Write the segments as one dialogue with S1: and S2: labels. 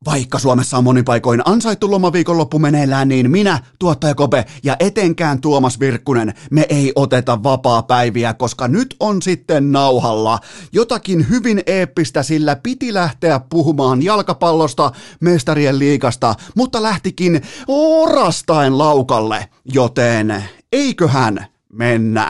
S1: Vaikka Suomessa on monin paikoin ansaittu lomaviikonloppu meneillään, niin minä, tuottaja Kope ja etenkään Tuomas Virkkunen, me ei oteta vapaapäiviä, koska nyt on sitten nauhalla jotakin hyvin eeppistä, sillä piti lähteä puhumaan jalkapallosta, mestarien liigasta, mutta lähtikin orastaen laukalle, joten eiköhän mennä.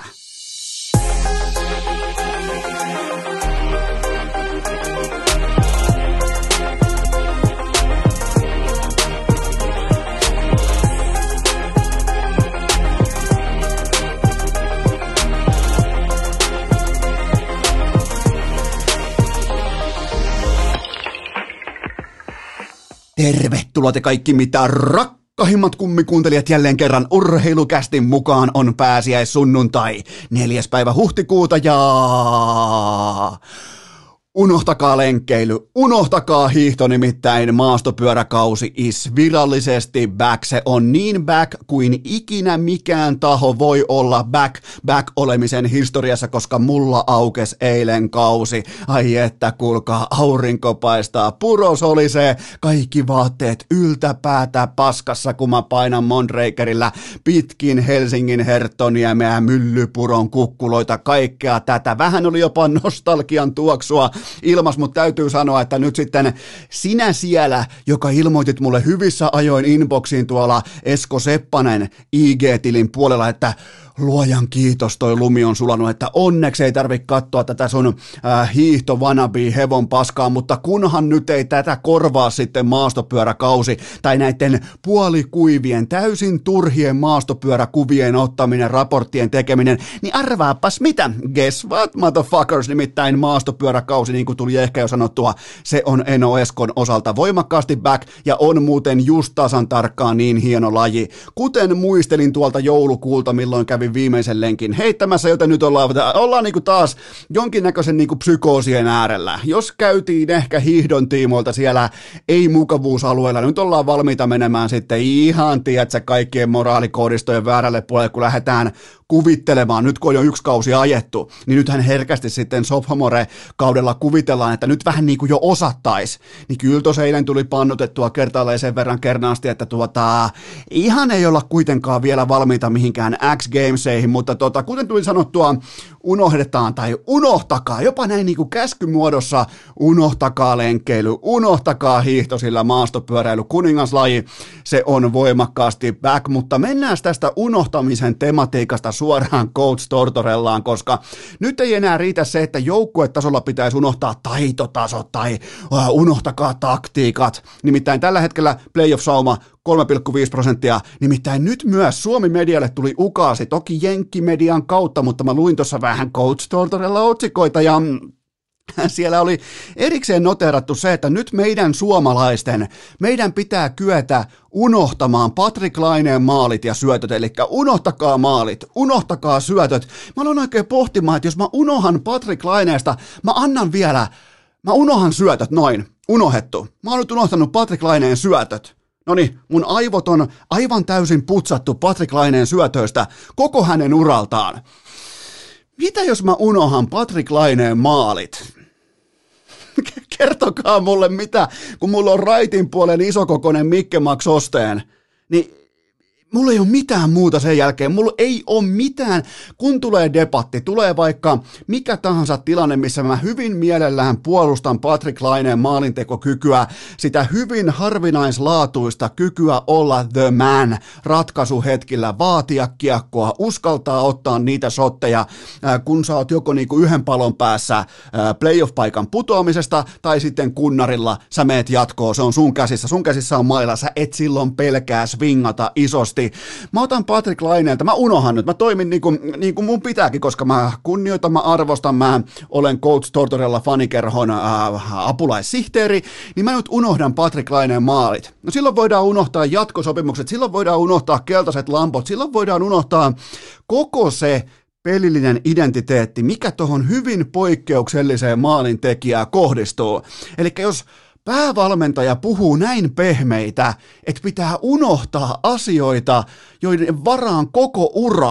S1: Tervetuloa te kaikki mitä rakkahimmat kummikuuntelijat jälleen kerran Urheilukästin mukaan on pääsiäissunnuntai 4. päivä huhtikuuta ja unohtakaa lenkkeily, unohtakaa hiihto, nimittäin maastopyöräkausi is virallisesti back. Se on niin back kuin ikinä mikään taho voi olla back olemisen historiassa, koska mulla aukes eilen kausi. Ai että kuulkaa, aurinko paistaa, puros oli se, kaikki vaatteet yltäpäätä paskassa, kun mä painan Mondrakerillä pitkin Helsingin Herttoniemeä, Myllypuron kukkuloita, kaikkea tätä. Vähän oli jopa nostalgian tuoksua ilmas, mutta täytyy sanoa, että nyt sitten sinä siellä, joka ilmoitit mulle hyvissä ajoin inboxiin tuolla Esko Seppanen IG-tilin puolella, että luojan kiitos, toi lumi on sulanut, että onneksi ei tarvitse katsoa tätä sun hiihto wannabe hevon paskaa, mutta kunhan nyt ei tätä korvaa sitten maastopyöräkausi tai näiden puolikuivien, täysin turhien maastopyöräkuvien ottaminen, raporttien tekeminen, niin arvaapas mitä, guess what motherfuckers, nimittäin maastopyöräkausi, niin kuin tuli ehkä jo sanottua, se on Eno Eskon osalta voimakkaasti back ja on muuten just tasan tarkkaan niin hieno laji, kuten muistelin tuolta joulukuulta, milloin kävi viimeisen lenkin heittämässä, joten nyt ollaan niinku taas jonkinnäköisen niinku psykoosien äärellä. Jos käytiin ehkä hiihdon tiimoilta siellä ei-mukavuusalueella, nyt ollaan valmiita menemään sitten ihan, tiedätkö, kaikkien moraalikoodistojen väärälle puolelle, kun lähdetään kuvittelemaan, nyt kun on jo yksi kausi ajettu, niin nythän herkästi sitten sophomore-kaudella kuvitellaan, että nyt vähän niin kuin jo osattaisi. Niin kyllä tuossa eilen tuli pannutettua kertaalleen sen verran kernaasti, että ihan ei olla kuitenkaan vielä valmiita mihinkään X-Gameseihin, mutta kuten tuli sanottua, unohdetaan tai unohtakaa, jopa näin niin kuin käskymuodossa, unohtakaa lenkkeily, unohtakaa hiihto, sillä maastopyöräily, kuningaslaji, se on voimakkaasti back, mutta mennään tästä unohtamisen tematiikasta suoraan Coach Tortorellaan, koska nyt ei enää riitä se, että joukkuetasolla pitäisi unohtaa taitotasot tai unohtakaa taktiikat. Nimittäin tällä hetkellä playoff-sauma 3,5%, nimittäin nyt myös Suomi-medialle tuli ukaasi, toki Jenkkimedian kautta, mutta mä luin tuossa vähän Coach Tortorella otsikoita ja siellä oli erikseen noteerattu se, että nyt meidän suomalaisten, meidän pitää kyetä unohtamaan Patrik Laineen maalit ja syötöt, eli unohtakaa maalit, unohtakaa syötöt. Mä aloin oikein pohtimaan, että jos mä unohan Patrik Laineesta, mä unohan syötöt, noin, unohettu. Mä oon nyt unohtanut Patrik Laineen syötöt. Noniin, mun aivot on aivan täysin putsattu Patrik Laineen syötöistä koko hänen uraltaan. Mitä jos mä unohan Patrik Laineen maalit? Kertokaa mulle mitä, kun mulla on raitin puolen isokokoinen Mikke Max Osteen, niin mulla ei ole mitään muuta sen jälkeen, mulla ei ole mitään, kun tulee debatti, tulee vaikka mikä tahansa tilanne, missä mä hyvin mielellään puolustan Patrik Laineen maalintekokykyä, sitä hyvin harvinaislaatuista kykyä olla the man ratkaisuhetkillä, vaatia kiekkoa, uskaltaa ottaa niitä shotteja, kun sä oot joko niinku yhden palon päässä playoff-paikan putoamisesta, tai sitten kunnarilla sä meet jatkoon, se on sun käsissä on mailla, sä et silloin pelkää swingata isosti. Mä otan Patrik Laineelta, mä unohan nyt, mä toimin niin kuin mun pitääkin, koska mä kunnioitan, mä arvostan, mä olen Coach Tortorella fanikerhon apulaissihteeri, niin mä nyt unohdan Patrik Laineen maalit. No silloin voidaan unohtaa jatkosopimukset, silloin voidaan unohtaa keltaiset lampot, silloin voidaan unohtaa koko se pelillinen identiteetti, mikä tuohon hyvin poikkeukselliseen maalintekijään kohdistuu. Eli jos päävalmentaja puhuu näin pehmeitä, että pitää unohtaa asioita, joiden varaan koko ura,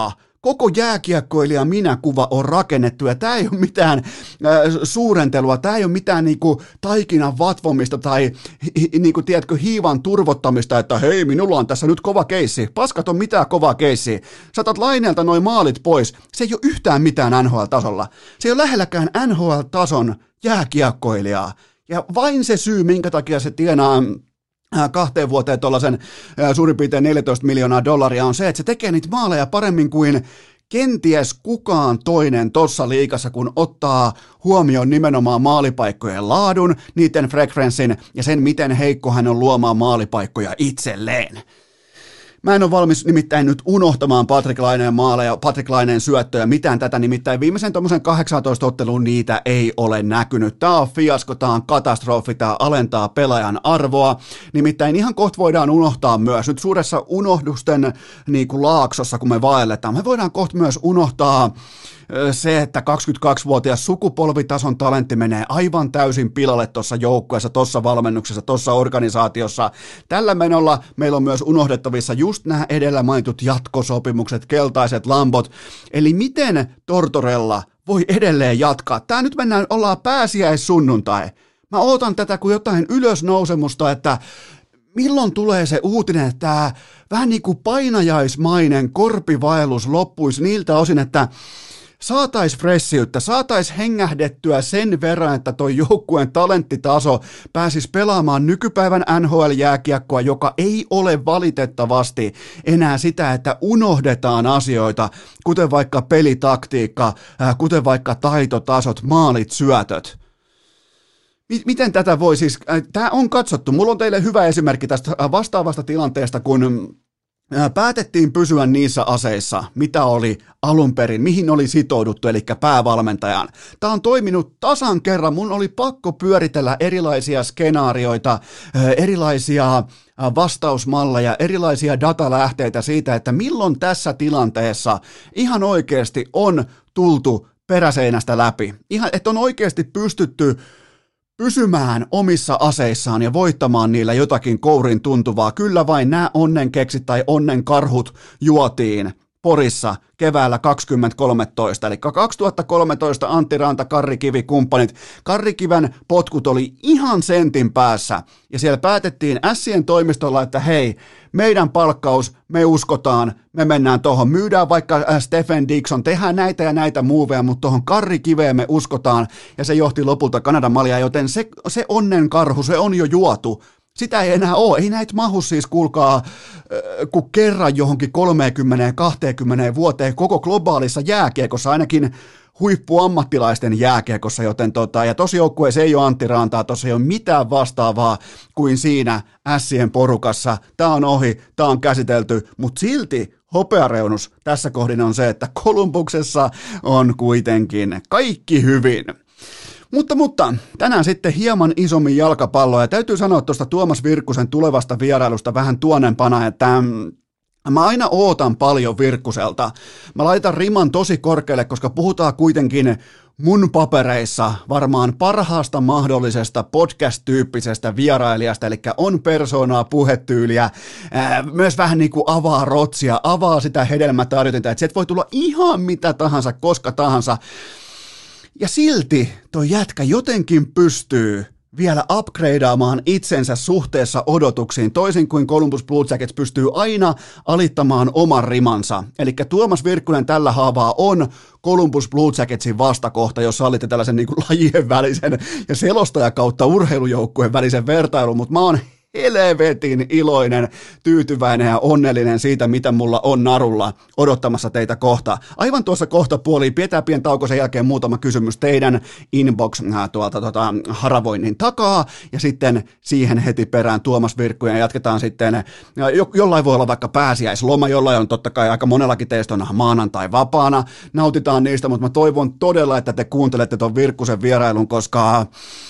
S1: koko jääkiekkoilija minäkuva on rakennettu, ja tämä ei ole mitään suurentelua, tämä ei ole mitään niinku taikinan vatvomista tai niinku, tiedätkö, hiivan turvottamista, että hei, minulla on tässä nyt kova keissi. Paskat on mitään kovaa keissiä. Saatat Laineelta noi maalit pois. Se ei ole yhtään mitään NHL-tasolla. Se ei ole lähelläkään NHL-tason jääkiekkoilijaa. Ja vain se syy, minkä takia se tienaa 2 vuoteen tuollaisen suurin piirtein $14 miljoonaa on se, että se tekee niitä maaleja paremmin kuin kenties kukaan toinen tossa liigassa, kun ottaa huomioon nimenomaan maalipaikkojen laadun, niiden frekvenssin ja sen, miten heikko hän on luomaan maalipaikkoja itselleen. Mä en ole valmis nimittäin nyt unohtamaan Patrik Laineen maaleja, Patrik Laineen syöttöjä, mitään tätä, nimittäin viimeisen tuommoisen 18 otteluun niitä ei ole näkynyt. Tää on fiasko, tää on katastrofi, tää alentaa pelaajan arvoa, nimittäin ihan kohta voidaan unohtaa myös, nyt suuressa unohdusten niin kuin laaksossa, kun me vaelletaan, me voidaan kohta myös unohtaa se, että 22-vuotias sukupolvitason talentti menee aivan täysin pilalle tuossa joukkueessa, tuossa valmennuksessa, tuossa organisaatiossa. Tällä menolla meillä on myös unohdettavissa just nämä edellä mainitut jatkosopimukset, keltaiset lambot. Eli miten Tortorella voi edelleen jatkaa? Tää nyt ollaan pääsiäissunnuntai. Mä ootan tätä kuin jotain ylösnousemusta, että milloin tulee se uutinen, että tämä vähän niin kuin painajaismainen korpivaellus loppuisi niiltä osin, että saataisiin freshiyttä, saataisiin hengähdettyä sen verran, että toi joukkueen talenttitaso pääsisi pelaamaan nykypäivän NHL-jääkiekkoa, joka ei ole valitettavasti enää sitä, että unohdetaan asioita, kuten vaikka pelitaktiikka, kuten vaikka taitotasot, maalit, syötöt. Miten tätä voi siis, tämä on katsottu, mulla on teille hyvä esimerkki tästä vastaavasta tilanteesta, kun päätettiin pysyä niissä aseissa, mitä oli alun perin, mihin oli sitouduttu, eli päävalmentajan. Tämä on toiminut tasan kerran, mun oli pakko pyöritellä erilaisia skenaarioita, erilaisia vastausmalleja, erilaisia datalähteitä siitä, että milloin tässä tilanteessa ihan oikeasti on tultu peräseinästä läpi. Ihan, että on oikeasti pystytty pysymään omissa aseissaan ja voittamaan niillä jotakin kourin tuntuvaa. Kyllä vain nämä onnenkeksit tai onnenkarhut juotiin Porissa keväällä 2013, eli 2013 Antti Ranta, Karri Kivi, kumppanit. Karri Kiven potkut oli ihan sentin päässä, ja siellä päätettiin Ässien toimistolla, että hei, meidän palkkaus, me uskotaan, me mennään tuohon, myydään vaikka Stephen Dixon, tehdään näitä ja näitä muuveja, mutta tuohon Karri Kiveen me uskotaan, ja se johti lopulta Kanadan maljaa, joten se onnenkarhu, se on jo juotu. Sitä ei enää ole. Ei näitä mahu siis, kuulkaa, kun kerran johonkin 30-20 vuoteen koko globaalissa jääkiekossa, ainakin huippuammattilaisten jääkiekossa, joten ja tossa joukkueessa ei ole Antti Rantaa, tossa ei ole mitään vastaavaa kuin siinä Ässien porukassa. Tää on ohi, tää on käsitelty, mutta silti hopeareunus tässä kohdin on se, että Kolumbuksessa on kuitenkin kaikki hyvin. Mutta tänään sitten hieman isommin jalkapalloa, ja täytyy sanoa tuosta Tuomas Virkkusen tulevasta vierailusta vähän tuonempana, että mä aina ootan paljon Virkkuselta. Mä laitan riman tosi korkealle, koska puhutaan kuitenkin mun papereissa varmaan parhaasta mahdollisesta podcast-tyyppisestä vierailijasta, eli on persoonaa, puhetyyliä, myös vähän niin kuin avaa rotsia, avaa sitä hedelmätarjotinta, että sieltä voi tulla ihan mitä tahansa, koska tahansa. Ja silti toi jätkä jotenkin pystyy vielä upgradeaamaan itsensä suhteessa odotuksiin, toisin kuin Columbus Blue Jackets pystyy aina alittamaan oman rimansa. Eli Tuomas Virkkunen tällä haavaa on Columbus Blue Jacketsin vastakohta, jos sallitte tällaisen niin kuin lajien välisen ja selostaja kautta urheilujoukkueen välisen vertailun, mutta mä oon helvetin iloinen, tyytyväinen ja onnellinen siitä, mitä mulla on narulla odottamassa teitä kohta. Aivan tuossa kohta puoliin, pidetään pieni tauko, sen jälkeen muutama kysymys teidän inbox haravoinnin takaa, ja sitten siihen heti perään Tuomas Virkku, ja jatketaan sitten, jollain voi olla vaikka pääsiäisloma, jollain on totta kai aika monellakin teistä on maanantai vapaana, nautitaan niistä, mutta mä toivon todella, että te kuuntelette ton Virkkusen vierailun, koska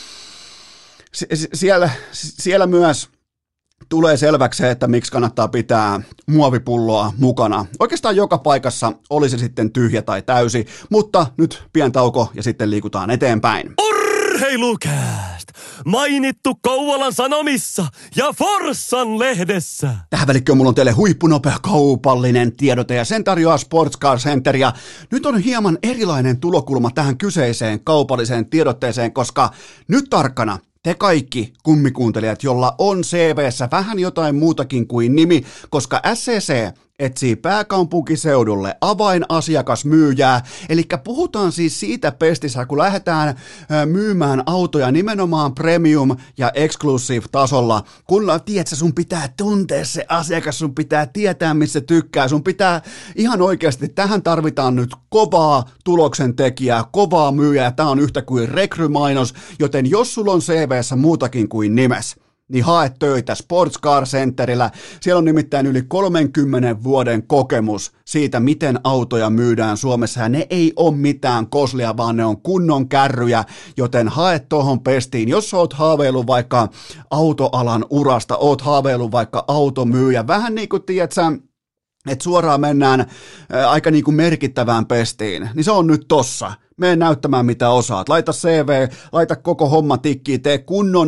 S1: siellä myös tulee selväksi se, että miksi kannattaa pitää muovipulloa mukana. Oikeastaan joka paikassa, oli se sitten tyhjä tai täysi, mutta nyt pieni tauko ja sitten liikutaan eteenpäin.
S2: Urheilukääst! Mainittu Kouvolan Sanomissa ja Forssan lehdessä.
S1: Tähän välikköön mulla on teille huippunopea kaupallinen tiedote ja sen tarjoaa Sports Car Center. Ja nyt on hieman erilainen tulokulma tähän kyseiseen kaupalliseen tiedotteeseen, koska nyt tarkkana te kaikki kummikuuntelijat, jolla on CV:ssä vähän jotain muutakin kuin nimi, koska SCC etsii pääkaupunkiseudulle avainasiakasmyyjää, eli puhutaan siis siitä pestissä, kun lähdetään myymään autoja nimenomaan premium- ja exclusive-tasolla, kun tiedätkö, sun pitää tuntea se asiakas, sun pitää tietää, missä tykkää, sun pitää ihan oikeasti, tähän tarvitaan nyt kovaa tuloksentekijää, kovaa myyjää, tää on yhtä kuin rekrymainos, joten jos sulla on CV:ssä muutakin kuin nimes, niin hae töitä Sports Car Centerillä. Siellä on nimittäin yli 30 vuoden kokemus siitä, miten autoja myydään Suomessa, ja ne ei ole mitään koslia, vaan ne on kunnon kärryjä, joten hae tohon pestiin. Jos oot haaveillut vaikka autoalan urasta, oot haaveillut vaikka automyyjä, vähän niin kuin tiedät sä, että suoraan mennään aika niin kuin merkittävään pestiin, niin se on nyt tossa. Mene näyttämään mitä osaat. Laita CV, laita koko homma tikkiin, tee kunnon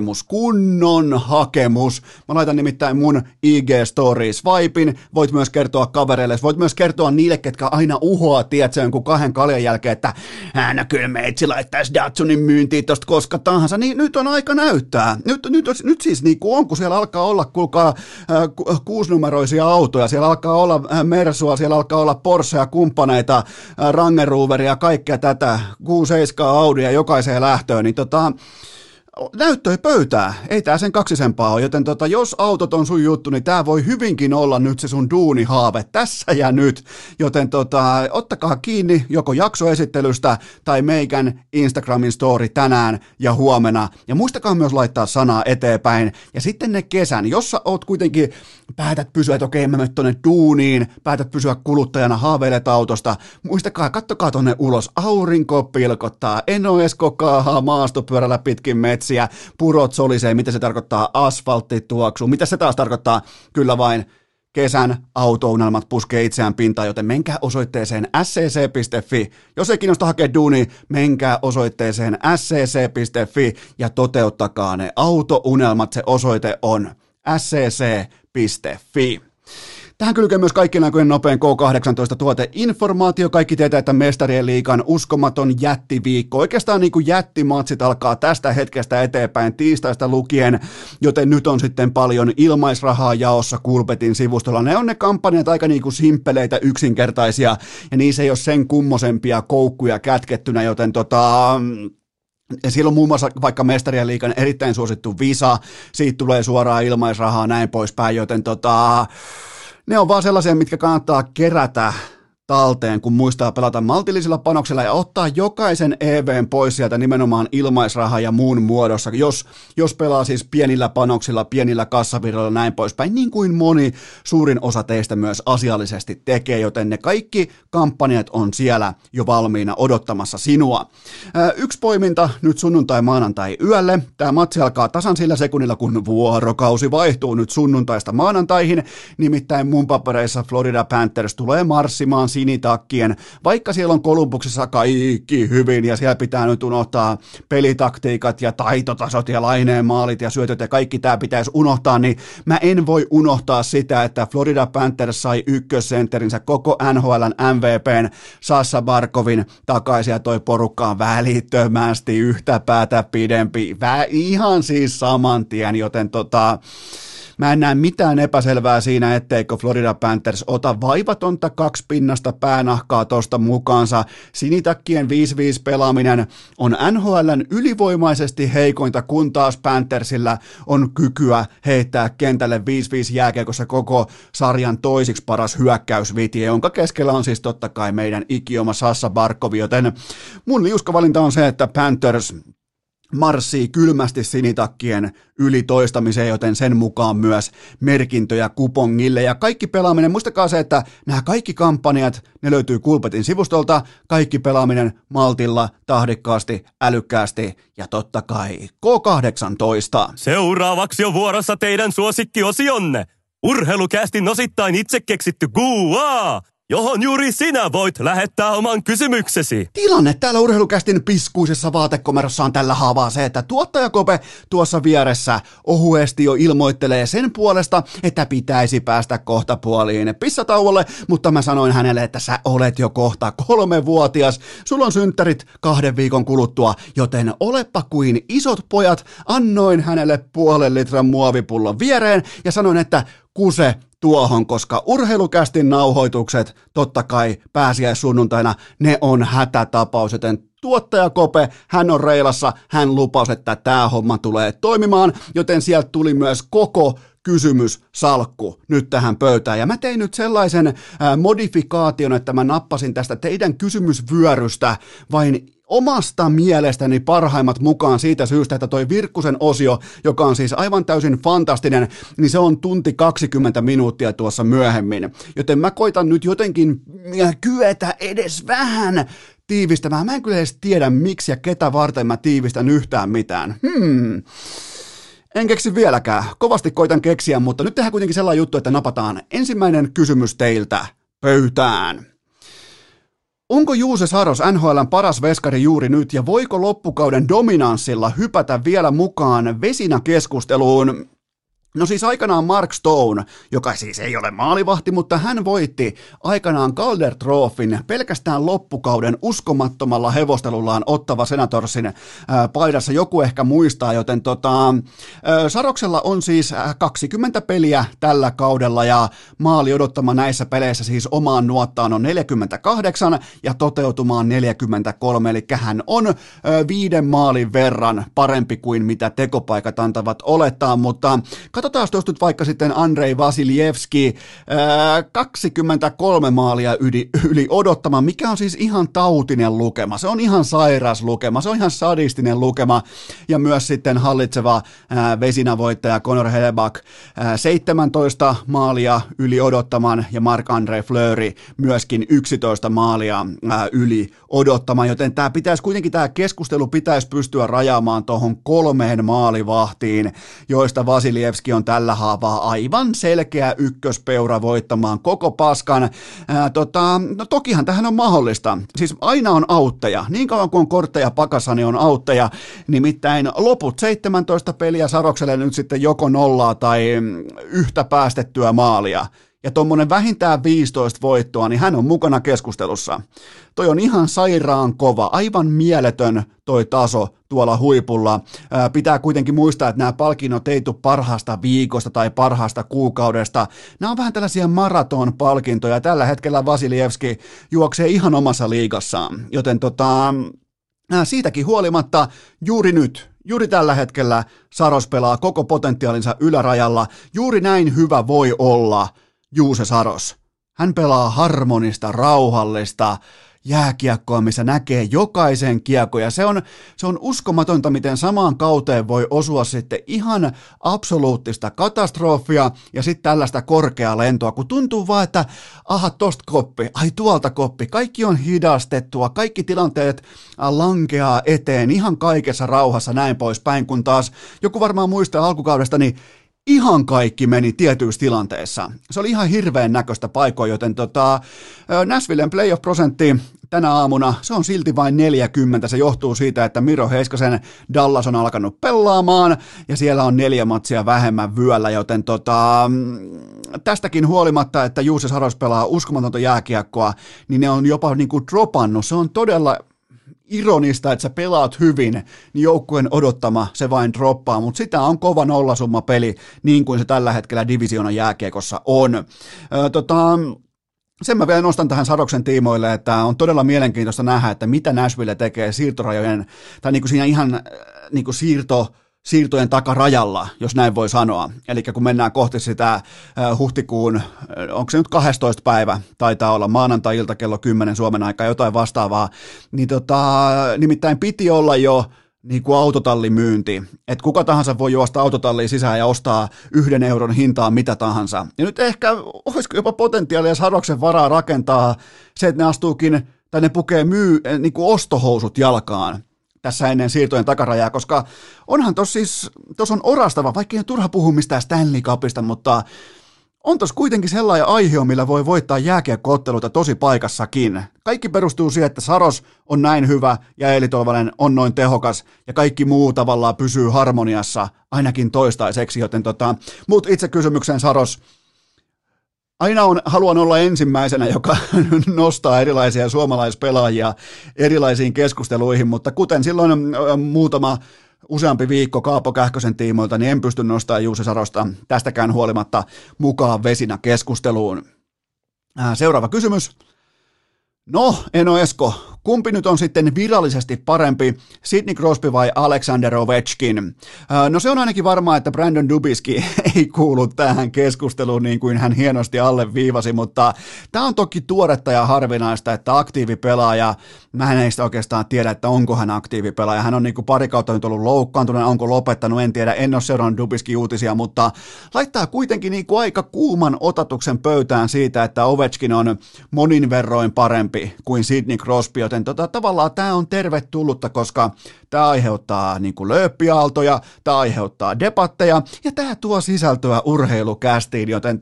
S1: hakemus. Mä laitan nimittäin mun IG-story swipin, voit myös kertoa kavereille, voit myös kertoa niille, ketkä aina uhoaa, tiedätkö, jonkun 2 kaljan jälkeen, että no kyllä meitsi laittaisi Datsunin myyntiin tosta koska tahansa, niin nyt on aika näyttää. Nyt siis niin kuin on, kun siellä alkaa olla, kuulkaa, 6-numeroisia autoja, siellä alkaa olla Mersua, siellä alkaa olla Porsche ja kumppaneita, Range Roveria ja kaikkea tätä 6-7 Audia jokaiseen lähtöön, niin näyttöi pöytää, ei tää sen kaksisempaa ole, joten jos autot on sun juttu, niin tää voi hyvinkin olla nyt se sun duunihaave tässä ja nyt, joten ottakaa kiinni joko jaksoesittelystä tai meikän Instagramin story tänään ja huomenna, ja muistakaa myös laittaa sanaa eteenpäin, ja sitten ne kesän, jos sä oot kuitenkin, päätät pysyä, että okei, mä menen tonne duuniin, päätät pysyä kuluttajana, haaveilet autosta, muistakaa, kattokaa tonne ulos, aurinko pilkottaa, en oo edes kokaahaa maastopyörällä pitkin metsiä, purot solisee, mitä se tarkoittaa, asfaltti tuoksuu, mitä se taas tarkoittaa, kyllä vain kesän autounelmat puskee itseään pintaan, joten menkää osoitteeseen scc.fi, jos ei kiinnosta hakea duunia, menkää osoitteeseen scc.fi ja toteuttakaa ne autounelmat, se osoite on scc.fi. Tähän kylkee myös kaikkien aikojen nopein K18-tuoteinformaatio. Kaikki tietää, että Mestarien liigan uskomaton jättiviikko. Oikeastaan niin kuin jättimatsit alkaa tästä hetkestä eteenpäin tiistaista lukien, joten nyt on sitten paljon ilmaisrahaa jaossa Kulpetin sivustolla. Ne on ne kampanjat aika niin kuin simppeleitä, yksinkertaisia, ja niissä ei ole sen kummosempia koukkuja kätkettynä, joten ja siellä on muun muassa vaikka Mestarien liigan erittäin suosittu Visa, siitä tulee suoraan ilmaisrahaa näin poispäin, joten ne on vaan sellaisia, mitkä kannattaa kerätä talteen, kun muistaa pelata maltillisilla panoksilla ja ottaa jokaisen EV:n pois sieltä nimenomaan ilmaisraha ja muun muodossa, jos pelaa siis pienillä panoksilla, pienillä kassavirroilla näin poispäin, niin kuin moni suurin osa teistä myös asiallisesti tekee, joten ne kaikki kampanjat on siellä jo valmiina odottamassa sinua. Yksi poiminta nyt sunnuntai-maanantai yölle. Tämä matsi alkaa tasan sillä sekunnilla, kun vuorokausi vaihtuu nyt sunnuntaista maanantaihin, nimittäin mun papereissa Florida Panthers tulee marssimaan sinitakkien, vaikka siellä on Kolumbuksessa kaikki hyvin ja siellä pitää nyt unohtaa pelitaktiikat ja taitotasot ja Laineen maalit ja syötöt ja kaikki tämä pitäisi unohtaa, niin mä en voi unohtaa sitä, että Florida Panthers sai ykkössentterinsä koko NHL:n MVPn Sasha Barkovin takaisin ja toi porukka on välittömästi yhtä päätä pidempi, ihan siis saman tien, joten mä en näe mitään epäselvää siinä, etteikö Florida Panthers ota vaivatonta 2-pinnasta päänahkaa tosta mukaansa. Sinitakkien 5-5 pelaaminen on NHL:n ylivoimaisesti heikointa, kun taas Panthersilla on kykyä heittää kentälle 5-5 jääkiekossa koko sarjan toisiksi paras hyökkäysvitje, jonka keskellä on siis totta kai meidän ikioma Sasha Barkov, joten mun liuskavalinta on se, että Panthers marssii kylmästi sinitakkien yli toistamiseen, joten sen mukaan myös merkintöjä kupongille. Ja kaikki pelaaminen, muistakaa se, että nämä kaikki kampanjat, ne löytyy Kulpetin sivustolta, kaikki pelaaminen maltilla, tahdikkaasti, älykkäästi ja totta kai K18.
S2: Seuraavaksi on vuorossa teidän suosikkiosionne. Urheilukästin osittain itse keksitty Guaa! johon juuri sinä voit lähettää oman kysymyksesi.
S1: Tilanne täällä Urheilukästin piskuisessa vaatekomerossa on tällä haavaa se, että tuottaja Kope tuossa vieressä ohuesti jo ilmoittelee sen puolesta, että pitäisi päästä kohta puoliin pissatauolle, mutta mä sanoin hänelle, että sä olet jo kohta 3-vuotias, sulla on synttärit 2 viikon kuluttua, joten olepa kuin isot pojat, annoin hänelle 0,5 litran muovipullon viereen ja sanoin, että kuse tuohon, koska Urheilukästin nauhoitukset, totta kai pääsiäissunnuntaina, ne on hätätapaus, joten tuottaja Kope, hän on reilassa, hän lupasi, että tämä homma tulee toimimaan, joten sieltä tuli myös koko kysymyssalkku nyt tähän pöytään. Ja mä tein nyt sellaisen modifikaation, että mä nappasin tästä teidän kysymysvyörystä vain omasta mielestäni parhaimmat mukaan siitä syystä, että toi Virkkusen osio, joka on siis aivan täysin fantastinen, niin se on tunti 20 minuuttia tuossa myöhemmin. Joten mä koitan nyt jotenkin kyetä edes vähän tiivistämään. Mä en kyllä edes tiedä miksi ja ketä varten mä tiivistän yhtään mitään. En keksi vieläkään. Kovasti koitan keksiä, mutta nyt tehdään kuitenkin sellainen juttu, että napataan ensimmäinen kysymys teiltä pöytään. Onko Juuse Saros NHL:n paras veskari juuri nyt ja voiko loppukauden dominanssilla hypätä vielä mukaan Vesina-keskusteluun? No siis aikanaan Mark Stone, joka siis ei ole maalivahti, mutta hän voitti aikanaan Calder Trophyn pelkästään loppukauden uskomattomalla hevostelullaan Ottawa Senatorsin paidassa. Joku ehkä muistaa, joten Saroksella on siis 20 peliä tällä kaudella ja maali odottama näissä peleissä siis omaan nuottaan on 48 ja toteutumaan 43, eli hän on 5 maalin verran parempi kuin mitä tekopaikat antavat olettaa, mutta katsotaan tuosta nyt vaikka sitten Andrei Vasiljevski, 23 maalia yli odottama, mikä on siis ihan tautinen lukema, se on ihan sairas lukema, se on ihan sadistinen lukema, ja myös sitten hallitseva Vesina-voittaja Conor Hellebuyck, 17 maalia yli odottaman, ja Marc-André Fleury myöskin 11 maalia yli odottaman, joten tämä keskustelu pitäisi pystyä rajaamaan tuohon 3 maalivahtiin, joista Vasiljevski on tällä haavaa aivan selkeä ykköspeura voittamaan koko paskan. No tokihan tähän on mahdollista. Siis aina on autteja. Niin kauan kuin on kortteja pakassa, niin on autteja. Nimittäin loput 17 peliä Sarokselle nyt sitten joko nollaa tai yhtä päästettyä maalia. Ja tuommoinen vähintään 15 voittoa, niin hän on mukana keskustelussa. Toi on ihan sairaan kova, aivan mieletön toi taso tuolla huipulla. Pitää kuitenkin muistaa, että nämä palkinnot ei tule parhaasta viikosta tai parhaasta kuukaudesta. Nämä on vähän tällaisia maratonpalkintoja. Tällä hetkellä Vasiljevski juoksee ihan omassa liigassaan. Joten siitäkin huolimatta juuri tällä hetkellä Saros pelaa koko potentiaalinsa ylärajalla. Juuri näin hyvä voi olla Juuse Saros. Hän pelaa harmonista, rauhallista jääkiekkoa, missä näkee jokaisen kiekko, ja se on uskomatonta, miten samaan kauteen voi osua sitten ihan absoluuttista katastrofia ja sitten tällaista korkeaa lentoa, kun tuntuu vaan, että aha, tosta koppi, ai tuolta koppi, kaikki on hidastettua, kaikki tilanteet lankeaa eteen ihan kaikessa rauhassa näin poispäin, kun taas joku varmaan muistaa alkukaudesta, niin ihan kaikki meni tietyissä tilanteissa. Se oli ihan hirveän näköistä paikoa, joten Nashvillen playoff-prosentti tänä aamuna, se on silti vain 40. Se johtuu siitä, että Miro Heiskasen Dallas on alkanut pelaamaan ja siellä on 4 matsia vähemmän vyöllä, joten tästäkin huolimatta, että Juuse Saros pelaa uskomatonta jääkiekkoa, niin ne on jopa niin kuin dropannut. Se on todella ironista, että sä pelaat hyvin, niin joukkueen odottama se vain droppaa, mutta sitä on kova nollasumma peli, niin kuin se tällä hetkellä divisioonan jääkiekossa on. Sen mä vielä nostan tähän Saroksen tiimoille, että on todella mielenkiintoista nähdä, että mitä Nashville tekee siirtorajojen, tai niin kuin siinä ihan niin kuin siirtojen takarajalla, jos näin voi sanoa. Eli kun mennään kohti sitä huhtikuun, onko se nyt 12 päivä, taitaa olla maanantai-ilta kello 10 Suomen aikaa, jotain vastaavaa, niin nimittäin piti olla jo niin kuin autotallimyynti, että kuka tahansa voi juosta autotalliin sisään ja ostaa 1 euron hintaan mitä tahansa. Ja nyt ehkä olisiko jopa potentiaalia Saroksen varaa rakentaa se, että ne astuukin, tai ne pukee niin kuin ostohousut jalkaan tässä ennen siirtojen takarajaa, koska onhan tuossa on orastava, vaikka ei ole turha puhua mistään Stanley Cupista, mutta on tos kuitenkin sellainen aihe, millä voi voittaa jääkiekko-otteluita tosi paikassakin. Kaikki perustuu siihen, että Saros on näin hyvä ja Eeli Tolvanen on noin tehokas ja kaikki muu tavallaan pysyy harmoniassa ainakin toistaiseksi, joten mut itse kysymykseen Saros. Aina haluan olla ensimmäisenä, joka nostaa erilaisia suomalaispelaajia erilaisiin keskusteluihin, mutta kuten silloin useampi viikko Kaapo Kähkösen tiimoilta, niin en pysty nostamaan Juuse Sarosta tästäkään huolimatta mukaan vesinä keskusteluun. Seuraava kysymys. No, Eno Esko, kumpi nyt on sitten virallisesti parempi, Sidney Crosby vai Alexander Ovechkin? No se on ainakin varmaa, että Brandon Dubiski ei kuulu tähän keskusteluun niin kuin hän hienosti alleviivasi, mutta tämä on toki tuoretta ja harvinaista, että aktiivipelaaja, mä en sitä oikeastaan tiedä, että onko hän aktiivipelaaja, hän on niin kuin pari kautta nyt ollut loukkaantunut, onko lopettanut, en tiedä, en ole seurannut Dubiskin uutisia, mutta laittaa kuitenkin niin kuin aika kuuman otatuksen pöytään siitä, että Ovechkin on monin verroin parempi kuin Sidney Crosby, joten tavallaan tämä on tervetullutta, koska tämä aiheuttaa niin kuin lööppiaaltoja, tämä aiheuttaa debatteja ja tämä tuo sisältöä urheilukästiin, joten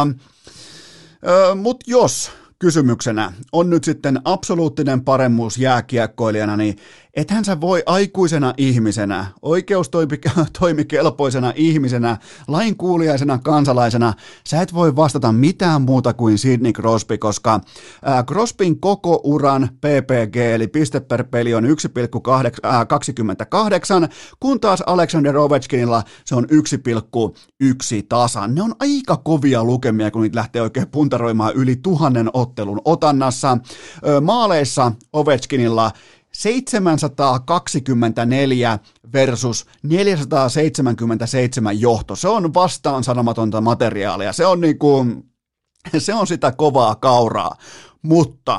S1: mut jos kysymyksenä on nyt sitten absoluuttinen paremmuus jääkiekkoilijana, niin ethän sä voi aikuisena ihmisenä, oikeustoimikelpoisena ihmisenä, lainkuuliaisena kansalaisena, sä et voi vastata mitään muuta kuin Sidney Crosby, koska Crosbyn koko uran PPG, eli piste per peli on 1,28, kun taas Alexander Ovechkinilla se on 1,1 tasan. Ne on aika kovia lukemia, kun niitä lähtee oikein puntaroimaan yli 1000 ottelun otannassa. Maaleissa Ovechkinilla 724 versus 477 johto. Se on vastaan sanomatonta materiaalia. Se on sitä kovaa kauraa. Mutta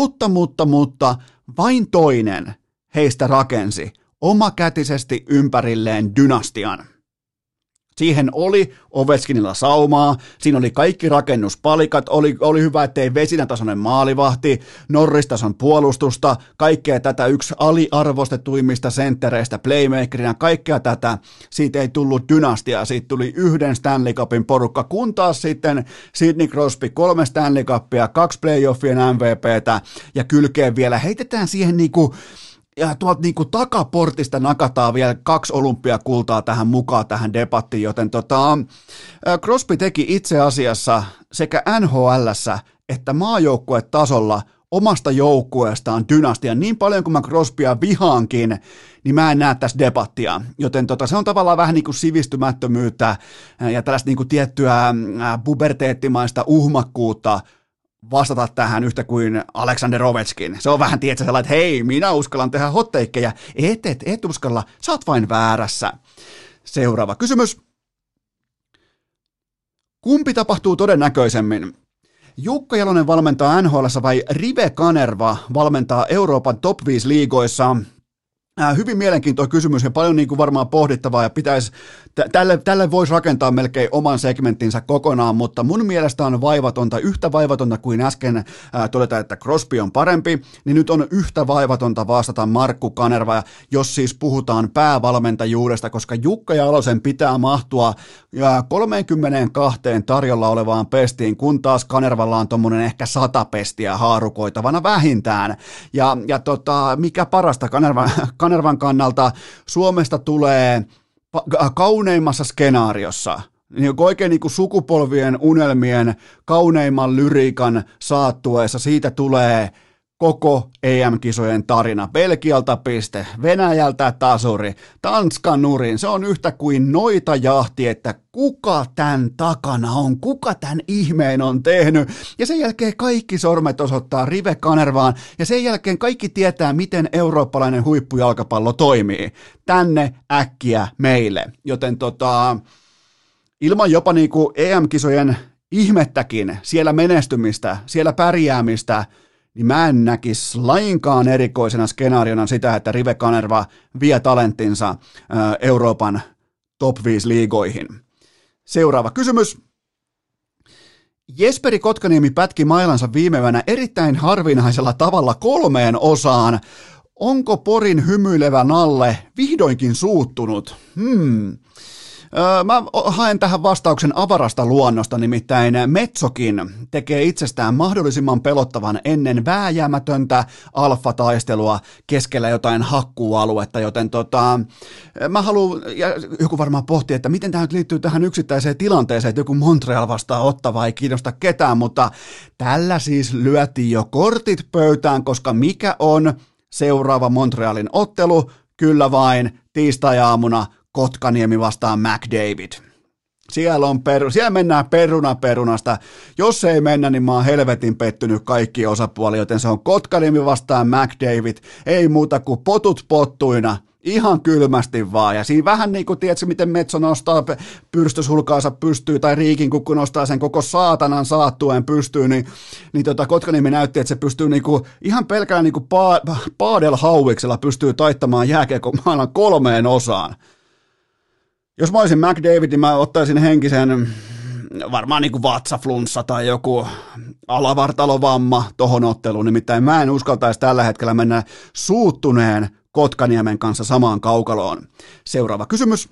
S1: vain toinen heistä rakensi omakätisesti ympärilleen dynastian. Siihen oli Ovechkinilla saumaa, siinä oli kaikki rakennuspalikat, oli hyvä, ettei vesinätasoinen maalivahti, Norris-tason puolustusta, kaikkea tätä yksi aliarvostetuimmista senttereistä playmakerina, kaikkea tätä, siitä ei tullut dynastia, siitä tuli yhden Stanley Cupin porukka, kun taas sitten Sidney Crosby 3 Stanley Cupia, 2 playoffien MVPtä ja kylkeen vielä heitetään siihen ja tuolta niinku takaportista nakataan vielä 2 olympiakultaa tähän mukaan tähän debattiin, joten Crosby teki itse asiassa sekä NHL:ssä että maajoukkuetasolla omasta joukkueestaan dynastian. Niin paljon kuin mä Crosbya vihaankin, niin mä en näe tässä debattia, joten se on tavallaan vähän niin kuin sivistymättömyyttä ja tällaista niin kuin tiettyä puberteettimaista uhmakkuutta vastata tähän yhtä kuin Alexander Ovechkin. Se on vähän tietysti sellainen, että hei, minä uskallan tehdä hotteikkeja. Et uskalla, sä oot vain väärässä. Seuraava kysymys. Kumpi tapahtuu todennäköisemmin? Jukka Jalonen valmentaa NHL:ssä vai Rive Kanerva valmentaa Euroopan top 5 liigoissa? Hyvin mielenkiintoinen kysymys ja paljon niin kuin varmaan pohdittavaa ja pitäisi, tälle voisi rakentaa melkein oman segmenttinsä kokonaan, mutta mun mielestä on vaivatonta, yhtä vaivatonta kuin äsken todeta, että Crosby on parempi, niin nyt on yhtä vaivatonta vastata Markku Kanerva, jos siis puhutaan päävalmentajuudesta, koska Jukka Jalosen pitää mahtua 32 tarjolla olevaan pestiin, kun taas Kanervalla on tommonen ehkä 100 pestiä haarukoitavana vähintään, ja mikä parasta Kanervan kannalta, Suomesta tulee kauneimmassa skenaariossa, niin oikein niin kuin sukupolvien unelmien kauneimman lyriikan saattuessa, siitä tulee koko EM-kisojen tarina. Belgialta piste, Venäjältä tasuri, Tanskan nurin. Se on yhtä kuin noita jahti, että kuka tämän takana on, kuka tämän ihmeen on tehnyt. Ja sen jälkeen kaikki sormet osoittaa Rive Kanervaan ja sen jälkeen kaikki tietää, miten eurooppalainen huippujalkapallo toimii. Tänne äkkiä meille. Joten ilman jopa niinku EM-kisojen ihmettäkin, siellä menestymistä, siellä pärjäämistä, niin mä en näkisi lainkaan erikoisena skenaariona sitä, että Rive Kanerva vie talenttinsa Euroopan top 5 liigoihin. Seuraava kysymys. Jesperi Kotkaniemi pätki mailansa viime yönä erittäin harvinaisella tavalla 3 osaan. Onko Porin hymyilevä Nalle vihdoinkin suuttunut? Mä haen tähän vastauksen avarasta luonnosta, nimittäin Metsokin tekee itsestään mahdollisimman pelottavan ennen vääjäämätöntä alfataistelua keskellä jotain hakkuualuetta, joten mä haluan, ja joku varmaan pohtii, että miten tämä nyt liittyy tähän yksittäiseen tilanteeseen, että joku Montreal vastaa Ottavaa ei kiinnosta ketään, mutta tällä siis lyötiin jo kortit pöytään, koska mikä on seuraava Montrealin ottelu? Kyllä vain, tiistai-aamuna Kotkaniemi vastaan McDavid. Siellä mennään perunasta. Jos ei mennä, niin mä oon helvetin pettynyt kaikki osapuoli, joten se on Kotkaniemi vastaan McDavid. Ei muuta kuin potut pottuina. Ihan kylmästi vaan. Ja siinä vähän niin kuin, tiedätkö, miten Metso nostaa pyrstyshulkaansa pystyy, tai Riikinkukku nostaa sen koko saatanan saattueen pystyyn, niin Kotkaniemi näytti, että se pystyy niin kuin, ihan pelkällä niin kuin paadelhauiksella pystyy taittamaan jääkiekon maailman 3 osaan. Jos mä olisin McDavid, niin mä ottaisin henkisen varmaan niin kuin vatsaflunssa tai joku alavartalovamma tohon otteluun, nimittäin mä en uskaltaisi tällä hetkellä mennä suuttuneen Kotkaniemen kanssa samaan kaukaloon. Seuraava kysymys.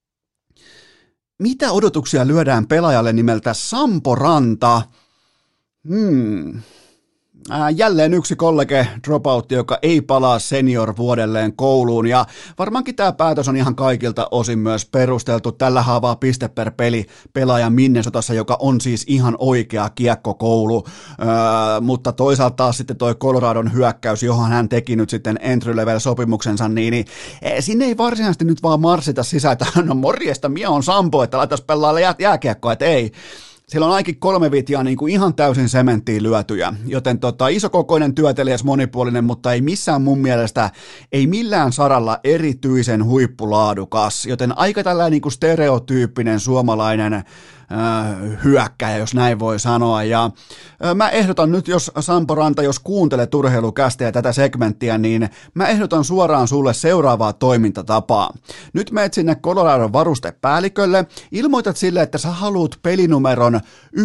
S1: Mitä odotuksia lyödään pelaajalle nimeltä Sampo Ranta? Jälleen yksi kollege dropoutti, joka ei palaa senior-vuodelleen kouluun, ja varmaankin tämä päätös on ihan kaikilta osin myös perusteltu. Tällä haavaa piste per peli pelaaja Minnesotassa, joka on siis ihan oikea kiekkokoulu, mutta toisaalta taas sitten toi Coloradon hyökkäys, johon hän teki nyt sitten entry-level-sopimuksensa, niin sinne ei varsinaisesti nyt vaan marssita sisään, että no morjesta, mie on Sampo, että laitais pelaalle jääkiekkoa, että ei. Siellä on ainakin 3 vitjaa niin kuin ihan täysin sementtiin lyötyjä, joten isokokoinen, työtelijäs, monipuolinen, mutta ei missään mun mielestä, ei millään saralla erityisen huippulaadukas, joten aika tällainen niin kuin stereotyyppinen suomalainen hyökkäjä, jos näin voi sanoa, ja mä ehdotan nyt, jos Sampo Ranta, jos kuuntelet urheilukästiä tätä segmenttiä, niin mä ehdotan suoraan sulle seuraavaa toimintatapaa. Nyt meet sinne Coloradon varustepäällikölle, ilmoitat sille, että sä haluut pelinumeron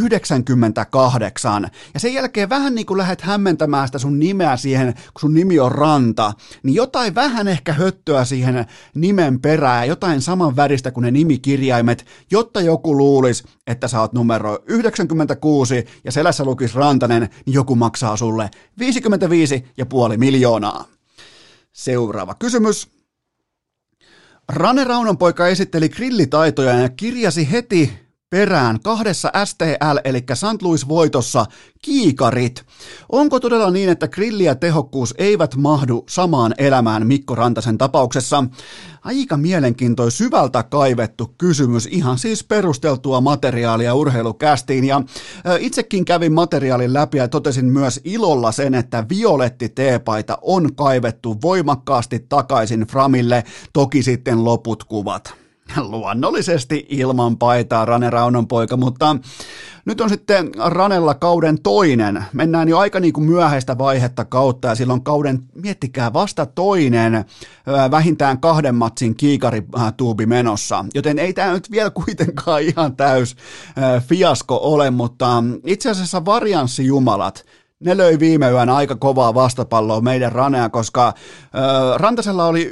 S1: 98, ja sen jälkeen vähän niin kuin lähdet hämmentämään sitä sun nimeä siihen, kun sun nimi on Ranta, niin jotain vähän ehkä höttöä siihen nimen perään, jotain saman väristä kuin ne nimikirjaimet, jotta joku luulisi, että sä oot numero 96 ja selässä lukis Rantanen, niin joku maksaa sulle 55,5 miljoonaa. Seuraava kysymys. Rane Raunonpoika esitteli grillitaitoja ja kirjasi heti perään 2 STL eli St. Louis-voitossa kiikarit. Onko todella niin, että grilli ja tehokkuus eivät mahdu samaan elämään Mikko Rantasen tapauksessa? Aika mielenkiintoinen, syvältä kaivettu kysymys, ihan siis perusteltua materiaalia urheilukästiin, ja itsekin kävin materiaalin läpi ja totesin myös ilolla sen, että violetti teepaita on kaivettu voimakkaasti takaisin Framille, toki sitten loput kuvat. Luonnollisesti ilman paitaa Rane Raunonpoika, mutta nyt on sitten Ranella kauden toinen. Mennään jo aika niin kuin myöhäistä vaihetta kautta ja silloin kauden, miettikää, vasta toinen vähintään 2 matsin kiikarituubi menossa. Joten ei tämä nyt vielä kuitenkaan ihan täys fiasko ole, mutta itse asiassa varianssijumalat, ne löi viime yön aika kovaa vastapalloa meidän Ranea, koska Rantasella oli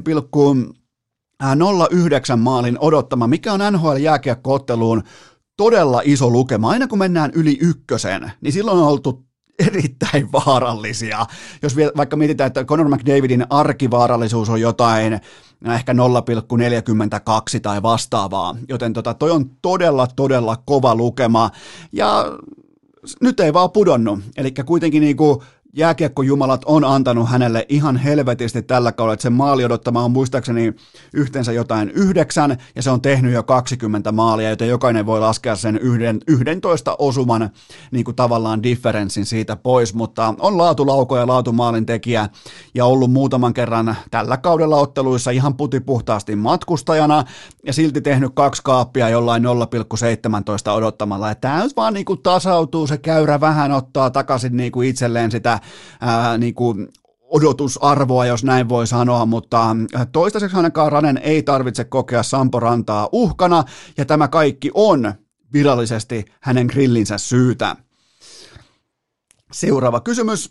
S1: 1,09 maalin odottama, mikä on NHL-jääkiekko-otteluun todella iso lukema. Aina kun mennään yli 1, niin silloin on oltu erittäin vaarallisia. Jos vaikka mietitään, että Connor McDavidin arkivaarallisuus on jotain ehkä 0,42 tai vastaavaa, joten toi on todella kova lukema, ja nyt ei vaan pudonnut, eli kuitenkin niinku jääkiekkojumalat on antanut hänelle ihan helvetisti tällä kaudella, että sen maali odottama on muistaakseni yhteensä jotain 9, ja se on tehnyt jo 20 maalia, joten jokainen voi laskea sen 11 osuman niin kuin tavallaan differenssin siitä pois, mutta on laatulauko ja laatumaalintekijä, ja ollut muutaman kerran tällä kaudella otteluissa ihan putipuhtaasti matkustajana, ja silti tehnyt 2 kaappia jollain 0,17 odottamalla, ja tämä nyt vaan niin kuin tasautuu, se käyrä vähän ottaa takaisin niin kuin itselleen sitä niin kuin odotusarvoa, jos näin voi sanoa, mutta toistaiseksi ainakaan Ranen ei tarvitse kokea Sampo Rantaa uhkana, ja tämä kaikki on virallisesti hänen grillinsä syytä. Seuraava kysymys.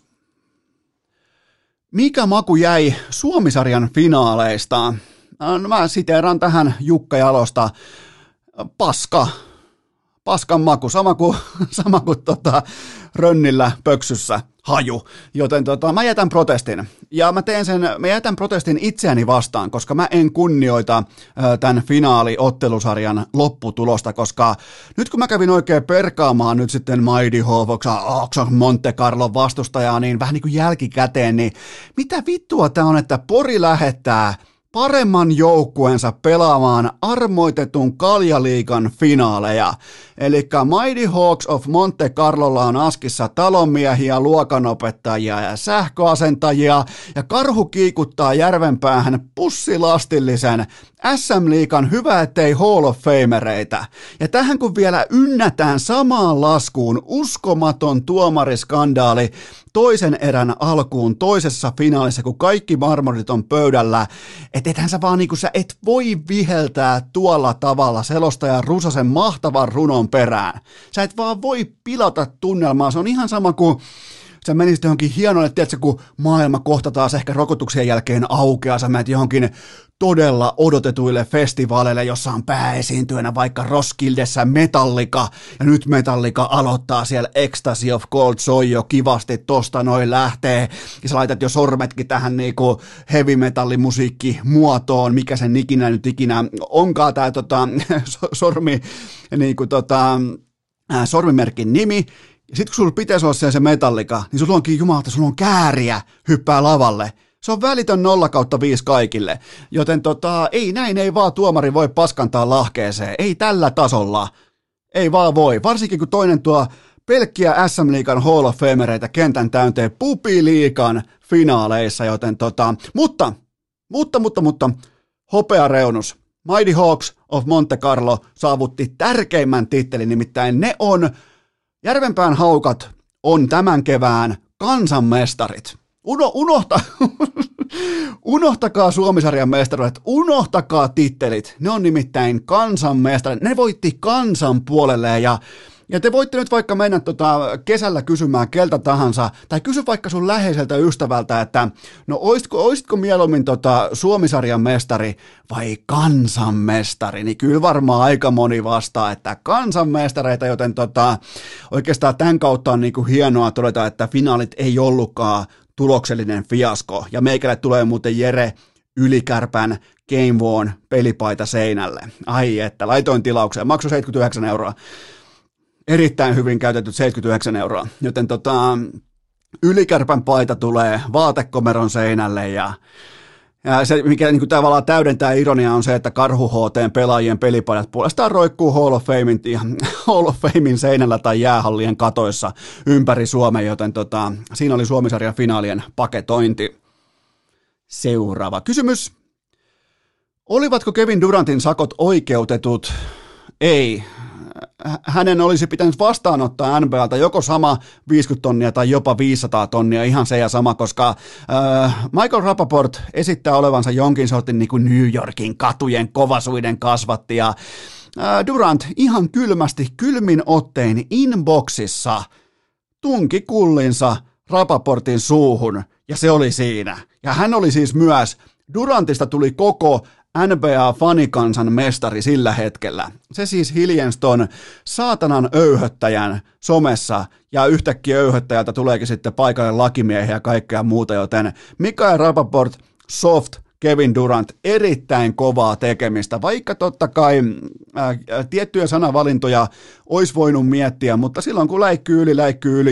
S1: Mikä maku jäi Suomi-sarjan finaaleista? No, mä siteeran tähän Jukka Jalosta. Paskan maku, sama kuin rönnillä pöksyssä haju, joten mä jätän protestin, ja mä jätän protestin itseäni vastaan, koska mä en kunnioita tämän finaaliottelusarjan lopputulosta, koska nyt kun mä kävin oikein perkaamaan nyt sitten Mighty Hawks Monte Carlo vastustajaa, niin vähän niin kuin jälkikäteen, niin mitä vittua tää on, että Pori lähettää paremman joukkueensa pelaamaan armoitetun kaljaliigan finaaleja. Eli Mighty Hawks of Monte Carlolla on askissa talonmiehiä, luokanopettajia ja sähköasentajia, ja Karhu kiikuttaa Järvenpäähän pussilastillisen SM-liigan hyvä ettei Hall of Famereitä. Ja tähän kun vielä ynnätään samaan laskuun uskomaton tuomariskandaali toisen erän alkuun toisessa finaalissa, kun kaikki marmorit on pöydällä, että ethän sä vaan sä et voi viheltää tuolla tavalla selostajan Rusasen mahtavan runon perään. Sä et vaan voi pilata tunnelmaa, se on ihan sama kuin sä menisit johonkin hienolle, tiedätkö, kun maailma kohta taas ehkä rokotuksien jälkeen aukeaa, sä menet johonkin todella odotetuille festivaaleille, jossa on pääesiintyönä vaikka Roskildessä Metallica, ja nyt Metallica aloittaa siellä Ecstasy of Gold, soi jo kivasti, tosta noin lähtee, ja sä laitat jo sormetkin tähän niinku heavy metallimusiikki muotoon, mikä sen ikinä onkaan tää sormimerkin nimi. Ja sit kun sulla pitäisi olla siellä se Metallica, niin sulla onkin jumalauta, sulla on kääriä hyppää lavalle. Se on välitön 0/5 kaikille, joten ei näin, ei vaan tuomari voi paskantaa lahkeeseen, ei tällä tasolla, ei vaan voi, varsinkin kun toinen tuo pelkkiä SM-liigan Hall of Famereita kentän täynteen pupiliigan finaaleissa, joten mutta, hopeareunus, Mighty Hawks of Monte Carlo saavutti tärkeimmän tittelin, nimittäin ne on, Järvenpään Haukat on tämän kevään kansanmestarit. Unohtakaa Suomisarjan mestaruudet, unohtakaa tittelit, ne on nimittäin kansanmestarit, ne voitti kansan puolelle ja te voitte nyt vaikka mennä kesällä kysymään keltä tahansa, tai kysy vaikka sun läheiseltä ystävältä, että no oisitko mieluummin Suomisarjan mestari vai kansanmestari, niin kyllä varmaan aika moni vastaa, että kansanmestareita, joten oikeastaan tämän kautta on niinku hienoa todeta, että finaalit ei ollutkaan tuloksellinen fiasko, ja meikälle tulee muuten Jere Ylikärpän Game Worn pelipaita seinälle. Ai että, laitoin tilaukseen, maksoi 79 €. Erittäin hyvin käytetyt 79 €, joten Ylikärpän paita tulee vaatekomeron seinälle, ja se, mikä niin tavallaan täydentää ironiaa, on se, että Karhu HT:n pelaajien pelipaidat puolestaan roikkuu Hall of Famein seinällä tai jäähallien katoissa ympäri Suomen, joten siinä oli Suomisarjan finaalien paketointi. Seuraava kysymys. Olivatko Kevin Durantin sakot oikeutetut? Ei. Hänen olisi pitänyt vastaanottaa NBAlta joko sama 50 tonnia tai jopa 500 tonnia, ihan se ja sama, koska Michael Rapaport esittää olevansa jonkin sortin niin kuin New Yorkin katujen kovasuiden kasvatti, ja Durant ihan kylmästi kylmin ottein inboxissa tunki kullinsa Rapaportin suuhun, ja se oli siinä. Ja hän oli siis myös, Durantista tuli koko NBA-fanikansan mestari sillä hetkellä. Se siis hiljensi ton saatanan öyhöttäjän somessa, ja yhtäkkiä öyhöttäjältä tuleekin sitten paikalle lakimiehiä ja kaikkea muuta, joten Mikael Rapaport, soft, Kevin Durant, erittäin kovaa tekemistä, vaikka totta kai tiettyjä sanavalintoja olisi voinut miettiä, mutta silloin kun läikkyy yli,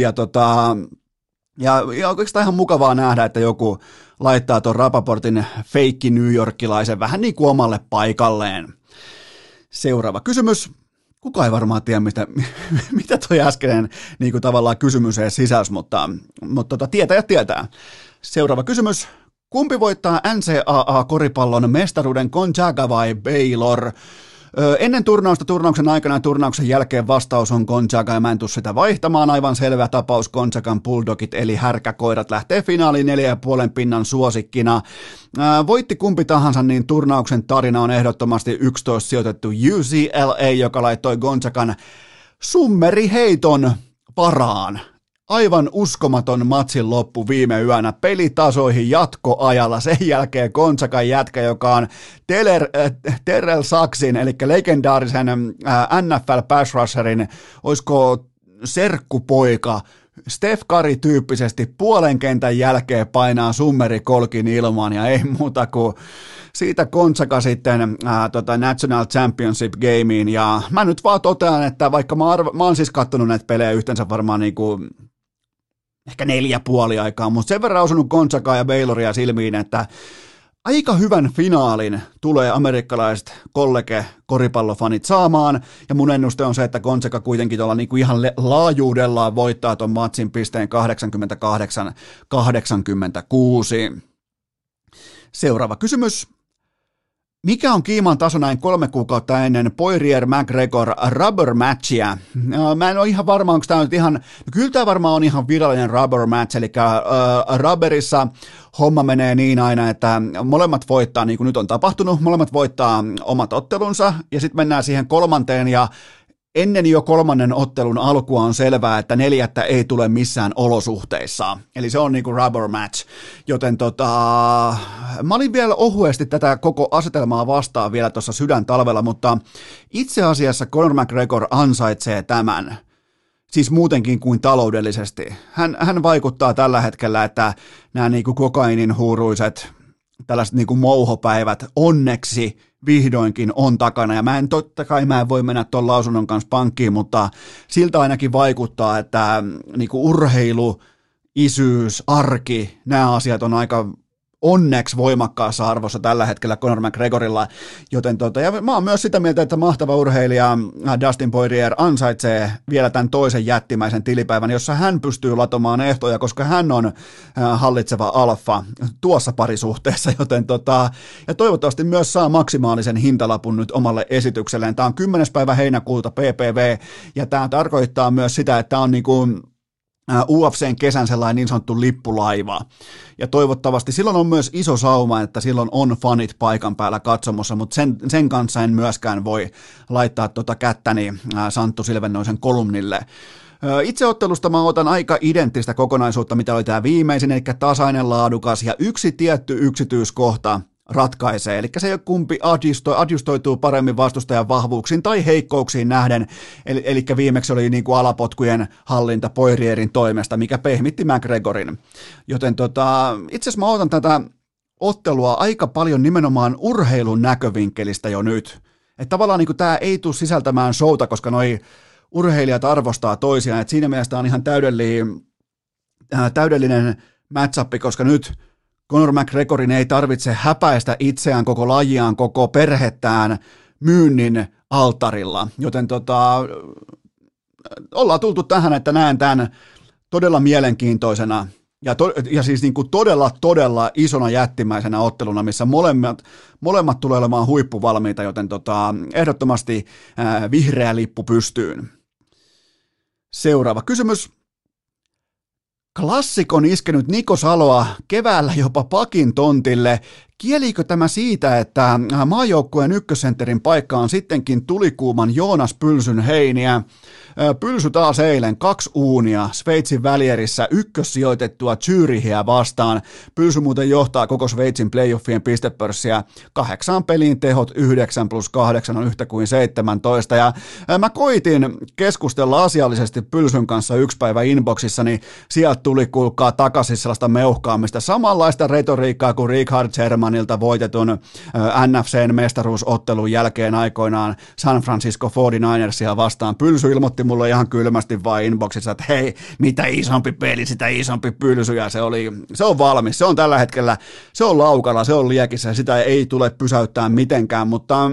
S1: ja oikeastaan ihan mukavaa nähdä, että joku laittaa tuon Rapaportin feikki New Yorkilaisen vähän niin kuin omalle paikalleen. Seuraava kysymys. Kuka ei varmaan tiedä, mitä toi äskeinen niin kuin tavallaan kysymys edes sisälsi, mutta tietää. Seuraava kysymys. Kumpi voittaa NCAA-koripallon mestaruuden, Gonzaga vai Baylor? Ennen turnauksen aikana ja turnauksen jälkeen vastaus on Gonzaga, ja mä en tule sitä vaihtamaan. Aivan selvä tapaus, Gonzagan Bulldogit eli härkäkoirat lähtee finaaliin 4,5 pinnan suosikkina. Voitti kumpi tahansa, niin turnauksen tarina on ehdottomasti 11 sijoitettu UCLA, joka laittoi Gonzagan summeriheiton varaan. aivan uskomaton matsin loppu viime yönä, pelitasoihin jatkoajalla, sen jälkeen Gonzagan jätkä, joka on Terrell Saxin, eli legendaarisen NFL pass rusherin, olisiko serkkupoika, Steph Curry-tyyppisesti puolen kentän jälkeen painaa summerikolkin ilmaan ja ei muuta kuin siitä Gonzaga sitten National Championship Gameen ja mä nyt vaan totean, että vaikka mä oon siis kattonut näitä pelejä yhteensä varmaan niinku ehkä 4,5 aikaa, mutta sen verran osunut Gonzagaa ja Bayloria silmiin, että aika hyvän finaalin tulee amerikkalaiset koripallofanit saamaan, ja mun ennuste on se, että Gonzaga kuitenkin tuolla niinku ihan laajuudellaan voittaa ton matsin pisteen 88-86. Seuraava kysymys. Mikä on kiiman taso näin 3 kuukautta ennen Poirier-McGregor rubber matchia? Mä en ole ihan varma, onko tämä nyt ihan, kyllä tämä varmaan on ihan virallinen rubber match, eli rubberissa homma menee niin aina, että molemmat voittaa, niin kuin nyt on tapahtunut, molemmat voittaa omat ottelunsa, ja sitten mennään siihen kolmanteen, ja ennen jo kolmannen ottelun alkua on selvää, että 4. ei tule missään olosuhteissa. Eli se on niinku rubber match. Joten mä olin vielä ohuesti tätä koko asetelmaa vastaan vielä tuossa sydäntalvella, mutta itse asiassa Conor McGregor ansaitsee tämän. Siis muutenkin kuin taloudellisesti. Hän vaikuttaa tällä hetkellä, että nämä niinku kokainin huuruiset, tällaiset niinku mouhopäivät onneksi vihdoinkin on takana, ja totta kai mä en voi mennä tuon lausunnon kanssa pankkiin, mutta siltä ainakin vaikuttaa, että niinku urheilu, isyys, arki, nämä asiat on aika onneksi voimakkaassa arvossa tällä hetkellä Conor McGregorilla, joten ja mä oon myös sitä mieltä, että mahtava urheilija Dustin Poirier ansaitsee vielä tämän toisen jättimäisen tilipäivän, jossa hän pystyy latomaan ehtoja, koska hän on hallitseva alfa tuossa parisuhteessa, joten ja toivottavasti myös saa maksimaalisen hintalapun nyt omalle esitykselleen. Tämä on 10. päivä heinäkuuta PPV, ja tämä tarkoittaa myös sitä, että on niinku UFCn kesän sellainen niin sanottu lippulaiva. Ja toivottavasti silloin on myös iso sauma, että silloin on fanit paikan päällä katsomossa, mutta sen kanssa en myöskään voi laittaa kättäni Santtu Silvennoisen kolumnille. Itseottelusta mä otan aika identtistä kokonaisuutta, mitä oli tämä viimeisin, eli tasainen, laadukas ja yksi tietty yksityiskohta ratkaisee, eli se kumpi adjustoituu paremmin vastustajan vahvuuksiin tai heikkouksiin nähden, eli viimeksi oli niin kuin alapotkujen hallinta Poirierin toimesta, mikä pehmitti McGregorin, joten itse asiassa mä otan tätä ottelua aika paljon nimenomaan urheilun näkövinkkelistä jo nyt, että tavallaan niin kuin tämä ei tule sisältämään showta, koska noi urheilijat arvostaa toisiaan, että siinä mielessä on ihan täydellinen match-up, koska nyt Conor McGregorin ei tarvitse häpäistä itseään, koko lajiaan, koko perhettään myynnin alttarilla, joten ollaan tultu tähän, että näen tämän todella mielenkiintoisena ja siis niin kuin todella isona jättimäisenä otteluna, missä molemmat tulee olemaan huippuvalmiita, joten ehdottomasti vihreä lippu pystyyn. Seuraava kysymys. Klassikon iskenyt Niko Saloa keväällä jopa pakin tontille. Kielikö tämä siitä, että maajoukkueen ykkössentterin paikka on sittenkin tulikuuman Joonas Pylsyn heiniä? Pylsy taas eilen 2 uunia Sveitsin välierissä ykkössijoitettua Zürichiä vastaan. Pylsy muuten johtaa koko Sveitsin playoffien pistepörssiä 8 peliin tehot 9 + 8 on yhtä kuin 17. Ja mä koitin keskustella asiallisesti Pylsyn kanssa yksi päivä inboxissa, niin sieltä tuli kuulkaa takaisin sellaista meuhkaamista. Samanlaista retoriikkaa kuin Richard Shermanilta voitetun NFCn mestaruusottelun jälkeen aikoinaan San Francisco 49ersia vastaan. Pylsy ilmoitti mulle ihan kylmästi vaan inboxissa, että hei, mitä isompi peli, sitä isompi Pylsy, ja se on valmis, se on tällä hetkellä, se on laukalla, se on liekissä, ja sitä ei tule pysäyttää mitenkään, mutta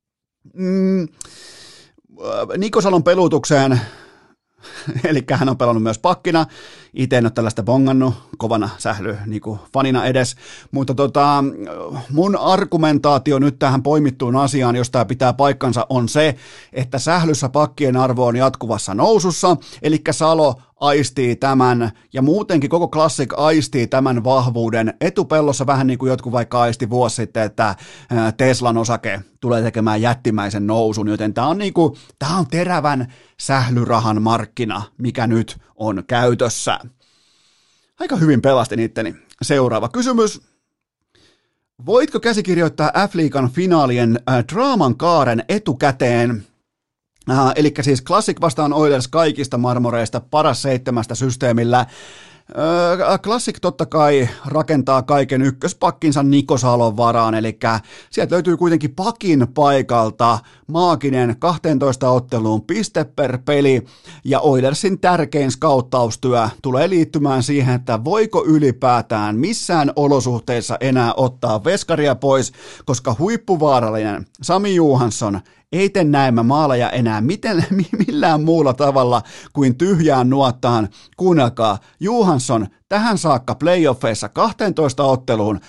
S1: Niko Salon pelutukseen, eli hän on pelannut myös pakkina, itse en ole tällaista bongannut, kovana sähly niin kuin fanina edes, mutta mun argumentaatio nyt tähän poimittuun asiaan, jos tämä pitää paikkansa, on se, että sählyssä pakkien arvo on jatkuvassa nousussa, eli Salo aistii tämän, ja muutenkin koko Classic aistii tämän vahvuuden etupellossa, vähän niin kuin jotkut vaikka aisti vuosi sitten, että Teslan osake tulee tekemään jättimäisen nousun, joten tämä on terävän sählyrahan markkina, mikä nyt on käytössä. Aika hyvin pelastin itteni. Seuraava kysymys. Voitko käsikirjoittaa F-liigan finaalien draaman kaaren etukäteen? Eli siis Classic vastaan Oilers kaikista marmoreista, paras 7 systeemillä. Classic totta kai rakentaa kaiken ykköspakkinsa Niko Salon varaan, eli sieltä löytyy kuitenkin pakin paikalta maaginen 12 otteluun piste per peli, ja Oilersin tärkein skauttaustyö tulee liittymään siihen, että voiko ylipäätään missään olosuhteissa enää ottaa veskaria pois, koska huippuvaarallinen Sami Johansson ei tee näemmä maaleja enää millään muulla tavalla kuin tyhjään nuottaan. Kuunnelkaa, Johansson tähän saakka playoffeissa 12 otteluun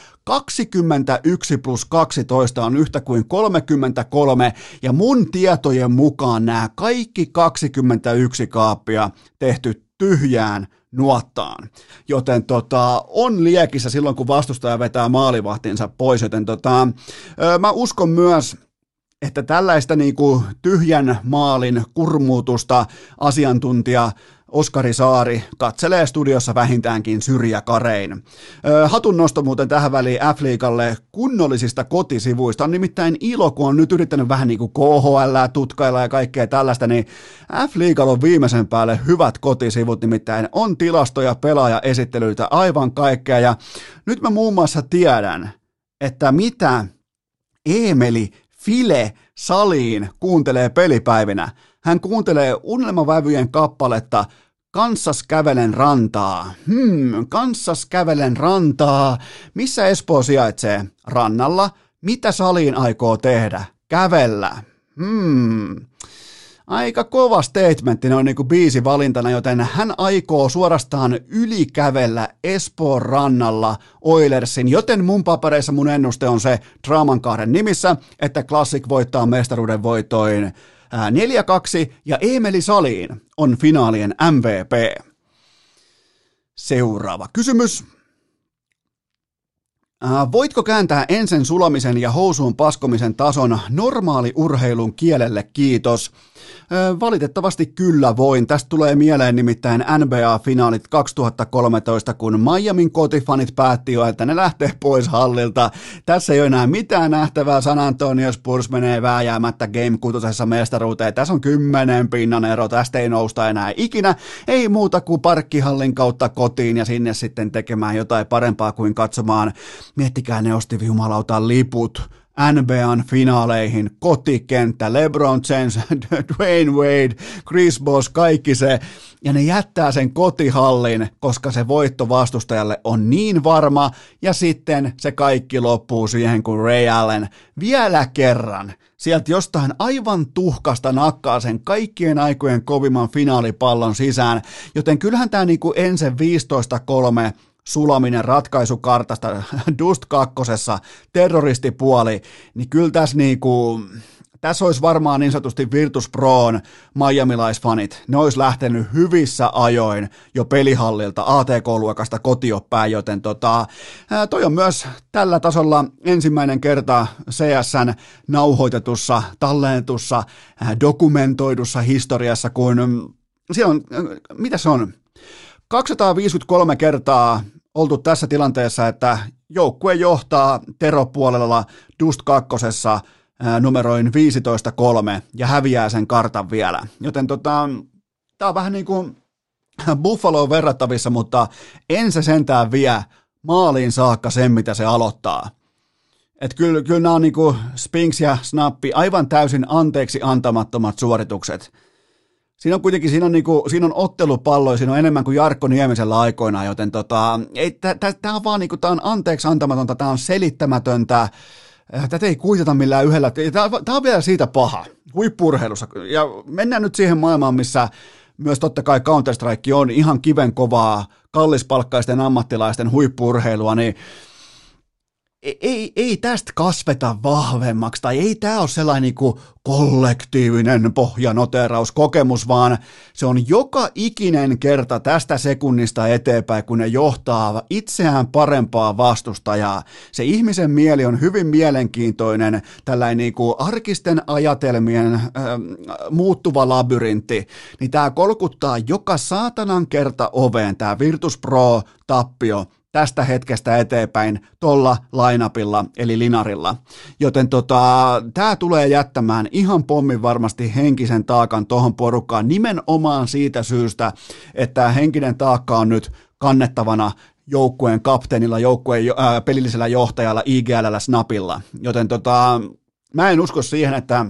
S1: 21+12 on yhtä kuin 33, ja mun tietojen mukaan nämä kaikki 21 kaappia tehty tyhjään nuottaan, joten on liekissä silloin, kun vastustaja vetää maalivahtinsa pois, joten mä uskon myös, että tällaista niinku tyhjän maalin kurmuutusta asiantuntija Oskari Saari katselee studiossa vähintäänkin syrjäkarein. Hatunnosto muuten tähän väliin F-liigalle kunnollisista kotisivuista. On nimittäin ilo, kun on nyt yrittänyt vähän niin kuin KHL tutkailla ja kaikkea tällaista, niin F-liigalla on viimeisen päälle hyvät kotisivut, nimittäin on tilastoja, pelaajaesittelyitä, aivan kaikkea. Ja nyt mä muun muassa tiedän, että mitä Eemeli File Salin kuuntelee pelipäivinä. Hän kuuntelee Unelmavävyjen kappaletta Kanssas kävelen rantaa. Kanssas kävelen rantaa. Missä Espoo sijaitsee? Rannalla. Mitä Saliin aikoo tehdä? Kävellä. Aika kova statementti on niinku biisivalintana, joten hän aikoo suorastaan ylikävellä Espoon rannalla Oilersin, joten mun papereissa mun ennuste on se draaman kaaren nimissä, että Classic voittaa mestaruuden voitoin 4-2 ja Eemeli Saliin on finaalien MVP. Seuraava kysymys. Voitko kääntää ensin sulamisen ja housuun paskomisen tason normaali urheilun kielelle, kiitos? Valitettavasti kyllä voin. Tästä tulee mieleen nimittäin NBA-finaalit 2013, kun Miamin kotifanit päätti jo, että ne lähtee pois hallilta. Tässä ei ole enää mitään nähtävää. San Antonio Spurs menee vääjäämättä Game 6 mestaruuteen. Tässä on 10 pinnan ero. Tästä ei nousta enää ikinä. Ei muuta kuin parkkihallin kautta kotiin ja sinne sitten tekemään jotain parempaa kuin katsomaan. Miettikää, ne osti jumalauta liput NBAn finaaleihin, kotikenttä, LeBron James, Dwayne Wade, Chris Bosh, kaikki se, ja ne jättää sen kotihallin, koska se voitto vastustajalle on niin varma, ja sitten se kaikki loppuu siihen, kun Ray Allen vielä kerran sieltä jostain aivan tuhkasta nakkaa sen kaikkien aikojen kovimman finaalipallon sisään, joten kyllähän tämä niinku ensin 15-3 sulaminen ratkaisukartasta Dust 2, terroristipuoli, niin kyllä tässä olisi varmaan niin sanotusti Virtus Proon miamilaisfanit. Ne olisi lähtenyt hyvissä ajoin jo pelihallilta ATK-luokasta kotiopäin, joten toi on myös tällä tasolla ensimmäinen kerta CSN nauhoitetussa, tallennetussa, dokumentoidussa historiassa, kun siellä on, mitä se on, 253 kertaa oltu tässä tilanteessa, että joukkue johtaa Tero-puolella Dust 2 numeroin 15-3 ja häviää sen kartan vielä. Joten tämä on vähän niin kuin Buffaloon verrattavissa, mutta en se sentään vie maaliin saakka sen, mitä se aloittaa. Että kyllä nämä on niin kuin Spinks ja Snappi aivan täysin anteeksi antamattomat suoritukset. Siinä on kuitenkin, siinä on ottelupalloja, siinä on enemmän kuin Jarkko Niemisellä aikoinaan, joten tämä on vaan tämä on anteeksi antamatonta, tämä on selittämätöntä, tätä ei kuitata millään yhdellä, tämä on vielä siitä paha, huippu-urheilussa, ja mennään nyt siihen maailmaan, missä myös totta kai Counter-Strike on ihan kiven kovaa, kallispalkkaisten ammattilaisten huippu-urheilua, niin ei tästä kasveta vahvemmaksi, tai ei tämä ole sellainen niin kuin kollektiivinen pohjanoterauskokemus, vaan se on joka ikinen kerta tästä sekunnista eteenpäin, kun ne johtaa itseään parempaa vastustajaa. Se ihmisen mieli on hyvin mielenkiintoinen, tällainen niin kuin arkisten ajatelmien muuttuva labyrintti, niin tämä kolkuttaa joka saatanan kerta oveen, tämä Virtus Pro-tappio, tästä hetkestä eteenpäin tolla lineupilla eli linarilla. Joten tämä tulee jättämään ihan pommin varmasti henkisen taakan tohon porukkaan nimenomaan siitä syystä, että henkinen taakka on nyt kannettavana joukkueen kapteenilla, joukkueen pelillisellä johtajalla, IGL:llä, Snapilla. Joten mä en usko siihen, että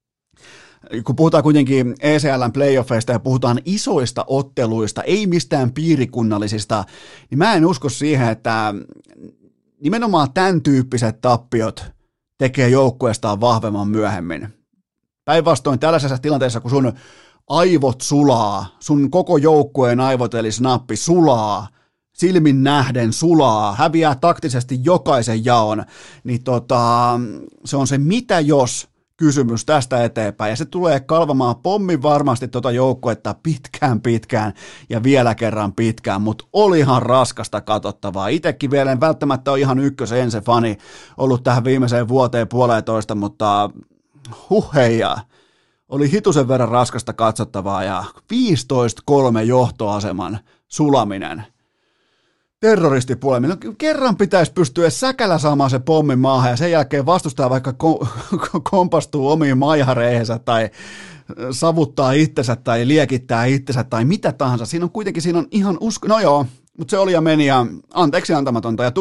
S1: kun puhutaan kuitenkin ECL:n playoffeista ja puhutaan isoista otteluista, ei mistään piirikunnallisista, niin mä en usko siihen, että nimenomaan tämän tyyppiset tappiot tekee joukkueestaan vahvemman myöhemmin. Päinvastoin tällaisessa tilanteessa, kun sun aivot sulaa, sun koko joukkueen aivot eli snappi sulaa, silmin nähden sulaa, häviää taktisesti jokaisen jaon, niin se on se mitä jos kysymys tästä eteenpäin, ja se tulee kalvamaan pommin varmasti joukkuetta pitkään ja vielä kerran pitkään, mutta olihan raskasta katsottavaa. Itsekin vielä en välttämättä ole ihan ykkösen se fani ollut tähän viimeiseen vuoteen puoleentoista, mutta huheijaa. Oli hitusen verran raskasta katsottavaa ja 15-3 johtoaseman sulaminen. Terroristipuolella. No, kerran pitäisi pystyä säkällä saamaan se pommin maahan ja sen jälkeen vastustaa vaikka kompastuu omiin maihareihinsa tai savuttaa itsensä tai liekittää itsensä tai mitä tahansa. Siinä on ihan no joo, mutta se oli ja meni ja anteeksi antamatonta ja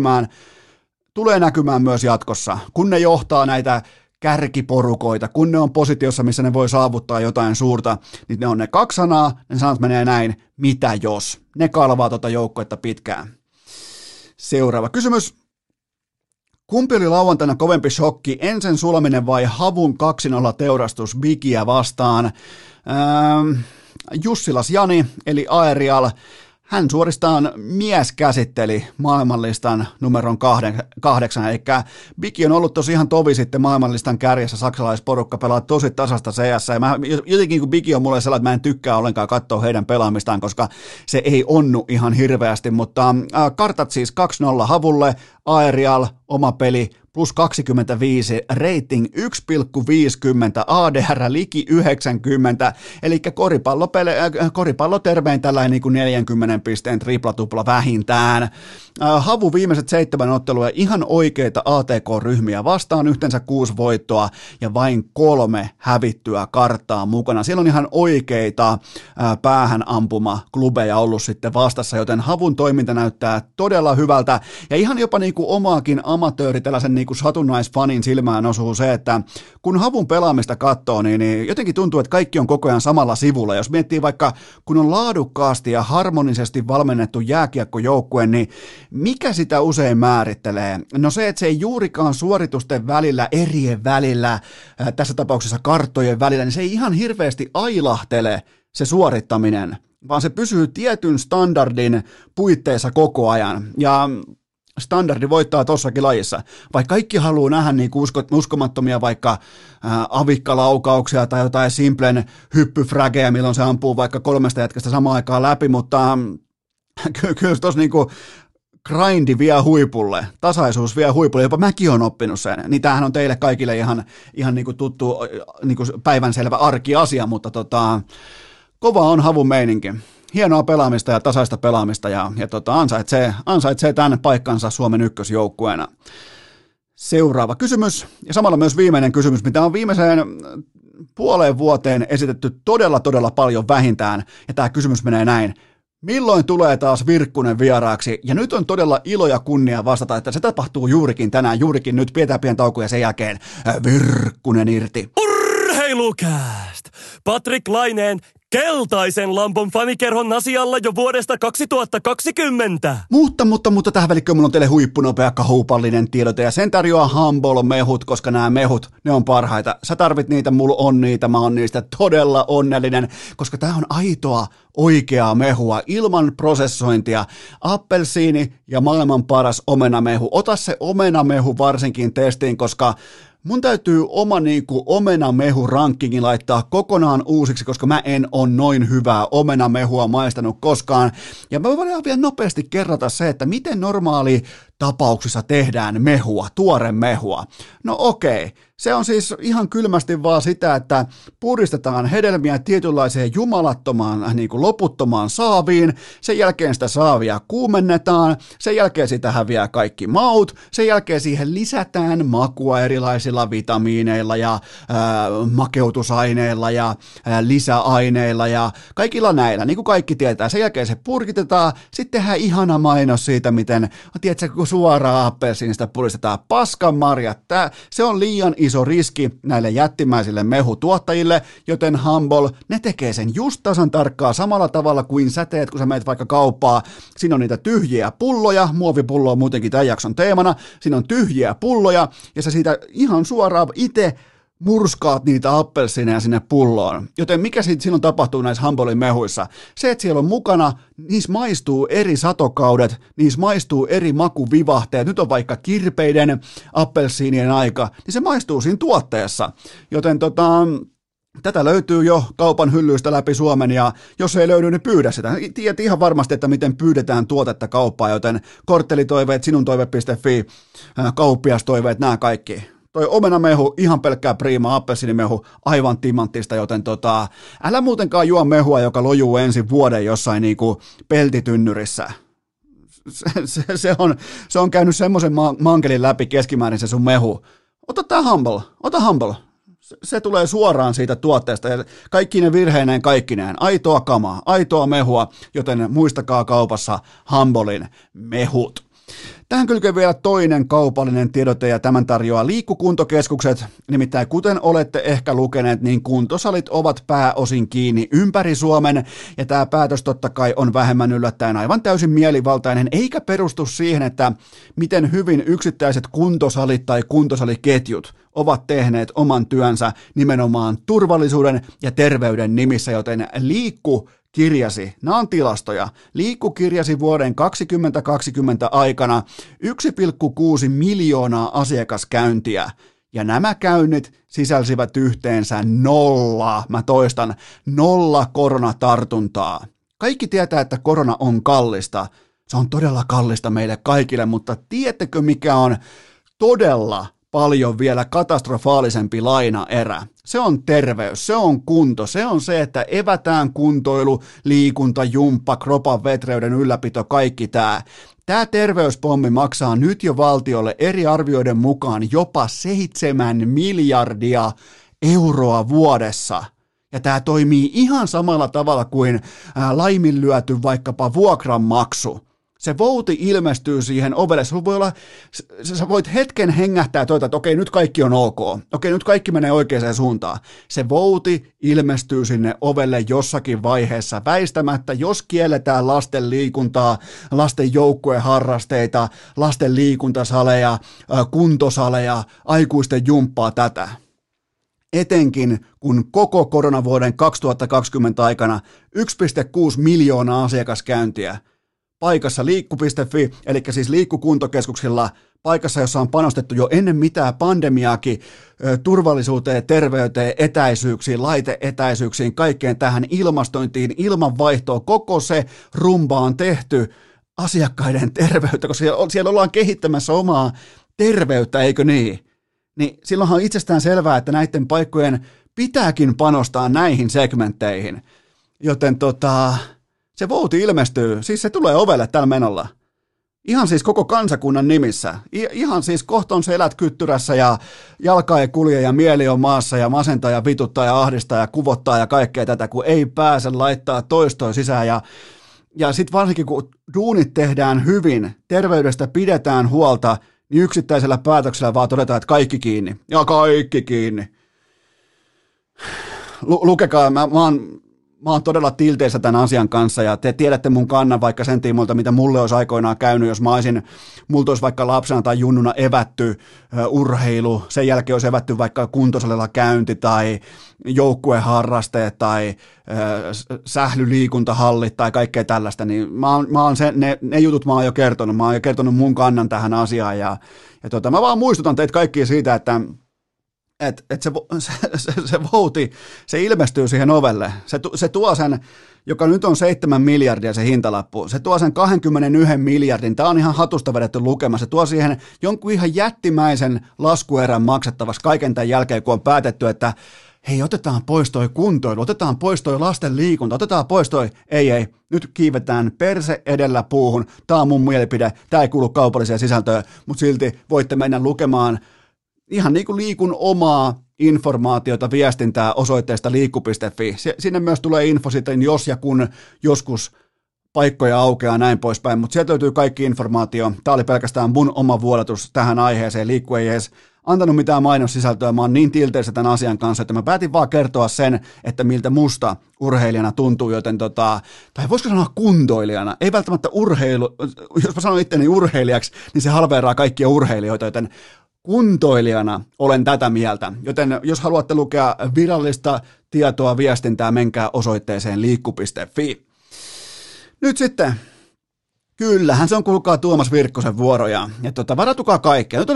S1: tulee näkymään myös jatkossa, kun ne johtaa näitä kärkiporukoita, kun ne on positiossa, missä ne voi saavuttaa jotain suurta, niin ne on ne 2 sanaa, ne sanat menee näin, mitä jos? Ne kalvaa joukkuetta pitkään. Seuraava kysymys. Kumpi oli lauantaina kovempi shokki, Ensen sulaminen vai Havun 2-0 teurastus Bigiä vastaan? Jussilas Jani, eli Aerial, hän suoristaan käsitteli maailmanlistan numeron 8, eli Bigi on ollut tosi ihan tovi sitten maailmanlistan kärjessä, saksalaisporukka pelaa tosi tasasta CS, ja jotenkin kun Bigi on mulle sellainen, että mä en tykkää ollenkaan katsoa heidän pelaamistaan, koska se ei onnu ihan hirveästi, mutta kartat siis 2-0 Havulle, Aerial, oma peli, plus 25, rating 1,50, ADR liki 90, eli koripallotermein tällainen niin kuin 40 pisteen triplatupla vähintään. Havu viimeiset 7 ottelua ihan oikeita ATK-ryhmiä vastaan, yhteensä 6 voittoa ja vain 3 hävittyä karttaa mukana. Siellä on ihan oikeita päähän ampuma klubeja ollut sitten vastassa, joten Havun toiminta näyttää todella hyvältä ja ihan jopa niin kuin omaakin amatööri tällaisen niin kuin satunnaisfanin silmään osuu se, että kun Havun pelaamista katsoo, niin jotenkin tuntuu, että kaikki on koko ajan samalla sivulla. Jos miettii vaikka, kun on laadukkaasti ja harmonisesti valmennettu jääkiekkojoukkue, niin mikä sitä usein määrittelee? No se, että se ei juurikaan suoritusten välillä, erien välillä, tässä tapauksessa karttojen välillä, niin se ei ihan hirveästi ailahtele se suorittaminen, vaan se pysyy tietyn standardin puitteissa koko ajan. Ja standardi voittaa tossakin lajissa. Vaikka kaikki haluaa nähdä niin uskomattomia vaikka avikkalaukauksia tai jotain simplen hyppyfrägejä, milloin se ampuu vaikka 3 jätkästä samaan aikaan läpi, mutta kyllä tuossa niinku grindi vie huipulle, tasaisuus vie huipulle, jopa mäkin olen oppinut sen. Niin tämähän on teille kaikille ihan niinku tuttu niinku päivänselvä arkiasia, mutta kova on Havun meininki. Hienoa pelaamista ja tasaista pelaamista ja ansaitsee tämän paikkansa Suomen ykkösjoukkueena. Seuraava kysymys ja samalla myös viimeinen kysymys, mitä on viimeiseen puoleen vuoteen esitetty todella paljon vähintään ja tämä kysymys menee näin. Milloin tulee taas Virkkunen vieraaksi? Ja nyt on todella ilo ja kunnia vastata, että se tapahtuu juurikin tänään, juurikin nyt, pidetään pieni tauko ja sen jälkeen Virkkunen irti.
S2: Urheilukääst! Patrik Laineen keltaisen lampon fanikerhon asialla jo vuodesta 2020.
S1: Mutta tähän välikköön mulla on teille huippunopea kaupallinen tiedote ja sen tarjoaa Humble-mehut, koska nämä mehut, ne on parhaita. Sä tarvit niitä, mulla on niitä, mä oon niistä todella onnellinen, koska tää on aitoa, oikeaa mehua ilman prosessointia. Appelsiini ja maailman paras omenamehu. Ota se omenamehu varsinkin testiin, koska mun täytyy oma omenamehu rankingi laittaa kokonaan uusiksi, koska mä en ole noin hyvää omenamehua maistanut koskaan. Ja mä voin vielä nopeasti kerrata se, että miten normaali tapauksissa tehdään mehua, tuore mehua. No okei, se on siis ihan kylmästi vaan sitä, että puristetaan hedelmiä tietynlaiseen jumalattomaan, loputtomaan saaviin, sen jälkeen sitä saavia kuumennetaan, sen jälkeen sitä häviää kaikki maut, sen jälkeen siihen lisätään makua erilaisilla vitamiineilla ja makeutusaineilla ja lisäaineilla ja kaikilla näillä, niin kuin kaikki tietää. Sen jälkeen se purkitetaan, sitten tehdään ihana mainos siitä, miten, tiedätkö, kun suoraan appelsiinista puristetaan paskan marjat. Se on liian iso riski näille jättimäisille mehutuottajille, joten Humble, ne tekee sen just tasan tarkkaa samalla tavalla kuin sä teet, kun sä meet vaikka kauppaa. Siinä on niitä tyhjiä pulloja, muovipullo on muutenkin tämän jakson teemana, siinä on tyhjiä pulloja, ja sä siitä ihan suoraan itse murskaat niitä appelsiineja sinne pulloon. Joten mikä silloin tapahtuu näissä Humblein mehuissa? Se, että siellä on mukana, niissä maistuu eri satokaudet, niissä maistuu eri makuvivahteet. Nyt on vaikka kirpeiden appelsiinien aika, niin se maistuu siinä tuotteessa. Joten tätä löytyy jo kaupan hyllyistä läpi Suomen, ja jos ei löydy, niin pyydä sitä. Tiedät ihan varmasti, että miten pyydetään tuotetta kauppaan, joten korttelitoiveet, sinuntoive.fi, kauppiastoiveet, nämä kaikki. Toi omenamehu, ihan pelkkää priima, appelsiinimehu, aivan timanttista, joten älä muutenkaan juo mehua, joka lojuu ensin vuoden jossain niinku peltitynnyrissä. Se on käynyt semmoisen mankelin läpi keskimäärin se sun mehu. Ota Humble. Se tulee suoraan siitä tuotteesta ja kaikki ne virheineen kaikkineen. Aitoa kamaa, aitoa mehua, joten muistakaa kaupassa Humblein mehut. Tähän kylkee vielä toinen kaupallinen tiedote ja tämän tarjoaa Liikkukuntokeskukset. Nimittäin kuten olette ehkä lukeneet, niin kuntosalit ovat pääosin kiinni ympäri Suomen ja tämä päätös totta kai on vähemmän yllättäen aivan täysin mielivaltainen eikä perustu siihen, että miten hyvin yksittäiset kuntosalit tai kuntosaliketjut ovat tehneet oman työnsä nimenomaan turvallisuuden ja terveyden nimissä, joten kirjasi, nämä on tilastoja, Liikku kirjasi vuoden 2020 aikana 1,6 miljoonaa asiakaskäyntiä, ja nämä käynnit sisälsivät yhteensä 0 koronatartuntaa. Kaikki tietää, että korona on kallista, se on todella kallista meille kaikille, mutta tiedättekö mikä on todella paljon vielä katastrofaalisempi lainaerä? Se on terveys, se on kunto, se on se, että evätään kuntoilu, liikunta, jumppa, kropan vetreyden ylläpito, kaikki tämä. Tämä terveyspommi maksaa nyt jo valtiolle eri arvioiden mukaan jopa 7 miljardia euroa vuodessa. Ja tämä toimii ihan samalla tavalla kuin laiminlyöty vaikkapa vuokranmaksu. Se vouti ilmestyy siihen ovelle. Sä voit hetken hengähtää että okei, nyt kaikki on ok. Okei, nyt kaikki menee oikeaan suuntaan. Se vouti ilmestyy sinne ovelle jossakin vaiheessa väistämättä, jos kielletään lasten liikuntaa, lasten joukkueharrasteita, lasten liikuntasaleja, kuntosaleja, aikuisten jumppaa tätä. Etenkin kun koko koronavuoden 2020 aikana 1,6 miljoonaa asiakaskäyntiä paikassa liikku.fi, eli siis liikkukuntokeskuksilla, paikassa, jossa on panostettu jo ennen mitään pandemiaakin turvallisuuteen, terveyteen, etäisyyksiin, laite-etäisyyksiin, kaikkeen tähän ilmastointiin, ilmanvaihtoon, koko se rumba on tehty asiakkaiden terveyttä, koska siellä ollaan kehittämässä omaa terveyttä, eikö niin? Niin silloinhan on itsestään selvää, että näiden paikkojen pitääkin panostaa näihin segmentteihin, joten se vouti ilmestyy, siis se tulee ovelle tällä menolla. Ihan siis koko kansakunnan nimissä. Ihan siis kohta on selät kyttyrässä ja jalka ei kulje ja mieli on maassa ja masentaa ja vituttaa ja ahdistaa ja kuvottaa ja kaikkea tätä, kun ei pääse laittaa toistoa sisään. Ja sitten varsinkin kun duunit tehdään hyvin, terveydestä pidetään huolta, niin yksittäisellä päätöksellä vaan todetaan, että kaikki kiinni. Ja kaikki kiinni. Lukekaa, mä mä oon todella tilteissä tämän asian kanssa ja te tiedätte mun kannan vaikka sen tiimoilta, mitä mulle olisi aikoinaan käynyt, jos multa olisi vaikka lapsena tai junnuna evätty urheilu, sen jälkeen olisi evätty vaikka kuntosalilla käynti tai joukkueharrasteet tai sählyliikuntahallit tai kaikkea tällaista, niin mä oon ne jutut mä oon jo kertonut mun kannan tähän asiaan ja mä vaan muistutan teitä kaikkia siitä, että se vouti, se ilmestyy siihen ovelle. Se tuo sen, joka nyt on 7 miljardia se hintalappu, se tuo sen 21 miljardin, tämä on ihan hatusta vedetty lukema, se tuo siihen jonkun ihan jättimäisen laskuerän maksettavaksi kaiken tämän jälkeen, kun on päätetty, että hei, otetaan pois toi kuntoilu, otetaan pois toi lasten liikunta, otetaan pois toi, ei, nyt kiivetään perse edellä puuhun, tämä on mun mielipide, tämä ei kuulu kaupalliseen sisältöön, mutta silti voitte mennä lukemaan ihan niin kuin liikun omaa informaatiota, viestintää osoitteesta liikku.fi. Sinne myös tulee info sitten, jos ja kun joskus paikkoja aukeaa näin poispäin, mutta sieltä löytyy kaikki informaatio. Tämä oli pelkästään mun oma vuodatus tähän aiheeseen. Liikku ei edes antanut mitään mainossisältöä. Mä oon niin tilteissä tämän asian kanssa, että mä päätin vaan kertoa sen, että miltä musta urheilijana tuntuu, joten tai voisiko sanoa kuntoilijana, ei välttämättä urheilu, jos mä sanon itteni urheilijaksi, niin se halveeraa kaikkia urheilijoita, joten kuntoilijana olen tätä mieltä, joten jos haluatte lukea virallista tietoa, viestintää, menkää osoitteeseen liikku.fi. Nyt sitten, kyllähän se on kuulkaa Tuomas Virkkosen vuoro ja varautukaa kaikkea. Nyt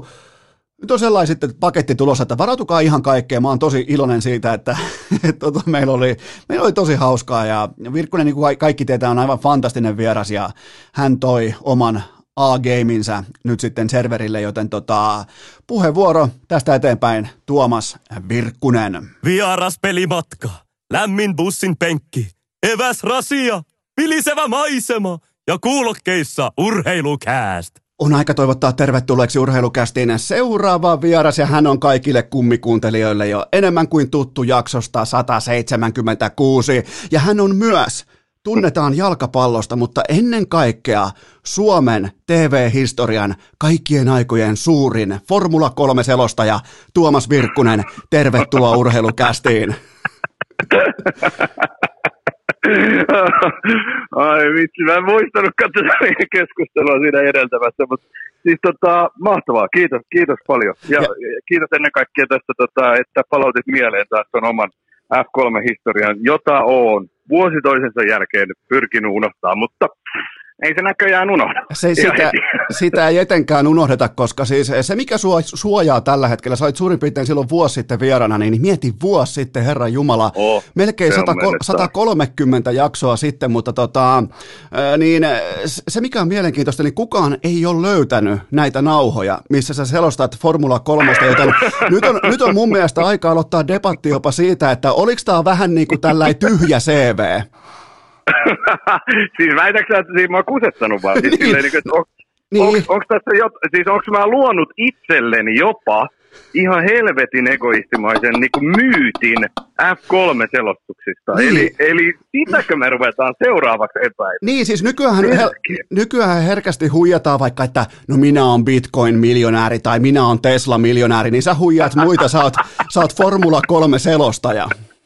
S1: on sellainen sitten paketti tulossa, että varautukaa ihan kaikkea. Mä oon tosi iloinen siitä, että meillä oli tosi hauskaa ja Virkkonen, niin kuin kaikki tietää, on aivan fantastinen vieras ja hän toi oman A-gameinsa nyt sitten serverille, joten puheenvuoro tästä eteenpäin Tuomas Virkkunen.
S2: Vieras pelimatka, lämmin bussin penkki, eväs rasia, vilisevä maisema ja kuulokkeissa urheilukääst.
S1: On aika toivottaa tervetulleeksi Urheilukästiin seuraava vieras ja hän on kaikille kummikuuntelijoille jo enemmän kuin tuttu jaksosta 176 ja hän on myös tunnetaan jalkapallosta, mutta ennen kaikkea Suomen TV-historian kaikkien aikojen suurin Formula 3-selostaja Tuomas Virkkunen. Tervetuloa Urheilukästiin.
S3: Ai vitsi, mä en muistanutkaan tätä keskustelua siinä edeltävässä, mutta siis mahtavaa, kiitos paljon. Ja kiitos ennen kaikkea tästä, että palautit mieleen taas ton oman F3-historian, jota on vuosi toisensa jälkeen pyrkinyt unohtaa, mutta ei se näköjään unohda.
S1: Sitä ei etenkään unohdeta, koska siis se, mikä suojaa tällä hetkellä, sä olit suurin piirtein silloin vuosi sitten vierana, niin mieti vuosi sitten, Herran Jumala, melkein 130 jaksoa sitten, mutta niin se, mikä on mielenkiintoista, niin kukaan ei ole löytänyt näitä nauhoja, missä sä selostat Formula 3, joten nyt on mun mielestä aika aloittaa debatti jopa siitä, että oliko tää vähän niin kuin tällainen tyhjä CV?
S3: Siis väitäksä, että siinä mä oon kusettanut vaan? Siis onko tässä siis onko mä luonut itselleni jopa ihan helvetin egoistimaisen niin kuin myytin F3-selostuksista?
S1: Niin.
S3: Eli sitäkö me ruvetaan seuraavaksi epäilemään?
S1: Niin, siis nykyään herkästi huijataan vaikka, että no minä on Bitcoin-miljonääri tai minä on Tesla-miljonääri, niin sä huijaat muita, sä oot Formula 3-selostaja.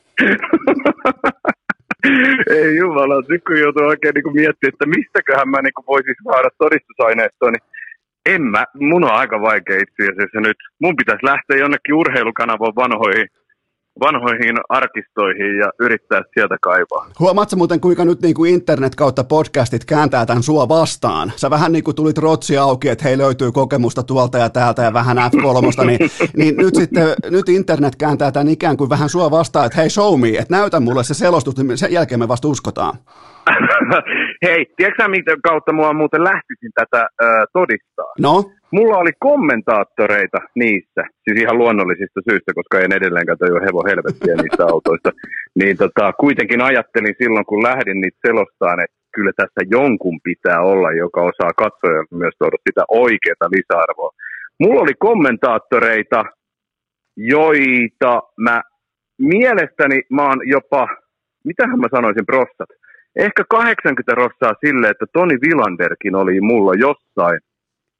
S3: Ei jumala, nyt kun joutuu oikein niin miettimään, että mistäköhän mä niin voisin saada todistusaineistoa, niin mun on aika vaikea itse asiassa nyt. Mun pitäisi lähteä jonnekin urheilukanavan vanhoihin arkistoihin ja yrittää sieltä kaivaa. Huomaatko
S1: muuten, kuinka nyt niin kuin internet kautta podcastit kääntää tämän sua vastaan? Sä vähän niin kuin tulit rotsi auki, että hei löytyy kokemusta tuolta ja täältä ja vähän F3, niin nyt internet kääntää tämän ikään kuin vähän sua vastaan, että hei show me, että näytä mulle se selostus, niin sen jälkeen me vasta uskotaan.
S3: Hei, tiedätkö mitä kautta mua muuten lähtisin tätä todistaa?
S1: No?
S3: Mulla oli kommentaattoreita niissä, siis ihan luonnollisista syistä, koska en edelleenkään tajua hevon helvettiä niistä autoista. Niin kuitenkin ajattelin silloin, kun lähdin niitä selostaan, että kyllä tässä jonkun pitää olla, joka osaa katsoa myös tuoda sitä oikeaa lisäarvoa. Mulla oli kommentaattoreita, joita mielestäni mä oon jopa, mitähän mä sanoisin prossat, ehkä 80% silleen, että Toni Vilanderkin oli mulla jossain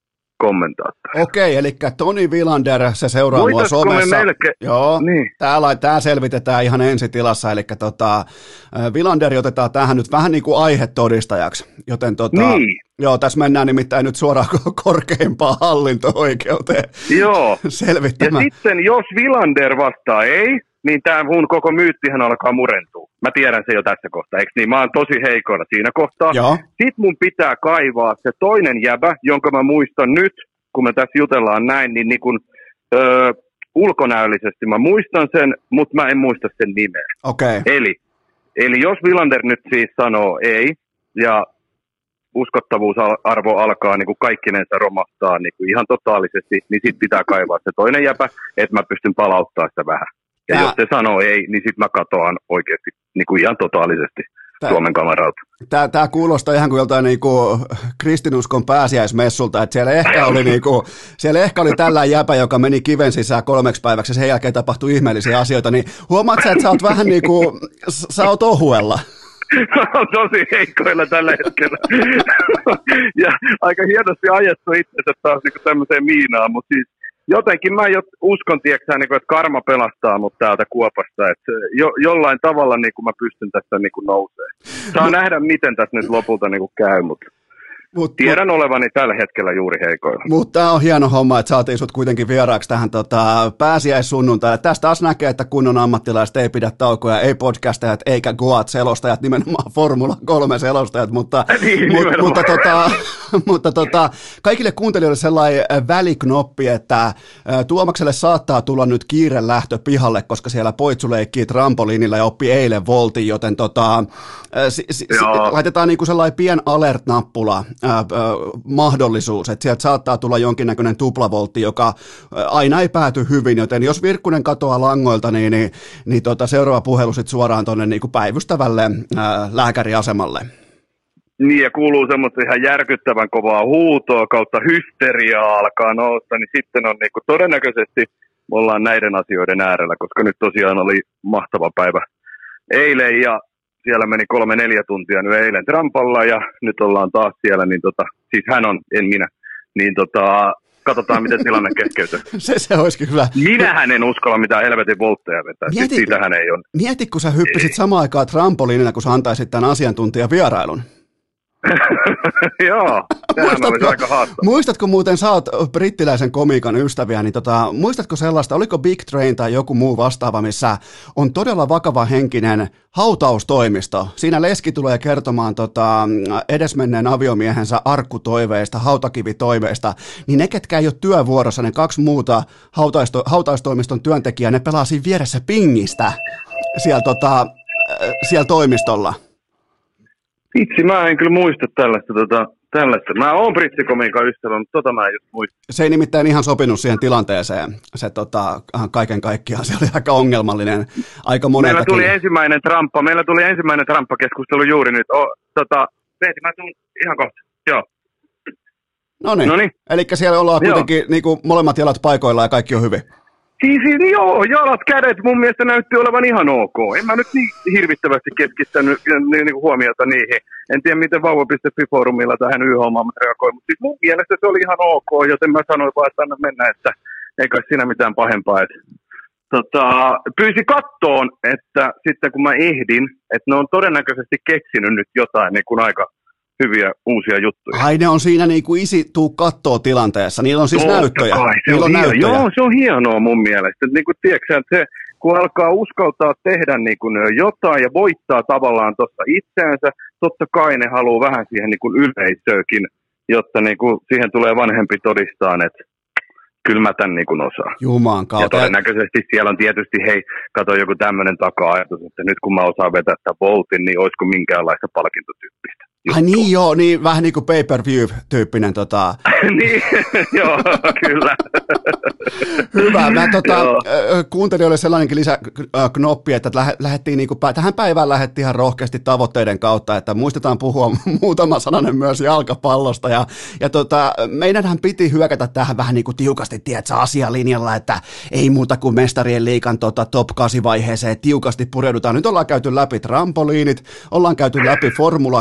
S3: kommentaattoria.
S1: Okei, eli Toni Villander, se seuraa mua somessa. Joo, niin. Tää selvitetään ihan ensitilassa, eli Villanderi otetaan tähän nyt vähän niin kuin aihetodistajaksi, joten
S3: niin.
S1: Joo, tässä mennään nimittäin nyt suoraan korkeimpaan hallinto-oikeuteen.
S3: Joo,
S1: selvittämään.
S3: Ja sitten jos Villander vastaa ei, niin tämä mun koko myyttihän alkaa murentua. Mä tiedän se jo tässä kohtaa, eikö niin? Mä oon tosi heikoilla siinä kohtaa.
S1: Joo.
S3: Sitten mun pitää kaivaa se toinen jäbä, jonka mä muistan nyt, kun me tässä jutellaan näin, niin kun, ulkonäöllisesti mä muistan sen, mutta mä en muista sen nimeä.
S1: Okay.
S3: Eli jos Villander nyt siis sanoo ei, ja uskottavuusarvo alkaa niin kuin kaikkinensa romahtaa niin kuin ihan totaalisesti, niin sitten pitää kaivaa se toinen jäpä, että mä pystyn palauttaa sitä vähän. Ja jos se sanoo ei, niin sitten mä katoan oikeasti niin kuin ihan totaalisesti Suomen kameralta.
S1: Tämä kuulostaa ihan kuin joltain niinku kristinuskon pääsiäismessulta, että siellä ehkä oli tällä jäpä, joka meni kiven sisään 3 päiväksi ja sen jälkeen tapahtui ihmeellisiä asioita, niin huomaatko että sä oot vähän niin kuin, sä oot ohuella?
S3: On tosi heikkoilla tällä hetkellä. Ja aika hienosti ajettu itsensä taas niin tämmöiseen miinaan, mutta siis jotenkin mä uskon, tiedätkö, niin että karma pelastaa mut täältä kuopasta, että jollain tavalla niin kuin mä pystyn tästä niin nousemaan. Saa nähdä, miten tässä nyt lopulta niin käy, mutta tiedän olevani tällä hetkellä juuri heikoilla. Mutta
S1: tämä on hieno homma, että saatiin sut kuitenkin vieraaksi tähän pääsiäissunnuntaille. Tästä taas näkee, että kunnon ammattilaiset ei pidä taukoja, ei podcastajat eikä Goat-selostajat, nimenomaan Formula 3-selostajat, mutta kaikille kuuntelijoille sellainen väliknoppi, että Tuomakselle saattaa tulla nyt kiire lähtö pihalle, koska siellä Poitsu leikkii trampoliinilla ja oppi eilen voltin, joten laitetaan niinku sellainen pien alert-nappula mahdollisuus, että sieltä saattaa tulla jonkinnäköinen tuplavoltti, joka aina ei pääty hyvin, joten jos Virkkunen katoaa langoilta, niin seuraava puhelu sitten suoraan tuonne niin kuin päivystävälle lääkäriasemalle.
S3: Niin, ja kuuluu semmoista ihan järkyttävän kovaa huutoa kautta hysteriaa alkaa nousta, niin sitten on niin kuin todennäköisesti me ollaan näiden asioiden äärellä, koska nyt tosiaan oli mahtava päivä eilen ja siellä meni 3-4 tuntia nyt eilen trampalla ja nyt ollaan taas siellä, niin siis hän on, en minä, niin katsotaan miten tilanne keskeytyy.
S1: se olisikin hyvä.
S3: Minähän en uskalla mitään helvetin voltteja vetää, siitähän ei ole.
S1: Mieti, kun sä hyppisit samaan aikaan trampoliinilla, kun sä antaisit tämän asiantuntijan vierailun.
S3: Joo, sehän olisi aika haastava.
S1: Muistatko muuten, sä oot brittiläisen komiikan ystäviä, niin muistatko sellaista, oliko Big Train tai joku muu vastaava, missä on todella vakava henkinen hautaustoimisto. Siinä leski tulee kertomaan edesmenneen aviomiehensä arkkutoiveista, hautakivitoiveista, niin ne, ketkä ei ole työvuorossa, ne 2 muuta hautaustoimiston työntekijää, ne pelaa siinä vieressä pingistä siellä toimistolla.
S3: Vitsi, mä en kyllä muista tällaista. Mä oon brittikomiikan ystävä, mutta mä en just muista.
S1: Se ei nimittäin ihan sopinut siihen tilanteeseen. Se kaiken kaikkiaan se oli aika ongelmallinen aika moneltakin.
S3: Meillä tuli ensimmäinen tramppakeskustelu juuri nyt. Veeti, mä tuun ihan kohta. Joo.
S1: Noniin. Eli siellä ollaan kuitenkin niin kuin molemmat jalat paikoilla ja kaikki on hyvin.
S3: Siis joo, jalat, kädet mun mielestä näytti olevan ihan ok. En mä nyt niin hirvittävästi keskittänyt niin huomiota niihin. En tiedä, miten vauva.fi-foorumilla tähän Y-hommaan reagoi, mutta siis mun mielestä se oli ihan ok, joten mä sanoin vaan, että anna mennä, että ei kai siinä mitään pahempaa. Pyysi kattoon, että sitten kun mä ehdin, että ne on todennäköisesti keksinyt nyt jotain niin kuin aika hyviä uusia juttuja.
S1: Ai ne on siinä niin kuin isi tuu kattoo tilanteessa, niillä on siis näyttöjä.
S3: Joo, se on hienoa mun mielestä. Niin kuin, tiedätkö, että se, kun alkaa uskaltaa tehdä niin kuin jotain ja voittaa tavallaan tuossa itseänsä, totta kai ne haluaa vähän siihen niin kuin yleisöökin, jotta niin kuin siihen tulee vanhempi todistaan, että kyllä mä tän niin kuin osaan.
S1: Jumaan kautta.
S3: Ja todennäköisesti siellä on tietysti, kato joku tämmöinen taka-ajatus, että nyt kun mä osaan vetää sitä voltin, niin olisiko minkäänlaista palkintotyyppistä.
S1: Ai niin joo, niin vähän niin kuin pay-per-view-tyyppinen
S3: Niin, joo, kyllä.
S1: Hyvä, mä kuuntelijoille sellainenkin lisäknoppi, että lähdettiin niin kuin, tähän päivään lähdettiin ihan rohkeasti tavoitteiden kautta, että muistetaan puhua muutama sananen myös jalkapallosta ja meidänhän piti hyökätä tähän vähän niin kuin tiukasti, tiedätkö, asialinjalla, että ei muuta kuin mestarien liigan top 8 vaiheeseen tiukasti pureudutaan. Nyt ollaan käyty läpi trampoliinit, ollaan käyty läpi Formula 3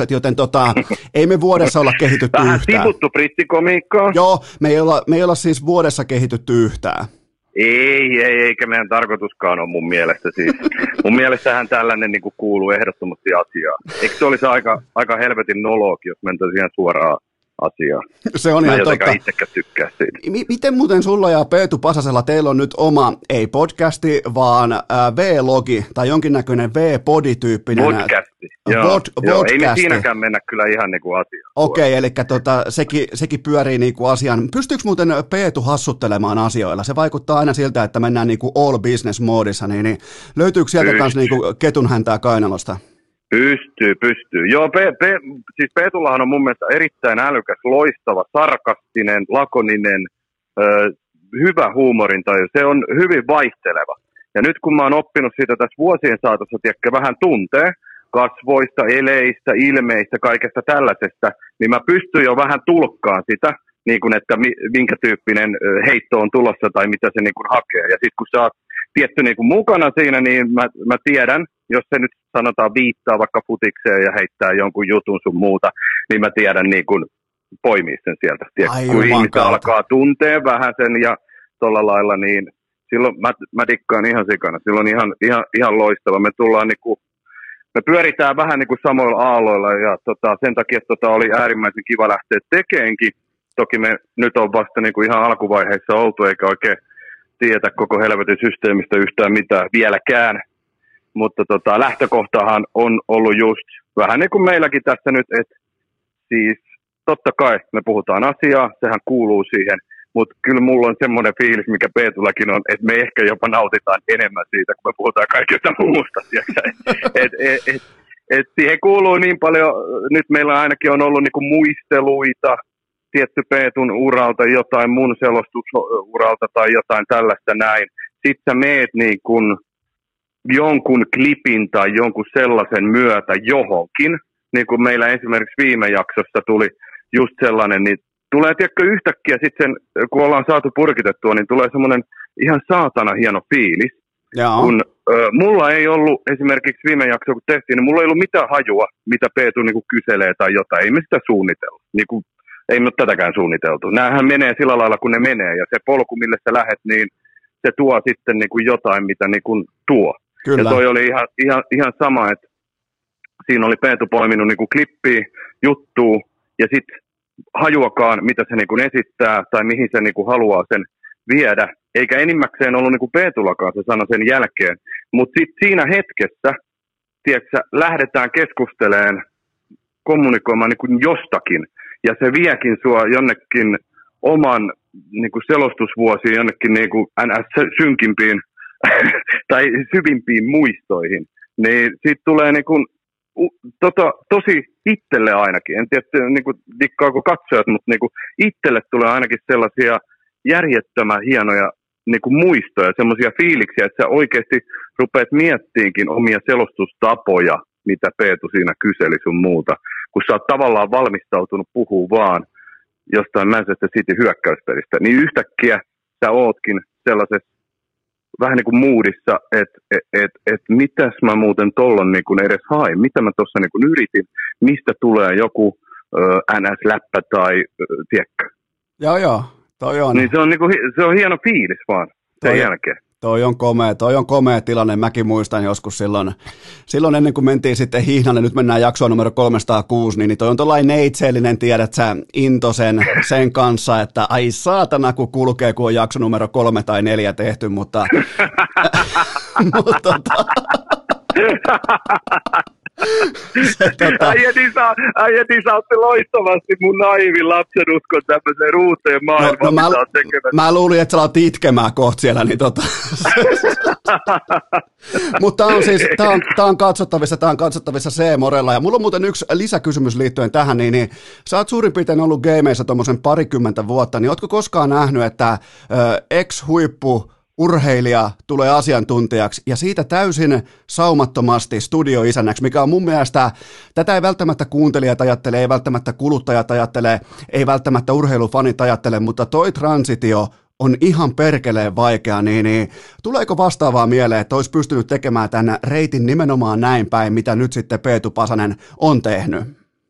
S1: ajatukset, joten ei me vuodessa olla kehitytty
S3: Vähän
S1: yhtään.
S3: sivuttu brittikomiikkaa.
S1: Joo, me ei olla siis vuodessa kehitytty yhtään.
S3: Ei, eikä meidän tarkoituskaan ole mun mielestä siis. Mun mielestähän tällainen niin kuin kuuluu ehdottomasti asiaan. Eikö se olisi aika helvetin nolookin, jos mentäisiin ihan suoraan asiaan?
S1: Se on ihan totta.
S3: Itsekään tykkää siitä.
S1: Miten muuten sulla ja Peetu Pasasella teillä on nyt oma, ei podcasti, vaan V-logi tai jonkinnäköinen V-podi-tyyppinen.
S3: Podcasti, joo. Ei me siinäkään mennä kyllä ihan niin kuin asiaan.
S1: Okei, eli sekin pyörii niin kuin asian. Pystyykö muuten Peetu hassuttelemaan asioilla? Se vaikuttaa aina siltä, että mennään niin kuin all business moodissa, niin löytyykö sieltä myös niin kuin ketun häntää kainalosta?
S3: Pystyy. Joo, siis Peetullahan on mun mielestä erittäin älykäs, loistava, sarkastinen, lakoninen, hyvä huumorintaju. Se on hyvin vaihteleva. Ja nyt kun mä oon oppinut siitä tässä vuosien saatossa, tiedätkö, vähän tuntee kasvoista, eleistä, ilmeistä, kaikesta tällaisesta, niin mä pystyn jo vähän tulkkaan sitä, niin kuin, että minkä tyyppinen heitto on tulossa tai mitä se niin kuin hakee. Ja sitten kun sä oot tietty niin kuin mukana siinä, niin mä tiedän, jos se nyt sanotaan viittaa vaikka futikseen ja heittää jonkun jutun sun muuta, niin mä tiedän niin kuin poimii sen sieltä. Kun ihmiset alkaa tuntea vähän sen ja tolla lailla, niin silloin mä dikkaan ihan sikana. Silloin ihan loistava. Me tullaan niin kuin, me pyöritään vähän niin kuin samoilla aalloilla ja sen takia oli äärimmäisen kiva lähteä tekeenkin. Toki me nyt on vasta niin kuin ihan alkuvaiheessa oltu eikä oikein tietä koko helvetin systeemistä yhtään mitään vieläkään. Mutta lähtökohtahan on ollut just vähän niin kuin meilläkin tässä nyt, että siis totta kai me puhutaan asiaa, sehän kuuluu siihen, mutta kyllä mulla on semmoinen fiilis, mikä Peetullakin on, että me ehkä jopa nautitaan enemmän siitä, kun me puhutaan kaikesta muusta. Et siihen kuuluu niin paljon, nyt meillä ainakin on ollut niinku muisteluita, tietty Peetun uralta, jotain mun selostusuralta tai jotain tällaista näin. Sitten sä meet niin kun jonkun klipin tai jonkun sellaisen myötä johonkin, niin kuin meillä esimerkiksi viime jaksossa tuli just sellainen, niin tulee tiedätkö yhtäkkiä sitten, kun ollaan saatu purkitettua, niin tulee semmoinen ihan saatana hieno fiilis. Kun mulla ei ollut esimerkiksi viime jakso, kun tehtiin, niin mulla ei ollut mitään hajua, mitä Peetu niin kuin kyselee tai jotain. Ei me sitä suunniteltu. Niin kuin, ei me ole tätäkään suunniteltu. Nämähän menee sillä lailla, kun ne menee. Ja se polku, mille sä lähet, niin se tuo sitten niin kuin jotain, mitä niin kuin tuo. Kyllä. Ja toi oli ihan sama, että siinä oli Peetu poiminut niin kuin klippiä, juttua ja sitten hajuakaan, mitä se niin kuin esittää tai mihin se niin kuin haluaa sen viedä. Eikä enimmäkseen ollut niin kuin Peetulakaan se sana sen jälkeen. Mutta sitten siinä hetkessä, tiedätkö, lähdetään keskustelemaan, kommunikoimaan niin kuin jostakin. Ja se viekin sua jonnekin oman niin kuin selostusvuosiin, jonnekin niin kuin synkimpiin tai syvimpiin muistoihin. Niin siitä tulee niin kuin, tosi itselle ainakin. En tiedä, niin kuin, dikkaako katsojat, mutta niin kuin, itselle tulee ainakin sellaisia järjettömän hienoja niin kuin muistoja, semmoisia fiiliksiä, että sä oikeasti rupeat miettiinkin omia selostustapoja, mitä Peetu siinä kyseli sun muuta. Kun sä oot tavallaan valmistautunut puhuu vaan jostain Manchester City hyökkäyspelistä, niin yhtäkkiä sä ootkin sellaisessa vähän niin kuin moodissa, että mitäs mä muuten tollon niin kuin edes hain, mitä mä tuossa niin kuin yritin, mistä tulee joku NS-läppä tai tiekkä.
S1: Joo, toi on.
S3: Niin se on hieno fiilis vaan sen jälkeen.
S1: Toi on komea tilanne. Mäkin muistan joskus silloin ennen kuin mentiin sitten Hihnalle, nyt mennään jaksoon numero 306, niin toi on tollainen neitseellinen, tiedät sä, into sen kanssa, että ai saatana, kun kulkee, kun on jakso numero 3 tai 4 tehty, mutta
S3: Äijätin saatte loistavasti mun naivin lapsenuskon tämmöiseen uuteen maailmaan, mitä oot tekemässä.
S1: Mä luulin, että sä alat itkemään kohta siellä, niin Mutta tää on katsottavissa C-morella, ja mulla on muuten yksi lisäkysymys liittyen tähän, niin sä oot suurin piirtein ollut gameissa tommosen 20 vuotta, niin ootko koskaan nähnyt, että ex-huippu urheilija tulee asiantuntijaksi ja siitä täysin saumattomasti studioisännäksi, mikä on mun mielestä, tätä ei välttämättä kuuntelijat ajattele, ei välttämättä kuluttajat ajattele, ei välttämättä urheilufanit ajattele, mutta toi transitio on ihan perkeleen vaikea, niin tuleeko vastaavaa mieleen, että olisi pystynyt tekemään tämän reitin nimenomaan näin päin, mitä nyt sitten Peetu Pasanen on tehnyt?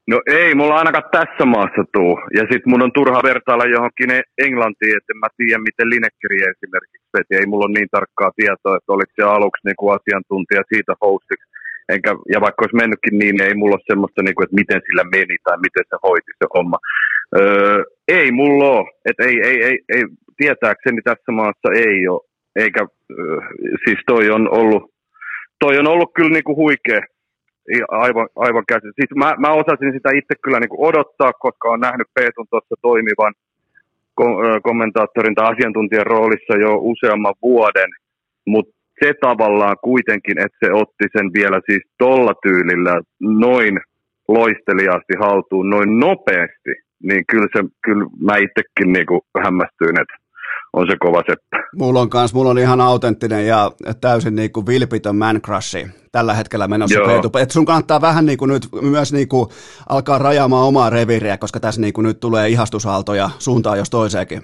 S3: No ei, mulla ainakaan tässä maassa tuu. Ja sit mun on turha vertailla johonkin Englantiin, että en mä tiedä, miten Linekkeri esimerkiksi veti. Ei mulla ole niin tarkkaa tietoa, että oliko se aluksi niinku asiantuntija siitä hostiksi. Ja vaikka olisi mennytkin niin ei mulla ole semmoista, niinku, että miten sillä meni tai miten se hoiti se homma. Ei mulla ole. Että ei, tietääkseni tässä maassa ei ole. Eikä, siis toi on ollut kyllä niinku huikea. Aivan käsin. Siis mä osasin sitä itse kyllä niinku odottaa, koska olen nähnyt Peetun tuossa toimivan kommentaattorin tai asiantuntijan roolissa jo useamman vuoden, mutta se tavallaan kuitenkin, että se otti sen vielä siis tolla tyylillä noin loisteliaasti haltuun, noin nopeasti, niin kyllä mä itsekin niinku hämmästyin, että on se kova seppä.
S1: Mulla on ihan autenttinen ja täysin niinku vilpitön man crushi tällä hetkellä menossa, Peetu. Et sun kannattaa vähän niinku nyt myös niinku alkaa rajaamaan omaa reviiriä, koska tässä niinku nyt tulee ihastusaaltoja suuntaan jos toiseenkin.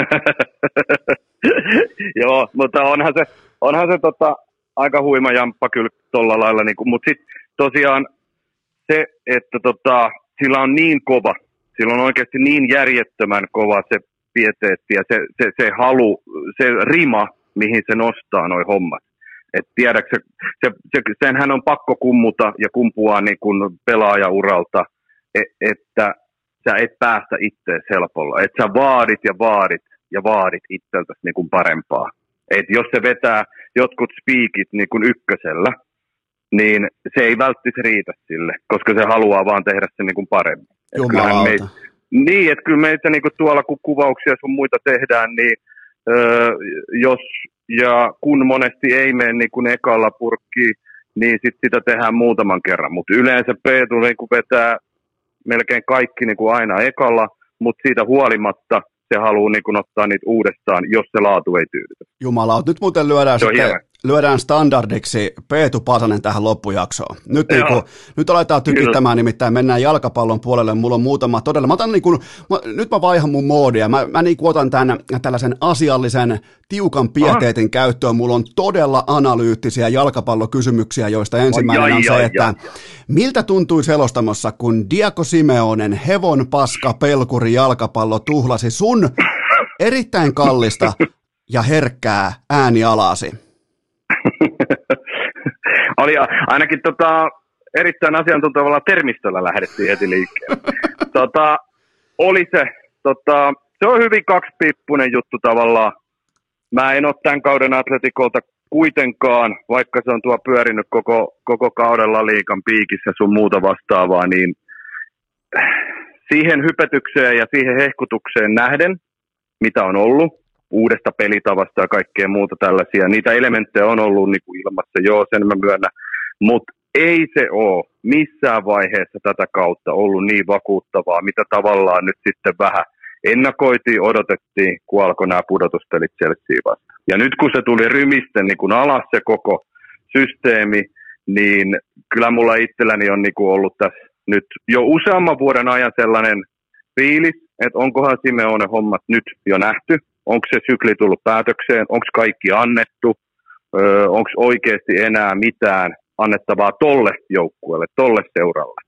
S3: Joo, mutta onhan se aika huima jamppa kyllä tolla lailla, niinku, mutta sitten tosiaan se, että sillä on niin kova, sillä on oikeasti niin järjettömän kova se pieteetti ja se halu, se rima, mihin se nostaa noi hommat. Et tiedätkö, senhän on pakko kummuta ja kumpuaa niin kuin pelaajauralta, että sä et päästä ittees helpolla. Että sä vaadit itseltäsi niin kuin parempaa. Et jos se vetää jotkut spiikit niin kuin ykkösellä, niin se ei välttis riitä sille, koska se haluaa vaan tehdä sen niin kuin paremmin. Niin, että kyllä meitä niin kuin tuolla kun kuvauksia sun muita tehdään, niin jos ja kun monesti ei mene niin kuin ekalla purkkiin, niin sitä tehdään muutaman kerran. Mutta yleensä Peetu niin kuin vetää melkein kaikki niin kuin aina ekalla, mutta siitä huolimatta se haluaa niin kuin ottaa niitä uudestaan, jos se laatu ei tyydytä.
S1: Jumala, nyt muuten lyödään standardiksi Peetu Pasanen tähän loppujaksoon. Nyt aletaan tykittämään, nimittäin mennään jalkapallon puolelle. Mulla on muutama todella. Nyt mä vaihan mun moodia. Mä niin otan tällaisen asiallisen, tiukan pieteetin käyttöön. Mulla on todella analyyttisiä jalkapallokysymyksiä, joista ensimmäinen on se, että miltä tuntui selostamossa, kun Diego Simeonen hevon paska pelkuri jalkapallo tuhlasi sun erittäin kallista ja herkkää äänialasi?
S3: Oli ainakin erittäin asiantuntevalla termistöllä lähdettiin heti liikkeelle. Oli se on hyvin kaksipiippunen juttu tavallaan. Mä en ole tämän kauden Atletikolta kuitenkaan, vaikka se on pyörinyt koko kaudella liigan piikissä sun muuta vastaavaa, niin siihen hypetykseen ja siihen hehkutukseen nähden, mitä on ollut, uudesta pelitavasta ja kaikkea muuta tällaisia. Niitä elementtejä on ollut niin kuin ilmassa, joo, sen mä myönnän. Mutta ei se ole missään vaiheessa tätä kautta ollut niin vakuuttavaa, mitä tavallaan nyt sitten vähän ennakoitiin, odotettiin, kun alkoi nämä pudotuspelit Chelsea vastaan. Ja nyt kun se tuli rymisten niin kun alas se koko systeemi, niin kyllä mulla itselläni on niin kuin ollut tässä nyt jo useamman vuoden ajan sellainen fiilis, että onkohan Simeonen hommat nyt jo nähty, onko se sykli tullut päätökseen, onko kaikki annettu, onko oikeasti enää mitään annettavaa tolle joukkueelle, tolle seuralle.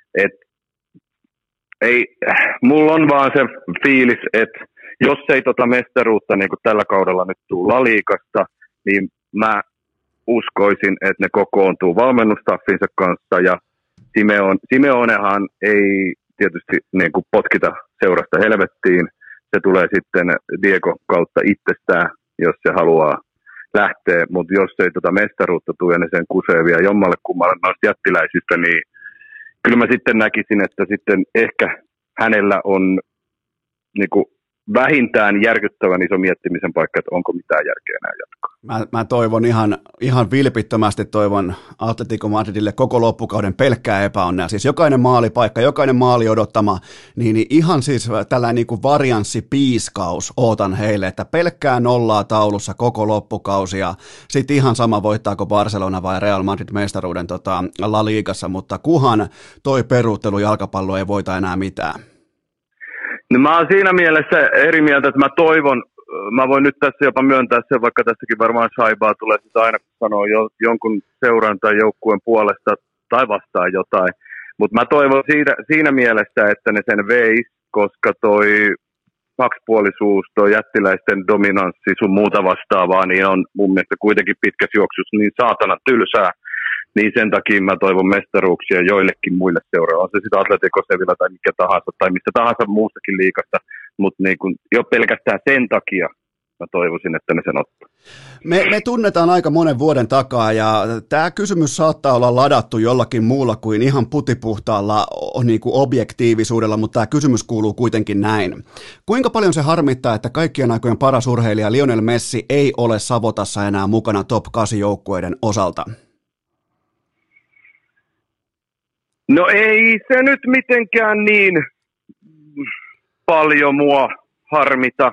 S3: Mulla on vaan se fiilis, että jos ei mestaruutta niin kuin tällä kaudella nyt tule La Ligasta, niin mä uskoisin, että ne kokoontuu valmennustaffinsa kanssa ja Simeonehan ei tietysti niin kuin potkita seurasta helvettiin. Se tulee sitten Diego kautta itsestään, jos se haluaa lähteä, mutta jos ei mestaruutta tule ja ne sen kusee vielä jommalle kummalle noista jättiläisistä, niin kyllä mä sitten näkisin, että sitten ehkä hänellä on niin kuin vähintään järkyttävän iso miettimisen paikka, että onko mitään järkeä enää jatkaa.
S1: Mä toivon ihan vilpittömästi Atletico Madridille koko loppukauden pelkkää epäonnea. Siis jokainen maalipaikka, jokainen maali odottama, niin ihan siis tällainen niin kuin varianssipiiskaus ootan heille, että pelkkää nollaa taulussa koko loppukausi ja sitten ihan sama voittaako Barcelona vai Real Madrid mestaruuden La Ligassa, mutta kuhan toi peruuttelu jalkapallo ei voita enää mitään.
S3: No mä oon siinä mielessä eri mieltä, että mä toivon, mä voin nyt tässä jopa myöntää sen, vaikka tässäkin varmaan shaibaa tulee sitä aina, kun sanoo jonkun seuran tai joukkueen puolesta tai vastaan jotain. Mutta mä toivon siinä mielessä, että ne sen veis, koska toi kaksipuolisuus, toi jättiläisten dominanssi sun muuta vastaavaa, niin on mun mielestä kuitenkin pitkässä juoksussa niin saatana tylsää. Niin sen takia mä toivon mestaruuksia joillekin muille seuroille. On se sitten Atletico Sevilla tai mikä tahansa, tai mistä tahansa muustakin liigasta. Mutta niin jo pelkästään sen takia mä toivoisin, että ne sen ottaa.
S1: Me tunnetaan aika monen vuoden takaa, ja tämä kysymys saattaa olla ladattu jollakin muulla kuin ihan putipuhtaalla niin kuin objektiivisuudella, mutta tämä kysymys kuuluu kuitenkin näin. Kuinka paljon se harmittaa, että kaikkien aikojen paras urheilija Lionel Messi ei ole Savotassa enää mukana top 8 joukkueiden osalta?
S3: No ei se nyt mitenkään niin paljon mua harmita.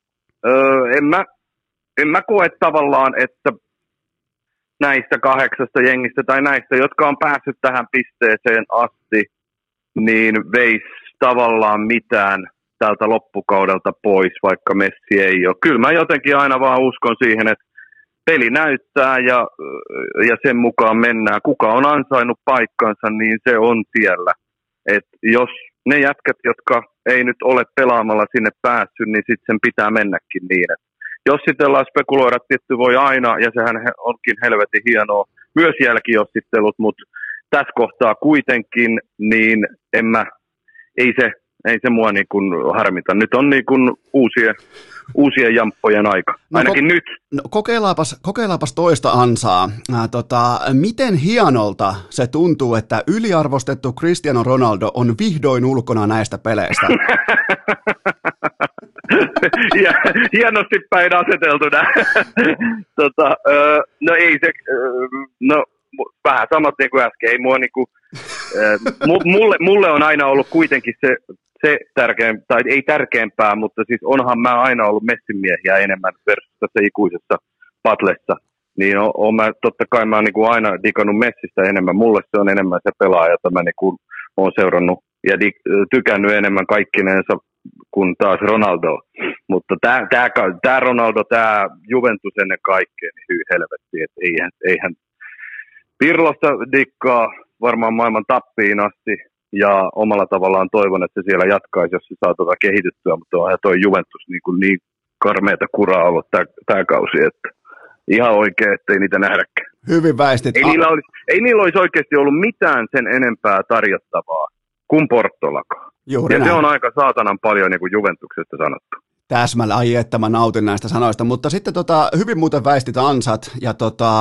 S3: En mä koe tavallaan, että näistä 8 jengistä tai näistä, jotka on päässyt tähän pisteeseen asti, niin veis tavallaan mitään tältä loppukaudelta pois, vaikka Messi ei ole. Kyllä mä jotenkin aina vaan uskon siihen, että peli näyttää ja sen mukaan mennään. Kuka on ansainnut paikkansa, niin se on siellä. Et jos ne jätkät, jotka ei nyt ole pelaamalla sinne päässyt, niin sitten sen pitää mennäkin niin. Et jossitellaan, spekuloida tietty voi aina, ja sehän onkin helvetin hienoa. Myös jälkijossittelut, mutta tässä kohtaa kuitenkin, niin ei se mua niin kuin harmita. Nyt on niin kuin uusien jamppojen aika, ainakin nyt.
S1: No, kokeillaanpas toista ansaa. Miten hienolta se tuntuu, että yliarvostettu Cristiano Ronaldo on vihdoin ulkona näistä peleistä?
S3: Hienosti päin aseteltuna. No ei se, vähän samat niin kuin äsken. Ei mua niin kuin, mulle on aina ollut kuitenkin se tärkein, tai ei tärkeämpää, mutta siis onhan mä aina ollut messimiehiä enemmän versus tässä ikuisessa patlessa. Niin totta kai mä oon niin kuin aina digannut Messistä enemmän. Mulle se on enemmän se pelaaja, jota mä niin kuin oon seurannut ja tykännyt enemmän kaikkinensa kuin taas Ronaldo. Mutta tää Ronaldo, tää Juventus ennen kaikkea, niin hyi helvetti, että eihän Pirlosta dikkaa varmaan maailman tappiin asti, ja omalla tavallaan toivon, että se siellä jatkaisi, jos se saa kehityttyä, mutta onhan toi Juventus niin karmeita kuraa ollut tämä kausi, että ihan oikein, ettei niitä nähdäkään.
S1: Hyvin väistit.
S3: Ei niillä olisi oikeasti ollut mitään sen enempää tarjottavaa kuin Portolakaan.
S1: Juuri
S3: ja
S1: näin.
S3: Se on aika saatanan paljon niin kuin Juventuksesta sanottu.
S1: Täsmällä, ai että mä nautin näistä sanoista, mutta sitten hyvin muuten väistit ansat, ja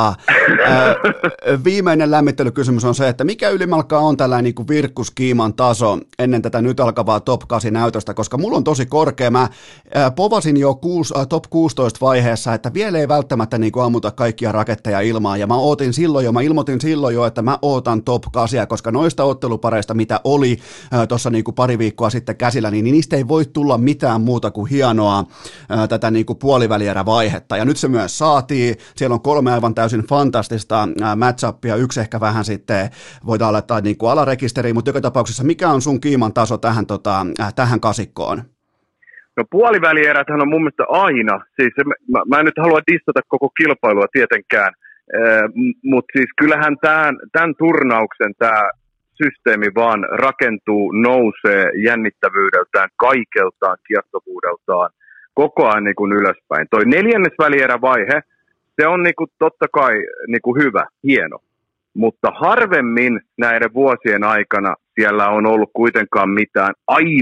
S1: viimeinen lämmittelykysymys on se, että mikä ylimalkaa on tällainen niin kuin virkkuskiiman taso ennen tätä nyt alkavaa top 8 näytöstä, koska mulla on tosi korkea, mä povasin jo top 16 vaiheessa, että vielä ei välttämättä niin kuin ammuta kaikkia raketteja ilmaan, ja mä ilmoitin silloin jo, että mä ootan top 8, koska noista ottelupareista, mitä oli tuossa niin kuin pari viikkoa sitten käsillä, niin niistä ei voi tulla mitään muuta kuin hienoa tätä niin kuin puolivälierävaihetta, ja nyt se myös saatiin. Siellä on 3 aivan täysin fantastista match-upia, 1 ehkä vähän sitten voidaan laittaa niin kuin alarekisteriin, mutta joka tapauksessa mikä on sun kiiman taso tähän kasikkoon?
S3: No puolivälieräthän on mun mielestä aina, siis mä en nyt halua dissata koko kilpailua tietenkään, mutta siis kyllähän tämän turnauksen tämä systeemi vaan rakentuu, nousee jännittävyydeltään, kaikeltaan, kiehtovuudeltaan, koko ajan niin kuin ylöspäin. Toi 4. välierävaihe, se on niin kuin totta kai niin kuin hyvä, hieno, mutta harvemmin näiden vuosien aikana siellä on ollut kuitenkaan mitään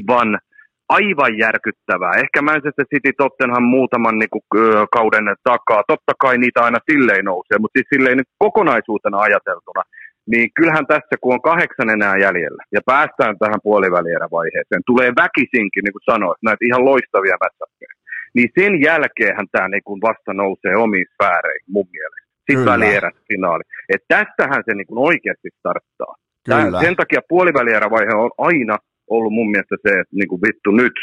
S3: aivan järkyttävää. Ehkä Manchester City Tottenham muutaman niin kuin, kauden takaa, totta kai niitä aina silleen nousee, mutta siis silleen nyt kokonaisuutena ajateltuna, niin kyllähän tässä, kun on 8 enää jäljellä ja päästään tähän puolivälierävaiheeseen, tulee väkisinkin, niin kuin sanoit, näitä ihan loistavia matchuppeja. Niin sen jälkeenhän tämä niin kuin vasta nousee omiin sfääreihin mun mielestä. Sitten välieräs finaali. Että tästähän se niin kuin oikeasti starttaa. Sen takia puolivälierävaihe on aina ollut mun mielestä se, että niin kuin vittu nyt.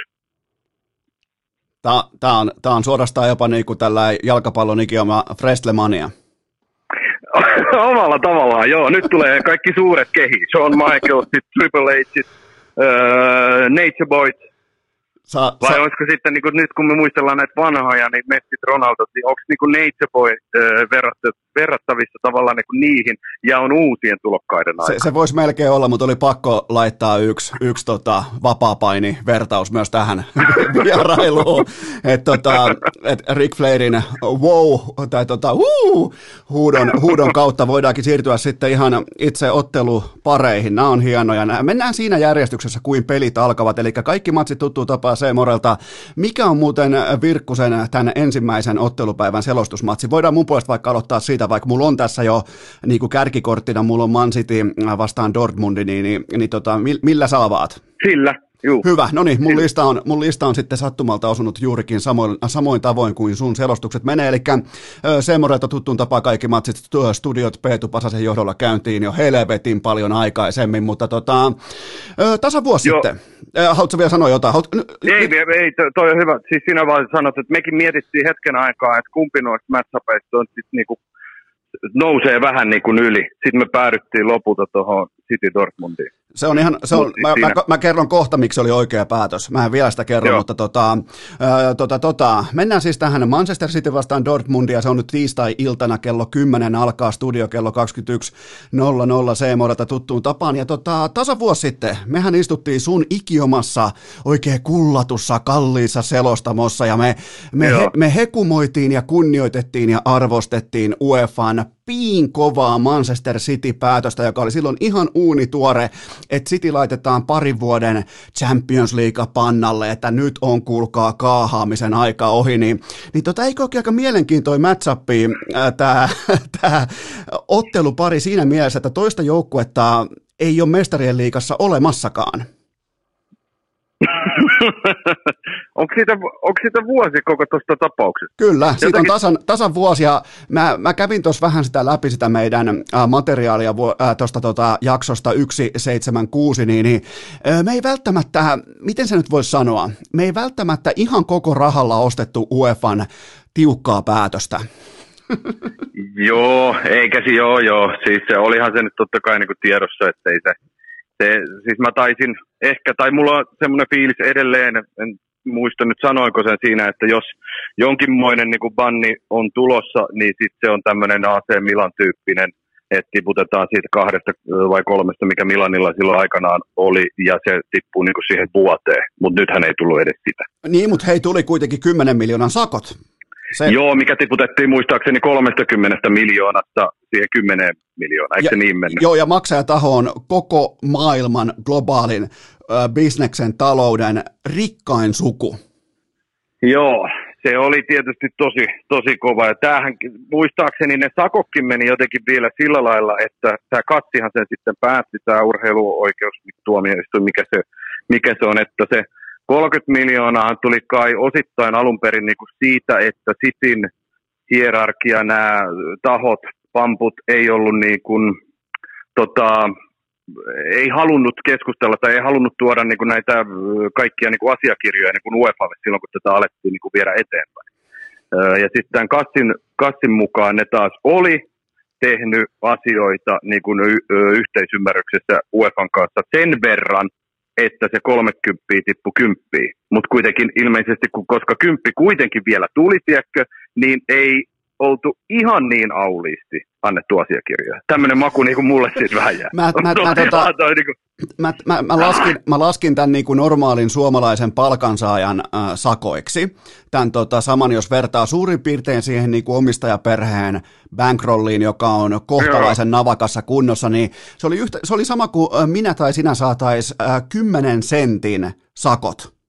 S1: Tämä on suorastaan jopa niin kuin tällä jalkapallon ikioma Frestlemania.
S3: Omalla tavallaan, joo. Nyt tulee kaikki suuret kehit. Shawn Michaels, Triple H, Nature Boys. Vai olisiko sitten, niin kuin nyt kun me muistellaan näitä vanhoja, niin Messit, Ronaldot, niin onko niin Neitse Boy verrattavissa tavallaan niin kuin niihin ja on uusien tulokkaiden aika?
S1: Se voisi melkein olla, mutta oli pakko laittaa yksi vapaapaini-vertaus myös tähän vierailuun. Että Ric Flairin wow tai huudon kautta voidaankin siirtyä sitten ihan itse ottelupareihin. Nämä on hienoja. Mennään siinä järjestyksessä, kuin pelit alkavat. Eli kaikki matsit tuttuu tapaa Seemorelta. Mikä on muuten Virkkusen tämän ensimmäisen ottelupäivän selostusmatsi? Voidaan mun puolesta vaikka aloittaa siitä, vaikka mulla on tässä jo niin kuin kärkikorttina, mulla on Man City vastaan Dortmundi, niin millä sä avaat?
S3: Sillä. Juu.
S1: Hyvä, no niin, mun lista on sitten sattumalta osunut juurikin samoin tavoin kuin sun selostukset menee, eli Seemorelta tuttuun tapaa kaikki matsit studiot Peetu Pasasen johdolla käyntiin jo helvetin paljon aikaisemmin, mutta tasavuosi sitten. Haluatko vielä sanoa jotain?
S3: Ei, toi on hyvä. Siis sinä vaan sanot, että mekin mietittiin hetken aikaa, että kumpi noista matchapeista on sitten niinku nousee vähän niin kuin yli. Sitten me päädyttiin lopulta tuohon City Dortmundiin.
S1: Mä kerron kohta, miksi se oli oikea päätös. Mä en vielä sitä kerro, mutta mennään siis tähän Manchester City vastaan Dortmundia. Se on nyt tiistai-iltana kello 10, alkaa studio kello 21.00 Seemorelta tuttuun tapaan. Ja tasavuosi sitten, mehän istuttiin sun ikiomassa oikein kullatussa, kalliissa selostamossa ja me hekumoitiin ja kunnioitettiin ja arvostettiin UEFAn piin kovaa Manchester City-päätöstä, joka oli silloin ihan uunituore, että City laitetaan parin vuoden Champions League-pannalle, että nyt on kuulkaa kaahaamisen aika ohi, niin eikö ole aika mielenkiintoinen match-up tämä ottelupari siinä mielessä, että toista joukkuetta ei ole mestarien liigassa olemassakaan?
S3: Onko siitä vuosi koko tuosta tapauksesta?
S1: Kyllä, siitä on tasan vuosi ja mä kävin tuossa vähän sitä läpi sitä meidän materiaalia tuosta jaksosta 176, niin me ei välttämättä, miten se nyt voisi sanoa, me ei välttämättä ihan koko rahalla ostettu UEFAn tiukkaa päätöstä.
S3: Joo, eikä se joo. Siis se olihan se nyt totta kai niin kuin tiedossa, että ei siis mä taisin ehkä, tai mulla on semmoinen fiilis edelleen, en muista nyt sanoinko sen siinä, että jos jonkinmoinen niin kuin banni on tulossa, niin sitten se on tämmöinen AC Milan tyyppinen, että tiputetaan siitä 2 vai 3, mikä Milanilla silloin aikanaan oli, ja se tippuu niin kuin siihen vuoteen, mutta nythän ei tullut edes sitä.
S1: Niin, mutta hei, tuli kuitenkin 10 miljoonan sakot.
S3: Joo, mikä tiputettiin muistaakseni 30 miljoonasta siihen 10 miljoonaa, eikö se niin mennyt?
S1: Joo, ja maksajataho on koko maailman globaalin bisneksen talouden rikkain suku.
S3: Joo, se oli tietysti tosi kova, ja tämähän muistaakseni ne sakokkin meni jotenkin vielä sillä lailla, että tämä Katsihan sen sitten päätti, tämä urheiluoikeustuomioistuin, mikä se on, että se 30 miljoonaa tuli kai osittain alun perin niin kuin siitä, että Cityn hierarkia, nämä tahot, pamput ei ollut niin kuin, ei halunnut keskustella tai ei halunnut tuoda niin kuin näitä kaikkia niin kuin asiakirjoja niin kuin UEFAlle silloin, kun tätä alettiin niin kuin viedä eteenpäin. Ja sitten tämän Kassin mukaan ne taas oli tehnyt asioita niin kuin yhteisymmärryksessä UEFAn kanssa sen verran, että se 30 tippui 10. Mutta kuitenkin ilmeisesti, koska 10 kuitenkin vielä tuli, tiedätkö, niin ei oltu ihan niin auliisti annettu asiakirjoja. Tämmöinen maku niin kuin mulle siis vähän jää.
S1: Mä laskin tämän niin kuin normaalin suomalaisen palkansaajan sakoiksi. Tämän saman, jos vertaa suurin piirtein siihen niin kuin omistajaperheen bankrolliin, joka on kohtalaisen navakassa kunnossa, niin se oli sama kuin minä tai sinä saatais 10 sentin sakot.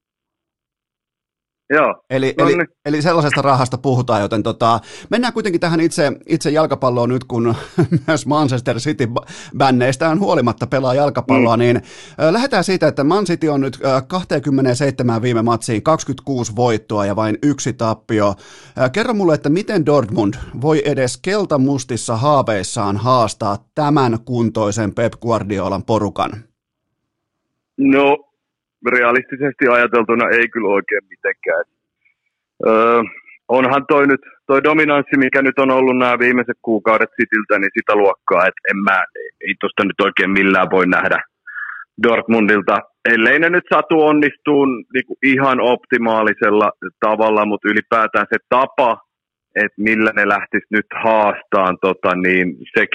S3: Joo.
S1: Eli sellaisesta rahasta puhutaan, joten mennään kuitenkin tähän itse jalkapalloon nyt, kun myös Manchester City-bänneistä huolimatta pelaa jalkapalloa, niin lähdetään siitä, että Man City on nyt 27 viime matsiin 26 voittoa ja vain 1 tappio. Kerro mulle, että miten Dortmund voi edes keltamustissa haaveissaan haastaa tämän kuntoisen Pep Guardiolan porukan?
S3: No, realistisesti ajateltuna ei kyllä oikein mitenkään. Onhan toi dominanssi, mikä nyt on ollut nämä viimeiset kuukaudet Cityltä, niin sitä luokkaa, että ei tosta nyt oikein millään voi nähdä Dortmundilta ellei ne nyt satu onnistuu niinku ihan optimaalisella tavalla, mutta ylipäätään se tapa, että millä ne lähtis nyt haastaan, niin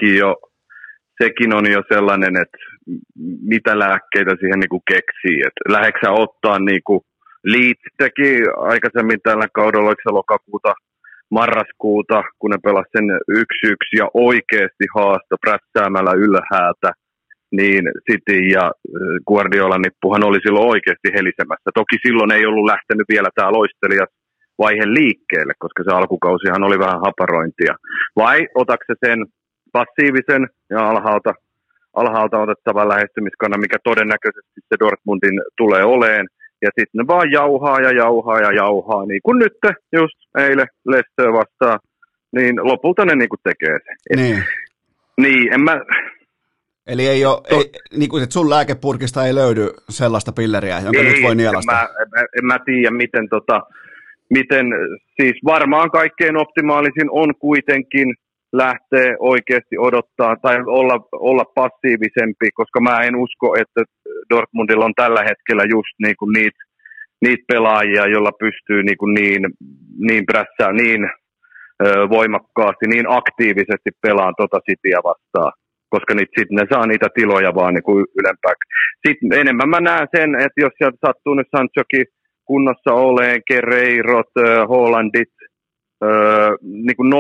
S3: sekin on jo sellainen, että mitä lääkkeitä siihen niinku keksii. Lähdetkö sä ottaa niinku Leeds teki aikaisemmin tällä kaudella, oliko se lokakuuta, marraskuuta, kun ne pelasi sen 1-1 ja oikeasti haasta prässäämällä ylhäältä, niin City ja Guardiolan nippuhan oli silloin oikeasti helisemässä. Toki silloin ei ollut lähtenyt vielä tämä loistelijavaihe liikkeelle, koska se alkukausihan oli vähän haparointia. Vai otatko se sen passiivisen ja alhaalta otettavan lähestymiskannan, mikä todennäköisesti se Dortmundin tulee oleen, ja sitten ne vaan jauhaa, niin kuin nyt just eilen Leicester vastaan, niin lopulta ne niinku tekee sen. Niin, en mä...
S1: Eli ei ole, niin kuin, että sun lääkepurkista ei löydy sellaista pilleriä, jonka nyt voi nielasta.
S3: En mä tiedä, miten, siis varmaan kaikkein optimaalisin on kuitenkin lähteä oikeasti odottaa tai olla passiivisempi, koska mä en usko, että Dortmundilla on tällä hetkellä just niinku niitä pelaajia, joilla pystyy niinku niin prässää, niin voimakkaasti, niin aktiivisesti pelaan Cityä vastaan, koska sitten ne saa niitä tiloja vaan niinku ylempää. Sitten enemmän mä näen sen, että jos sieltä sattuu nyt Sanchokin kunnossa oleen, Guerreirot, Haalandit, niin kuin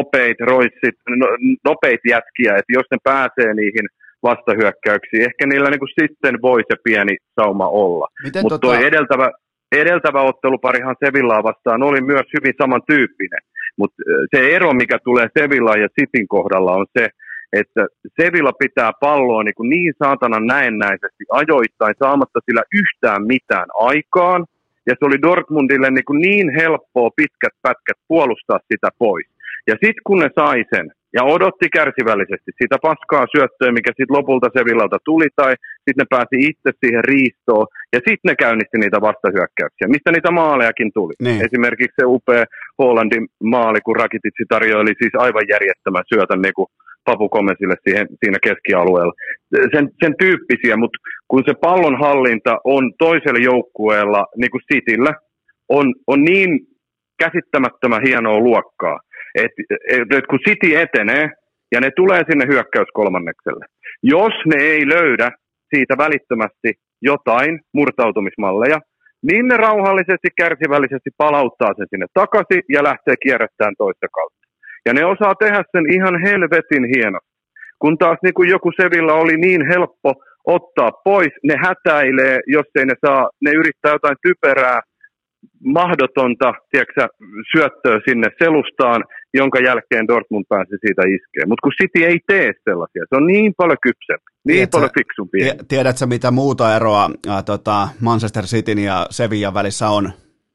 S3: nopeita jätkiä, että jos ne pääsee niihin vastahyökkäyksiin, ehkä niillä niin kuin sitten voi se pieni sauma olla. Mutta tuo edeltävä otteluparihan Sevillaa vastaan oli myös hyvin samantyyppinen, mutta se ero, mikä tulee Sevillaan ja Cityn kohdalla on se, että Sevilla pitää palloa niin saatanan näennäisesti ajoittain saamatta sillä yhtään mitään aikaan, ja se oli Dortmundille niin helppoa pitkät pätkät puolustaa sitä pois. Ja sitten kun ne sai sen, ja odotti kärsivällisesti sitä paskaa syöttöä, mikä sitten lopulta Sevillalta tuli, tai sitten ne pääsi itse siihen riistoon, ja sitten ne käynnisti niitä vastahyökkäyksiä, mistä niitä maalejakin tuli. Niin. Esimerkiksi se upea Haalandin maali, kun Rakitic tarjoili siis aivan järjettömän syötön Papu Gomezille siinä keskialueella. Sen tyyppisiä, mutta kun se pallonhallinta on toisella joukkueella, niin kuin Cityllä, on niin käsittämättömän hienoa luokkaa, että kun City etenee ja ne tulee sinne hyökkäyskolmannekselle, jos ne ei löydä siitä välittömästi jotain murtautumismalleja, niin ne rauhallisesti, kärsivällisesti palauttaa sen sinne takaisin ja lähtee kierrättämään toista kautta. Ja ne osaa tehdä sen ihan helvetin hienosti. Kun taas niin kuin joku Sevilla oli niin helppo ottaa pois, ne hätäilee, jos ei ne yrittää jotain typerää, mahdotonta, tiedätkö, syöttöä sinne selustaan, jonka jälkeen Dortmund pääsi siitä iskeen. Mutta kun City ei tee sellaisia, se on niin paljon kypsempi, paljon fiksumpi.
S1: Tiedätkö, mitä muuta eroa Manchester Cityn ja Sevillan välissä on?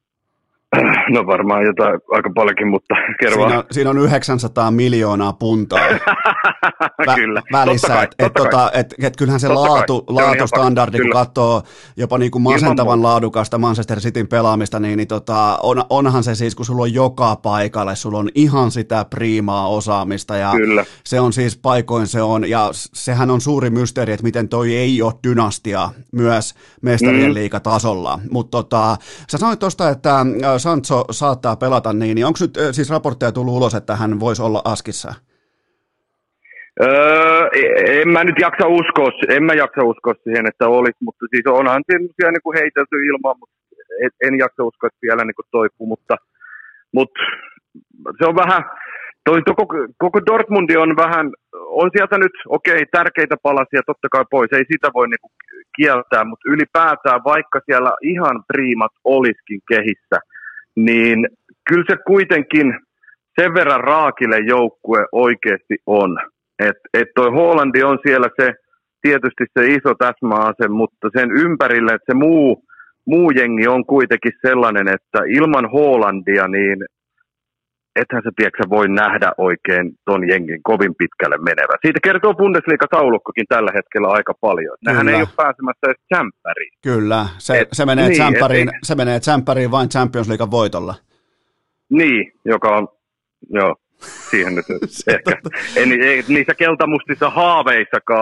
S3: No varmaan jotain aika paljonkin, mutta kerro.
S1: Siinä on 900 miljoonaa puntaa
S3: Kyllä.
S1: välissä. Et kyllähän se laatustandardi, kun katsoo jopa niin kuin masentavan laadukasta Manchester Cityn pelaamista, niin onhan se siis, kun sulla on joka paikalle, sulla on ihan sitä priimaa osaamista, ja
S3: Kyllä.
S1: Se on siis paikoin se on, ja sehän on suuri mysteeri, että miten toi ei ole dynastia myös mestarien liigatasolla. Mutta sä sanoit tuosta, että Sancho saattaa pelata niin onko nyt siis raportteja tullut ulos, että hän voisi olla askissa?
S3: En mä nyt jaksa uskoa siihen, että olisi, mutta siis onhan semmoisia niin kuin heitelty ilmaan, mutta en jaksa uskoa, että vielä niin kuin toipuu, mutta se on vähän, koko Dortmundi on vähän, on sieltä nyt tärkeitä palasia totta kai pois, ei sitä voi niin kuin kieltää, mutta ylipäätään vaikka siellä ihan priimat olisikin kehissä, niin kyllä se kuitenkin sen verran raakille joukkue oikeasti on. Että toi Haalandi on siellä tietysti se iso täsmäase, mutta sen ympärille, että se muu jengi on kuitenkin sellainen, että ilman Haalandia, niin ethän se tiedätkö voi nähdä oikein ton jengin kovin pitkälle menevä. Siitä kertoo Bundesliga-taulukkokin tällä hetkellä aika paljon. Nehän ei ole pääsemässä edes tsemppäriin.
S1: Kyllä, se menee tsemppäriin vain Champions Leaguean voitolla.
S3: Niin, joka on, siihen nyt ehkä. Ei niissä keltamustissa haaveissakaan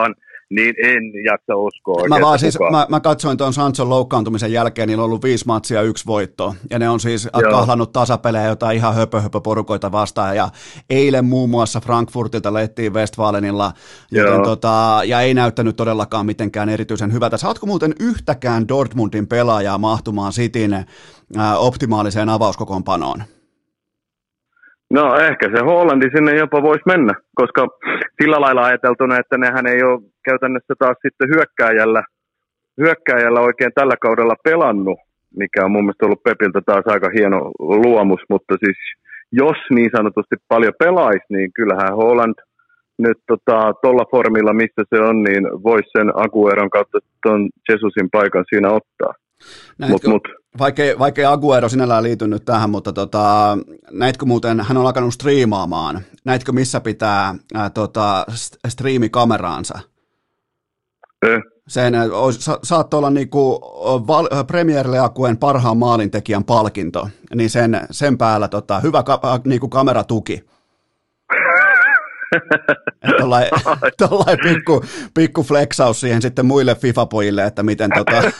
S3: niin en jaksa uskoa oikein.
S1: Mä katsoin tuon Sanchon loukkaantumisen jälkeen, niillä on ollut 5 matsia 1 voitto, ja ne on siis kahlannut tasapelejä jotain ihan porukoita vastaan, ja eilen muun muassa Frankfurtilta leittiin Westfalenilla, joten ja ei näyttänyt todellakaan mitenkään erityisen hyvältä. Saatko muuten yhtäkään Dortmundin pelaajaa mahtumaan Cityn optimaaliseen avauskokoonpanoon?
S3: No ehkä se Hollandi sinne jopa voisi mennä, koska sillä lailla ajateltuna, että nehän ei ole käytännössä taas sitten hyökkääjällä oikein tällä kaudella pelannut, mikä on mun mielestä ollut Pepiltä taas aika hieno luomus, mutta siis jos niin sanotusti paljon pelaisi, niin kyllähän Holland nyt tuolla formilla, missä se on, niin voisi sen Agueron kautta tuon Jesusin paikan siinä ottaa.
S1: Vaikkei Aguero sinällään liity tähän, mutta näitkö muuten, hän on alkanut striimaamaan, näitkö missä pitää striimikameraansa? Sen saattoi olla niinku Premier Leagueen parhaan maalintekijän palkinto, niin sen päällä hyvä niinku kameratuki. Tuollainen pikku flexaus siihen sitten muille FIFA-pojille, että miten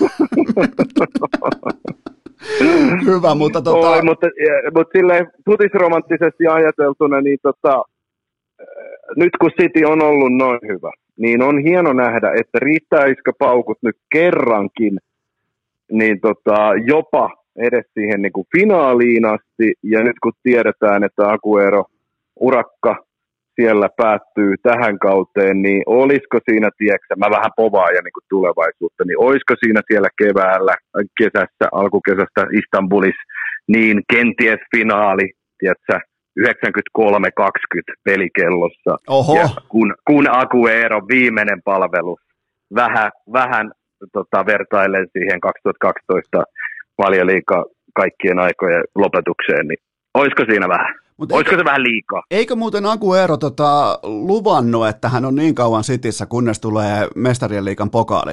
S1: hyvä, mutta
S3: mutta silleen futisromanttisesti ajateltuna, niin nyt kun City on ollut noin hyvä, niin on hieno nähdä, että riittäisikö paukut nyt kerrankin, niin jopa edes siihen niin kuin finaaliin asti, ja nyt kun tiedetään, että Aguero urakka siellä päättyy tähän kauteen, niin olisiko siinä, tiedätkö, mä vähän povaan ja niin tulevaisuutta, niin olisiko siinä siellä keväällä, kesässä, alkukesästä Istanbulissa, niin kenties finaali, tiedätkö, 93-20 pelikellossa.
S1: Oho.
S3: Ja kun Aguero viimeinen palvelus vähän vertailen siihen 2012 Valioliigan kaikkien aikojen lopetukseen, niin olisiko siinä vähän? Olisiko se vähän liikaa?
S1: Eikö muuten Aguero luvannut, että hän on niin kauan Cityssä, kunnes tulee Mestarien liigan pokaali?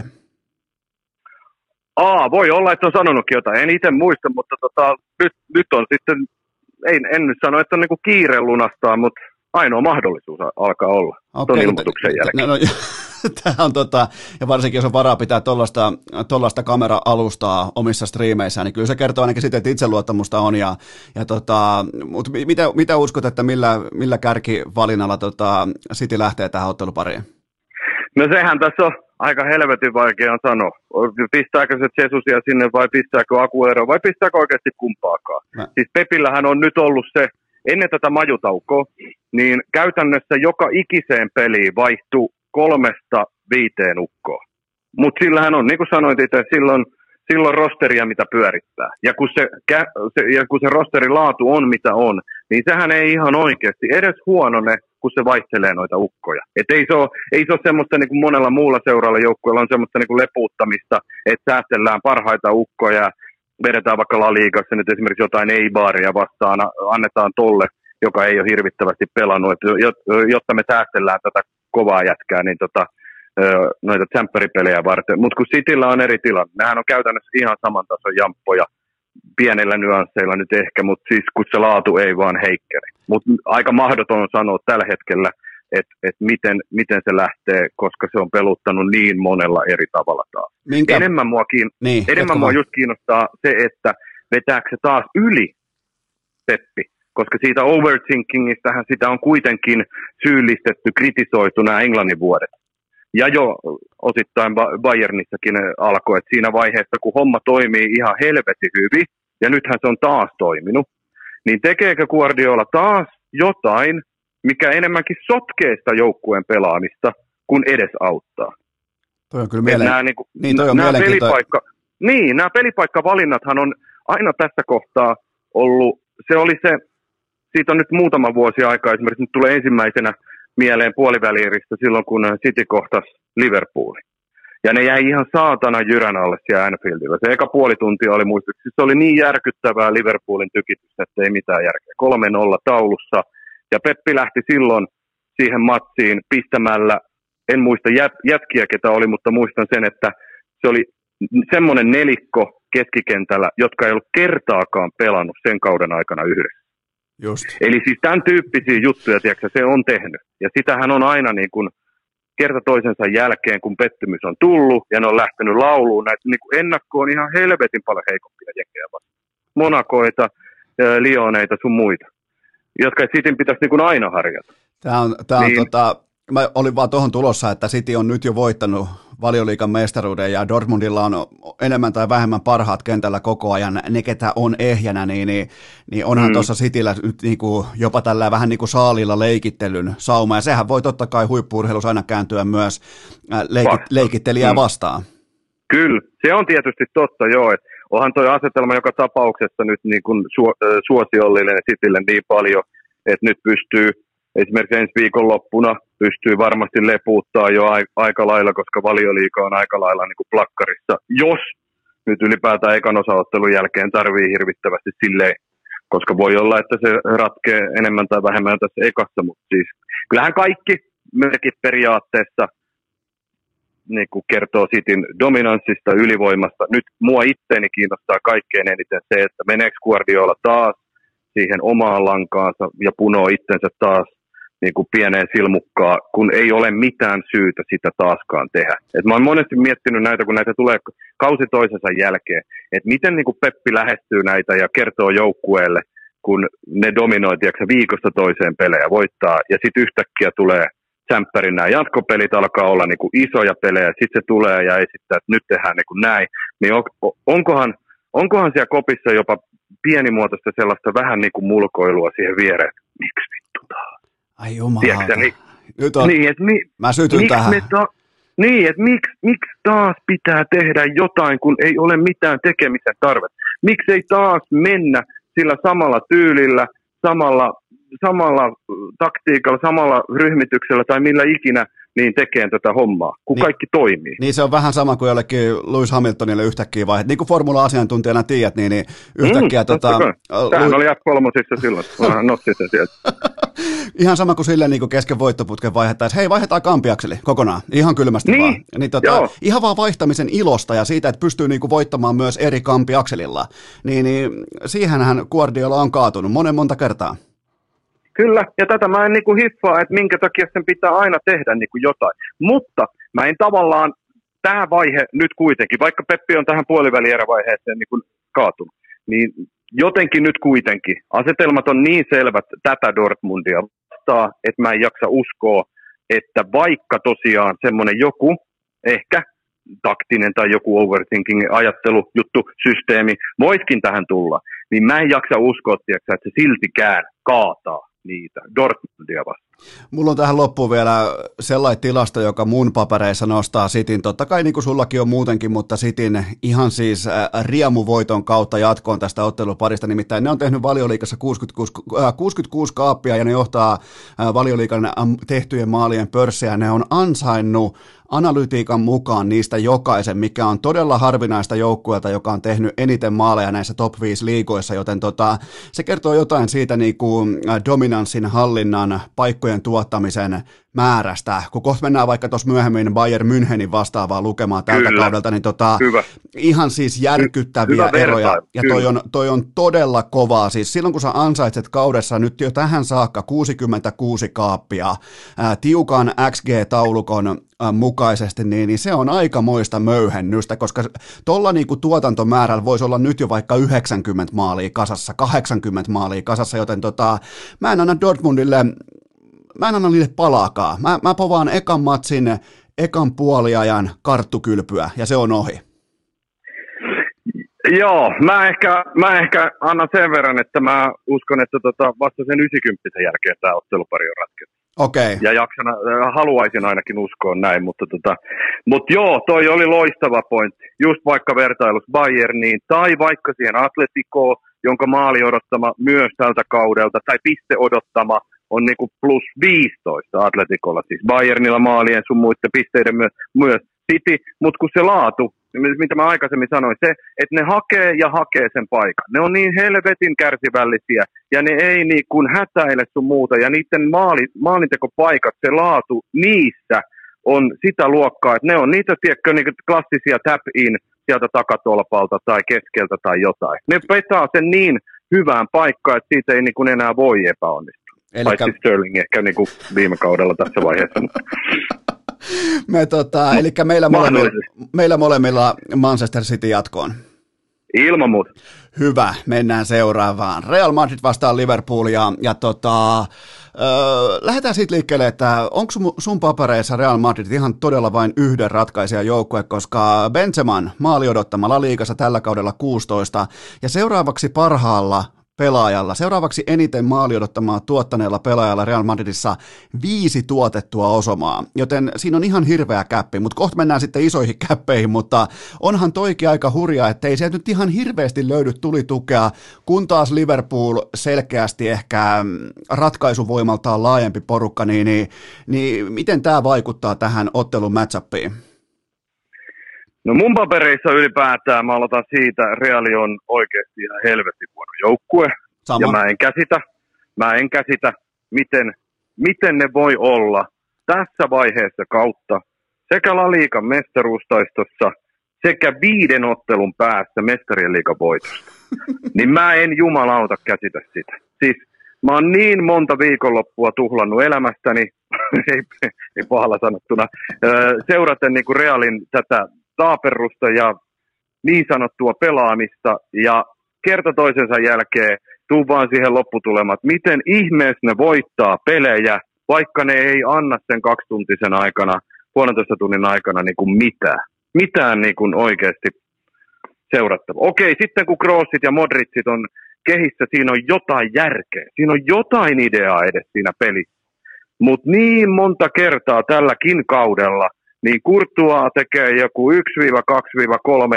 S3: Voi olla, että on sanonutkin jotain. En itse muista, mutta nyt on sitten, en nyt sano, että on niinku kiire lunastaa, mutta ainoa mahdollisuus alkaa olla tuon ilmoituksen jälkeen.
S1: Tämä on ja varsinkin jos on varaa pitää tuollaista kamera-alustaa omissa striimeissään, niin kyllä se kertoo ainakin siitä, että itseluottamusta on. Mutta mitä uskot, että millä kärkivalinnalla City lähtee tähän ottelupariin?
S3: No sehän tässä on aika helvetin vaikea sanoa. Pistääkö se Jesusia sinne vai pistääkö Aguero vai pistääkö oikeasti kumpaakaan? Siis Pepillähän on nyt ollut se, ennen tätä majutaukoa, niin käytännössä joka ikiseen peliin vaihtuu 3-5 ukkoa. Mutta sillähän on, niin kuin sanoit itse, silloin rosteria, mitä pyörittää. Ja kun se rosterin laatu on, mitä on, niin sehän ei ihan oikeasti edes huonone, kun se vaihtelee noita ukkoja. Et ei se ole semmoista, niin kuin monella muulla seuralla joukkueella on semmoista niin kuin lepuuttamista, että säästellään parhaita ukkoja, vedetään vaikka La Ligassa nyt esimerkiksi jotain Eibaria vastaan, annetaan tolle, joka ei ole hirvittävästi pelannut, jotta me säästellään tätä kovaa jätkää, niin noita tsempäripelejä varten. Mutta kun Cityllä on eri tilanne, nehän on käytännössä ihan saman tason jamppoja, pienellä nyansseilla nyt ehkä, mutta siis kun se laatu ei vaan heikkene. Mutta aika mahdoton sanoa tällä hetkellä, että miten se lähtee, koska se on peluttanut niin monella eri tavalla taas. Enemmän mua just kiinnostaa se, että vetääkö se taas yli Peppi, koska siitä overthinkingistähän sitä on kuitenkin syyllistetty, kritisoitu nämä Englannin vuodet. Ja jo osittain Bayernissakin alkoi, että siinä vaiheessa, kun homma toimii ihan helvetin hyvin, ja nythän se on taas toiminut, niin tekeekö Guardiola taas jotain, mikä enemmänkin sotkee sitä joukkueen pelaamista, kun edes auttaa.
S1: Toi on kyllä mielenkiintoinen.
S3: Nämä pelipaikkavalinnathan on aina tässä kohtaa ollut, siitä on nyt muutama vuosi aikaa, esimerkiksi nyt tulee ensimmäisenä mieleen puoliväliiristä silloin, kun City kohtasi Liverpoolin. Ja ne jäi ihan saatana jyrän alle siellä Anfieldilla. Se eka puoli tuntia oli muistaakseni, se oli niin järkyttävää Liverpoolin tykitystä, että ei mitään järkeä. 3-0 taulussa. Ja Peppi lähti silloin siihen matsiin pistämällä, en muista jätkiä ketä oli, mutta muistan sen, että se oli semmoinen nelikko keskikentällä, jotka ei ollut kertaakaan pelannut sen kauden aikana yhdessä.
S1: Just.
S3: Eli siis tämän tyyppisiä juttuja, tiedätkö, se on tehnyt. Ja sitähän on aina niin kuin kerta toisensa jälkeen, kun pettymys on tullut ja ne on lähtenyt lauluun. Näitä niin ennakko on ihan helvetin paljon heikompia jengejä vastaan. Monakoita, Lyoneita sun muita, jotka Cityn pitäisi niin kuin aina harjata.
S1: Tämä on mä olin vaan tuohon tulossa, että City on nyt jo voittanut Valioliigan mestaruuden ja Dortmundilla on enemmän tai vähemmän parhaat kentällä koko ajan. Ne, ketä on ehjänä, niin onhan tuossa Cityllä nyt niin kuin jopa tällä vähän niin kuin saalilla leikittelyn sauma. Ja sehän voi totta kai huippu-urheilussa aina kääntyä myös leikittelijää vastaan. Kyllä, se on tietysti totta, joo. Että onhan tuo asetelma joka tapauksessa nyt niin kuin suosiollinen Citylle niin paljon, että nyt pystyy esimerkiksi ensi viikonloppuna pystyy varmasti lepuuttaa jo aika lailla, koska Valioliiga on aika lailla niin kuin plakkarissa, jos nyt ylipäätään ekan osaottelun jälkeen tarvii hirvittävästi silleen, koska voi olla, että se ratkee enemmän tai vähemmän tässä ekassa, mutta siis kyllähän kaikki merkit periaatteessa niin kuin kertoo Cityn dominanssista, ylivoimasta. Nyt mua itteeni kiinnostaa kaikkein eniten se, että meneekö Guardiola taas siihen omaan lankaansa ja punoo itsensä taas niin kuin pieneen silmukkaan, kun ei ole mitään syytä sitä taaskaan tehdä. Et mä oon monesti miettinyt näitä, kun näitä tulee kausi toisensa jälkeen, että miten niin kuin Peppi lähestyy näitä ja kertoo joukkueelle, kun ne dominoi viikosta toiseen pelejä, voittaa, ja sitten yhtäkkiä tulee sämppärin nämä jatkopelit, alkaa olla niin kuin isoja pelejä, sitten se tulee ja esittää, että nyt tehdään niin kuin näin. Niin onkohan siellä kopissa jopa pienimuotoista sellaista vähän niin kuin mulkoilua siihen viereen, miksi vittu taas? Ai jumalauta. Nyt on,
S3: niin,
S1: mä sytyn tähän.
S3: Miksi taas pitää tehdä jotain, kun ei ole mitään tekemisen tarvetta? Miksi ei taas mennä sillä samalla tyylillä, samalla taktiikalla, samalla ryhmityksellä tai millä ikinä niin tekee tätä hommaa, kun kaikki toimii. Niin
S1: se on vähän sama kuin jollekin Lewis Hamiltonille yhtäkkiä vaiheet. Niin kuin formula-asiantuntijana tiedät, niin yhtäkkiä...
S3: Tämähän oli F3 silloin, nostin sen sieltä.
S1: Ihan sama kuin silleen niin kesken voittoputken vaihdettaisiin, hei vaihdetaan kampiakseli kokonaan, ihan kylmästi vaan. Niin, ihan vaan vaihtamisen ilosta ja siitä, että pystyy niin kuin voittamaan myös eri kampiakselilla. Niin siihenhän Guardiola on kaatunut monta kertaa.
S3: Kyllä, ja tätä mä en niin kuin hiffaa, että minkä takia sen pitää aina tehdä niin kuin jotain. Mutta mä en tavallaan, tämä vaihe nyt kuitenkin, vaikka Peppi on tähän puolivälierävaiheeseen niin kuin kaatunut, niin jotenkin nyt kuitenkin asetelmat on niin selvät tätä Dortmundia vastaan, että mä en jaksa uskoa, että vaikka tosiaan semmoinen joku, ehkä taktinen tai joku overthinking ajattelujuttu, systeemi, voisikin tähän tulla, niin mä en jaksa uskoa, että se siltikään kaataa niitä Dortmundia vastaan.
S1: Mulla on tähän loppuun vielä sellainen tilasto, joka mun papereissa nostaa Cityn, totta kai niin kuin sullakin on muutenkin, mutta Cityn ihan siis riemuvoiton kautta jatkoon tästä otteluparista, nimittäin ne on tehnyt Valioliigassa 66 kaappia ja ne johtaa Valioliigan tehtyjen maalien pörssiä, ne on ansainnut analytiikan mukaan niistä jokaisen, mikä on todella harvinaista joukkueelta, joka on tehnyt eniten maaleja näissä top 5 liigoissa, joten se kertoo jotain siitä niin kuin dominanssin hallinnan, paikkojen tuottamisen määrästä. Kun kohta mennään vaikka tuossa myöhemmin Bayern Münchenin vastaavaa lukemaan tältä kaudelta, niin ihan siis järkyttäviä eroja. Ja toi on todella kovaa. Siis silloin kun sä ansaitset kaudessa nyt jo tähän saakka 66 kaappia tiukan XG-taulukon mukaisesti, niin se on aikamoista möyhennystä, koska tuolla niinku tuotantomäärällä voisi olla nyt jo vaikka 90 maalia kasassa, 80 maalia kasassa, joten mä en anna Dortmundille niille palaakaan. Mä povaan ekan matsin, ekan puoliajan karttukylpyä, ja se on ohi.
S3: Joo, mä ehkä annan sen verran, että mä uskon, että vasta sen 90 jälkeen tämä ottelupari on ratkennut.
S1: Okei.
S3: Ja haluaisin ainakin uskoa näin, mutta joo, toi oli loistava pointti. Just vaikka vertailus Bayerniin tai vaikka siihen Atleticoon, jonka maali odottama myös tältä kaudelta, tai piste odottama on niinku plus 15 Atleticolla, siis Bayernilla maalien sun muiden pisteiden myös City, mutta kun se laatu, mitä mä aikaisemmin sanoin, se, että ne hakee sen paikan. Ne on niin helvetin kärsivällisiä, ja ne ei niin kuin hätäile sun muuta, ja niiden maalintekopaikat, se laatu niissä on sitä luokkaa, että ne on niitä, tiedätkö, niin klassisia tap-in sieltä takatolpalta tai keskeltä tai jotain. Ne petaa sen niin hyvään paikkaan, että siitä ei niin kuin enää voi epäonnistua. Paitsi Sterling ehkä niin kuin viime kaudella tässä vaiheessa.
S1: Eli meillä molemmilla Manchester City jatkoon.
S3: Ilman muuta.
S1: Hyvä, mennään seuraavaan. Real Madrid vastaan Liverpool ja lähdetään siitä liikkeelle, että onko sun papereissa Real Madrid ihan todella vain yhden ratkaisijan joukkue, koska Benzeman maali odottama La Ligassa tällä kaudella 16 ja seuraavaksi parhaalla pelaajalla, seuraavaksi eniten maali odottamaa tuottaneella pelaajalla Real Madridissa 5 tuotettua osumaa, joten siinä on ihan hirveä käppi, mutta kohta mennään sitten isoihin käppeihin, mutta onhan toikin aika hurjaa, että ei sieltä nyt ihan hirveästi löydy tulitukea, kun taas Liverpool selkeästi ehkä ratkaisuvoimaltaan laajempi porukka, niin miten tämä vaikuttaa tähän ottelun match-upiin?
S3: No mun papereissa ylipäätään, mä aloitan siitä, Reali on oikeasti ihan helvetin huono joukkue. Sama. Ja mä en käsitä, miten ne voi olla tässä vaiheessa kautta sekä La Ligan mestaruustaistossa sekä 5 ottelun päässä mestarien liigan voitosta. Niin mä en jumalauta käsitä sitä. Siis mä oon niin monta viikonloppua tuhlannut elämästäni, ei pahalla sanottuna, seuraten niin kuin Realin tätä taaperrusta ja niin sanottua pelaamista, ja kerta toisensa jälkeen tuu vaan siihen lopputulemaan, että miten ihmeessä ne voittaa pelejä, vaikka ne ei anna sen 2-tuntisen aikana, 1,5 tunnin aikana niin kuin mitään niin kuin oikeasti seurattavaa. Okei, sitten kun Kroosit ja Modricit on kehissä, siinä on jotain järkeä, siinä on jotain ideaa edes siinä pelissä, mutta niin monta kertaa tälläkin kaudella niin Courtois tekee joku 1-2-3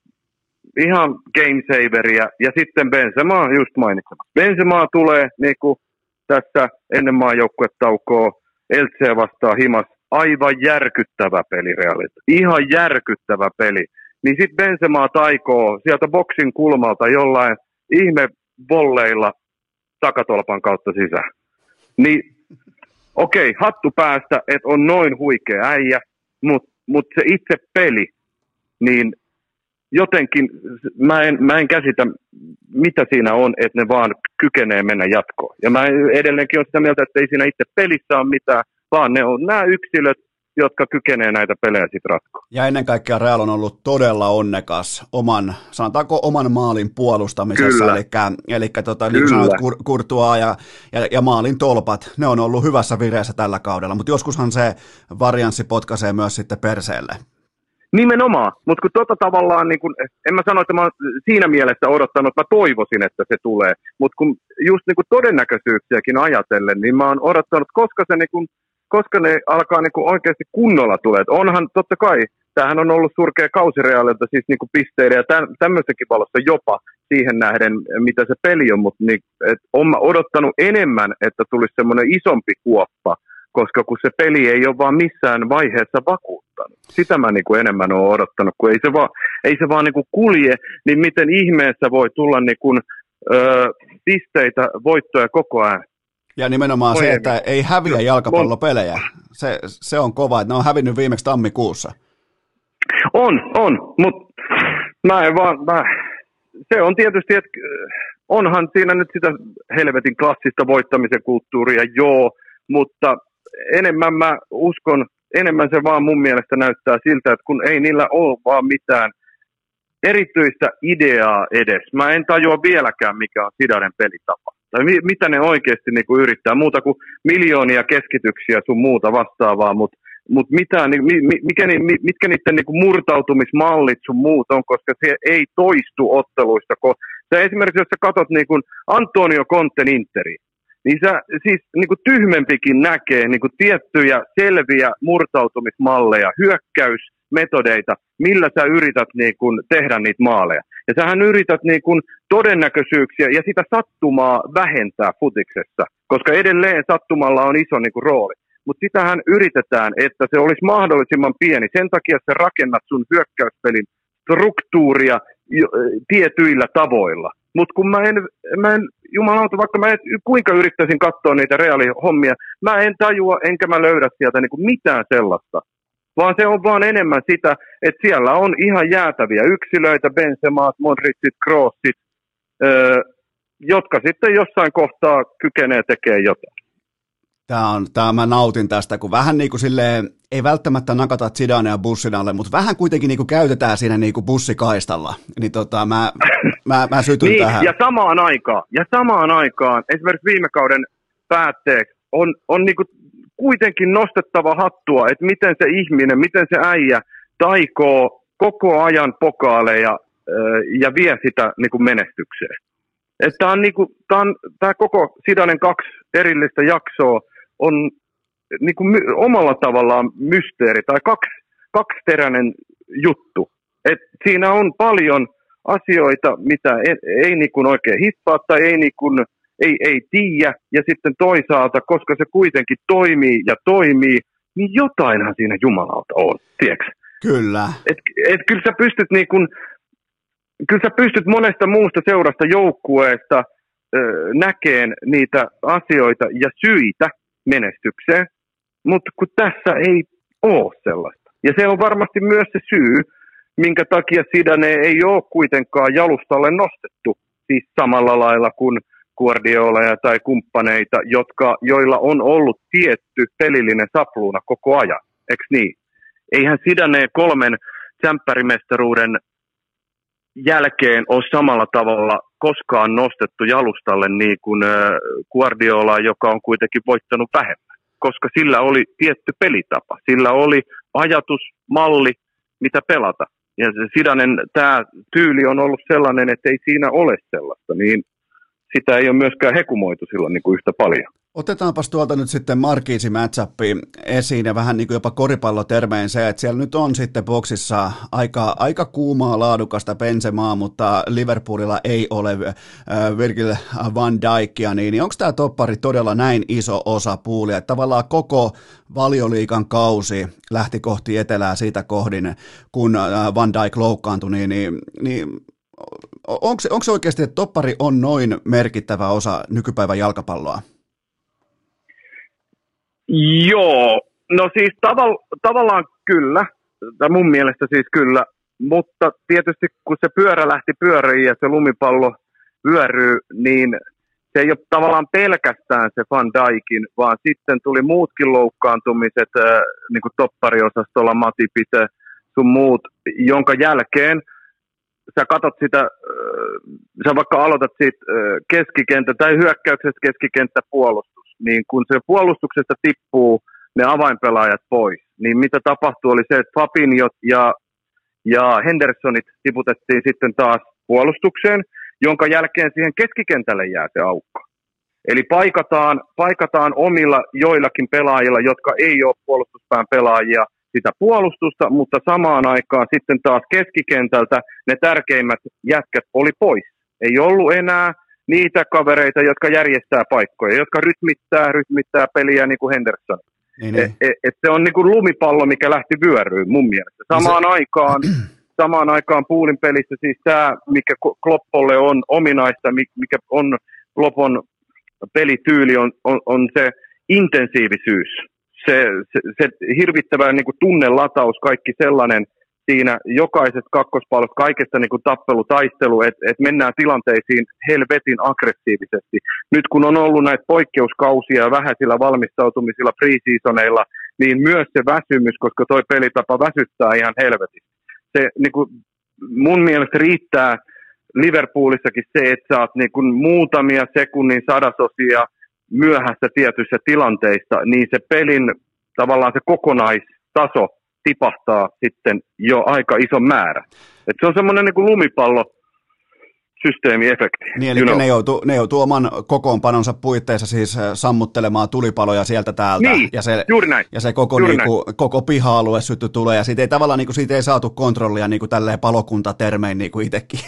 S3: ihan game saveria, ja sitten Benzema just mainitsemassa. Benzema tulee niin kuin tässä ennen maajoukkuetaukoa Eltseä vastaan himas, aivan järkyttävä peli Realilta. Ihan järkyttävä peli. Niin sitten Benzema taikoo sieltä boksin kulmalta jollain ihme volleilla takatolpan kautta sisään. Niin okei, hattu päästä, että on noin huikea äijä, mutta se itse peli, niin jotenkin mä en käsitä, mitä siinä on, että ne vaan kykenee mennä jatkoon. Ja mä edelleenkin olen sitä mieltä, että ei siinä itse pelissä ole mitään, vaan ne on nämä yksilöt, jotka kykenee näitä pelejä sitten ratkoa.
S1: Ja ennen kaikkea Real on ollut todella onnekas sanotaanko oman maalin puolustamisessa, eli niin sanoit Courtois ja maalin tolpat, ne on ollut hyvässä vireessä tällä kaudella, mutta joskushan se varianssi potkaisee myös sitten perseelle.
S3: Nimenomaan, mutta kun tavallaan, niin kun, en mä sano, että mä oon siinä mielessä odottanut, että mä toivoisin, että se tulee, mutta kun just niin kun todennäköisyyksiäkin ajatellen, niin mä oon odottanut, koska ne alkaa niin kuin oikeasti kunnolla tulee. Onhan totta kai, tämähän on ollut surkea kausi Realilta, siis niin kuin pisteiden ja tämmöisenkin valossa jopa siihen nähden, mitä se peli on, mutta niin, olen odottanut enemmän, että tulisi semmoinen isompi kuoppa, koska kun se peli ei ole vaan missään vaiheessa vakuuttanut. Sitä mä niin kuin enemmän olen odottanut, kun ei se vaan niin kuin kulje, niin miten ihmeessä voi tulla niin kuin, pisteitä, voittoja koko ajan.
S1: Ja nimenomaan se, että ei häviä jalkapallopelejä. Se on kova, että ne on hävinnyt viimeksi tammikuussa.
S3: On, mutta se on tietysti, että onhan siinä nyt sitä helvetin klassista voittamisen kulttuuria, joo, mutta enemmän mä uskon, enemmän se vaan mun mielestä näyttää siltä, että kun ei niillä ole vaan mitään erityistä ideaa edes. Mä en tajua vieläkään, mikä on Zidanen pelitapa. Tai mitä ne oikeasti niin kuin yrittää, muuta kuin miljoonia keskityksiä sun muuta vastaavaa, mutta mitkä niiden niin kuin murtautumismallit sun muut on, koska se ei toistu otteluista. Sä esimerkiksi, jos sä katot niin kuin Antonio Conten Interi, niin sä siis niin kuin tyhmempikin näkee niin kuin tiettyjä selviä murtautumismalleja, hyökkäysmetodeita, millä sä yrität niin kuin tehdä niitä maaleja. Ja sähän yrität niin kuin todennäköisyyksiä ja sitä sattumaa vähentää futiksessa, koska edelleen sattumalla on iso niin kuin rooli. Mutta sitähän yritetään, että se olisi mahdollisimman pieni. Sen takia sä rakennat sun hyökkäyspelin struktuuria tietyillä tavoilla. Mutta kun mä en jumalauta, vaikka mä kuinka yrittäisin katsoa niitä reaalihommia, mä en tajua enkä mä löydä sieltä niinku mitään sellaista. Vaan se on vaan enemmän sitä, että siellä on ihan jäätäviä yksilöitä, Benzemaat, Modricit, Kroosit, jotka sitten jossain kohtaa kykenee tekemään jotain.
S1: Mä nautin tästä, kun vähän niin kuin silleen, ei välttämättä nakata Zidanea bussin alle, mutta vähän kuitenkin niin kuin käytetään siinä niin kuin bussikaistalla. Niin mä sytyn
S3: niin,
S1: tähän.
S3: Ja samaan aikaan, esimerkiksi viime kauden päätteeksi, on niin kuin kuitenkin nostettava hattua, että miten se ihminen, miten se äijä taikoo koko ajan pokaaleja ja vie sitä niin kuin menestykseen. Tämä on, niinku, tää koko Zidanen 2 erillistä jaksoa on niinku omalla tavallaan mysteeri tai kaksiteräinen juttu. Et siinä on paljon asioita, mitä ei niinku oikein hiffaa tai ei tiedä, ja sitten toisaalta, koska se kuitenkin toimii, niin jotainhan siinä jumalauta on, tiedätkö?
S1: Kyllä.
S3: Et kyllä sä pystyt niinku... Kyllä sä pystyt monesta muusta seurasta joukkueesta näkeen niitä asioita ja syitä menestykseen, mutta kun tässä ei ole sellaista. Ja se on varmasti myös se syy, minkä takia Zidane ei ole kuitenkaan jalustalle nostettu, siis samalla lailla kuin Guardiola tai kumppaneita, joilla on ollut tietty pelillinen sapluuna koko ajan, eikö niin? Eihän Zidane 3 tsemppärimestaruuden jälkeen ole samalla tavalla koskaan nostettu jalustalle niin kuin Guardiola, joka on kuitenkin voittanut vähemmän, koska sillä oli tietty pelitapa, sillä oli ajatus, malli, mitä pelata. Ja Zidanen tämä tyyli on ollut sellainen, että ei siinä ole sellaista, niin sitä ei ole myöskään hekumoitu silloin niin kuin yhtä paljon.
S1: Otetaanpas tuolta nyt sitten Marquise matchupi esiin ja vähän niin kuin jopa koripallotermein se, että siellä nyt on sitten boksissa aika kuumaa laadukasta Benzemaa, mutta Liverpoolilla ei ole Virgil van Dijkia, niin onko tämä toppari todella näin iso osa puulia, että tavallaan koko Valioliigan kausi lähti kohti etelää siitä kohdin, kun Van Dijk loukkaantui, niin onko se oikeasti, että toppari on noin merkittävä osa nykypäivän jalkapalloa?
S3: Joo, no siis tavallaan kyllä, tai mun mielestä siis kyllä, mutta tietysti kun se pyörä lähti pyöriin ja se lumipallo vyöryy, niin se ei ole tavallaan pelkästään se Van Dijkin, vaan sitten tuli muutkin loukkaantumiset, niin kuin toppariosastolla, Matipit, sun muut, jonka jälkeen sä katot sitä, sä vaikka aloitat siitä keskikenttä tai hyökkäyksestä keskikenttäpuolustus, niin kun se puolustuksesta tippuu ne avainpelaajat pois, niin mitä tapahtui oli se, että Fabinhot ja Hendersonit tiputettiin sitten taas puolustukseen, jonka jälkeen siihen keskikentälle jää se aukko. Eli paikataan omilla joillakin pelaajilla, jotka ei ole puolustuspään pelaajia, sitä puolustusta, mutta samaan aikaan sitten taas keskikentältä ne tärkeimmät jätkät oli pois. Ei ollut enää niitä kavereita, jotka järjestää paikkoja, jotka rytmittää peliä niin kuin Henderson.
S1: Niin.
S3: Se on niin kuin lumipallo, mikä lähti vyöryyn mun mielestä. Samaan aikaan Poolin pelissä siis tämä, mikä Kloppolle on ominaista, mikä on Kloppon pelityyli, on se intensiivisyys. Se hirvittävä niin kuin tunnelataus, kaikki sellainen siinä jokaisesta kakkospallosta, kaikesta niin kuin tappelutaistelu, että mennään tilanteisiin helvetin aggressiivisesti. Nyt kun on ollut näitä poikkeuskausia vähäisillä valmistautumisilla pre-seasoneilla, niin myös se väsymys, koska toi pelitapa väsyttää ihan helvetin. Se niin kuin, mun mielestä riittää Liverpoolissakin se, että sä oot niin kuin muutamia sekunnin sadasosia myöhässä tietyissä tilanteissa, niin se pelin tavallaan se kokonaistaso tipahtaa sitten jo aika ison määrä. Et se on semmoinen niin kuin lumipallosysteemiefekti.
S1: Niin, eli ne joutuu oman kokoonpanonsa puitteissa siis sammuttelemaan tulipaloja sieltä täältä.
S3: Niin, juuri näin.
S1: Ja se koko piha-alue sytty tulee, ja siitä ei tavallaan niin kuin, siitä ei saatu kontrollia niin kuin tälleen palokuntatermein niin kuin itsekin.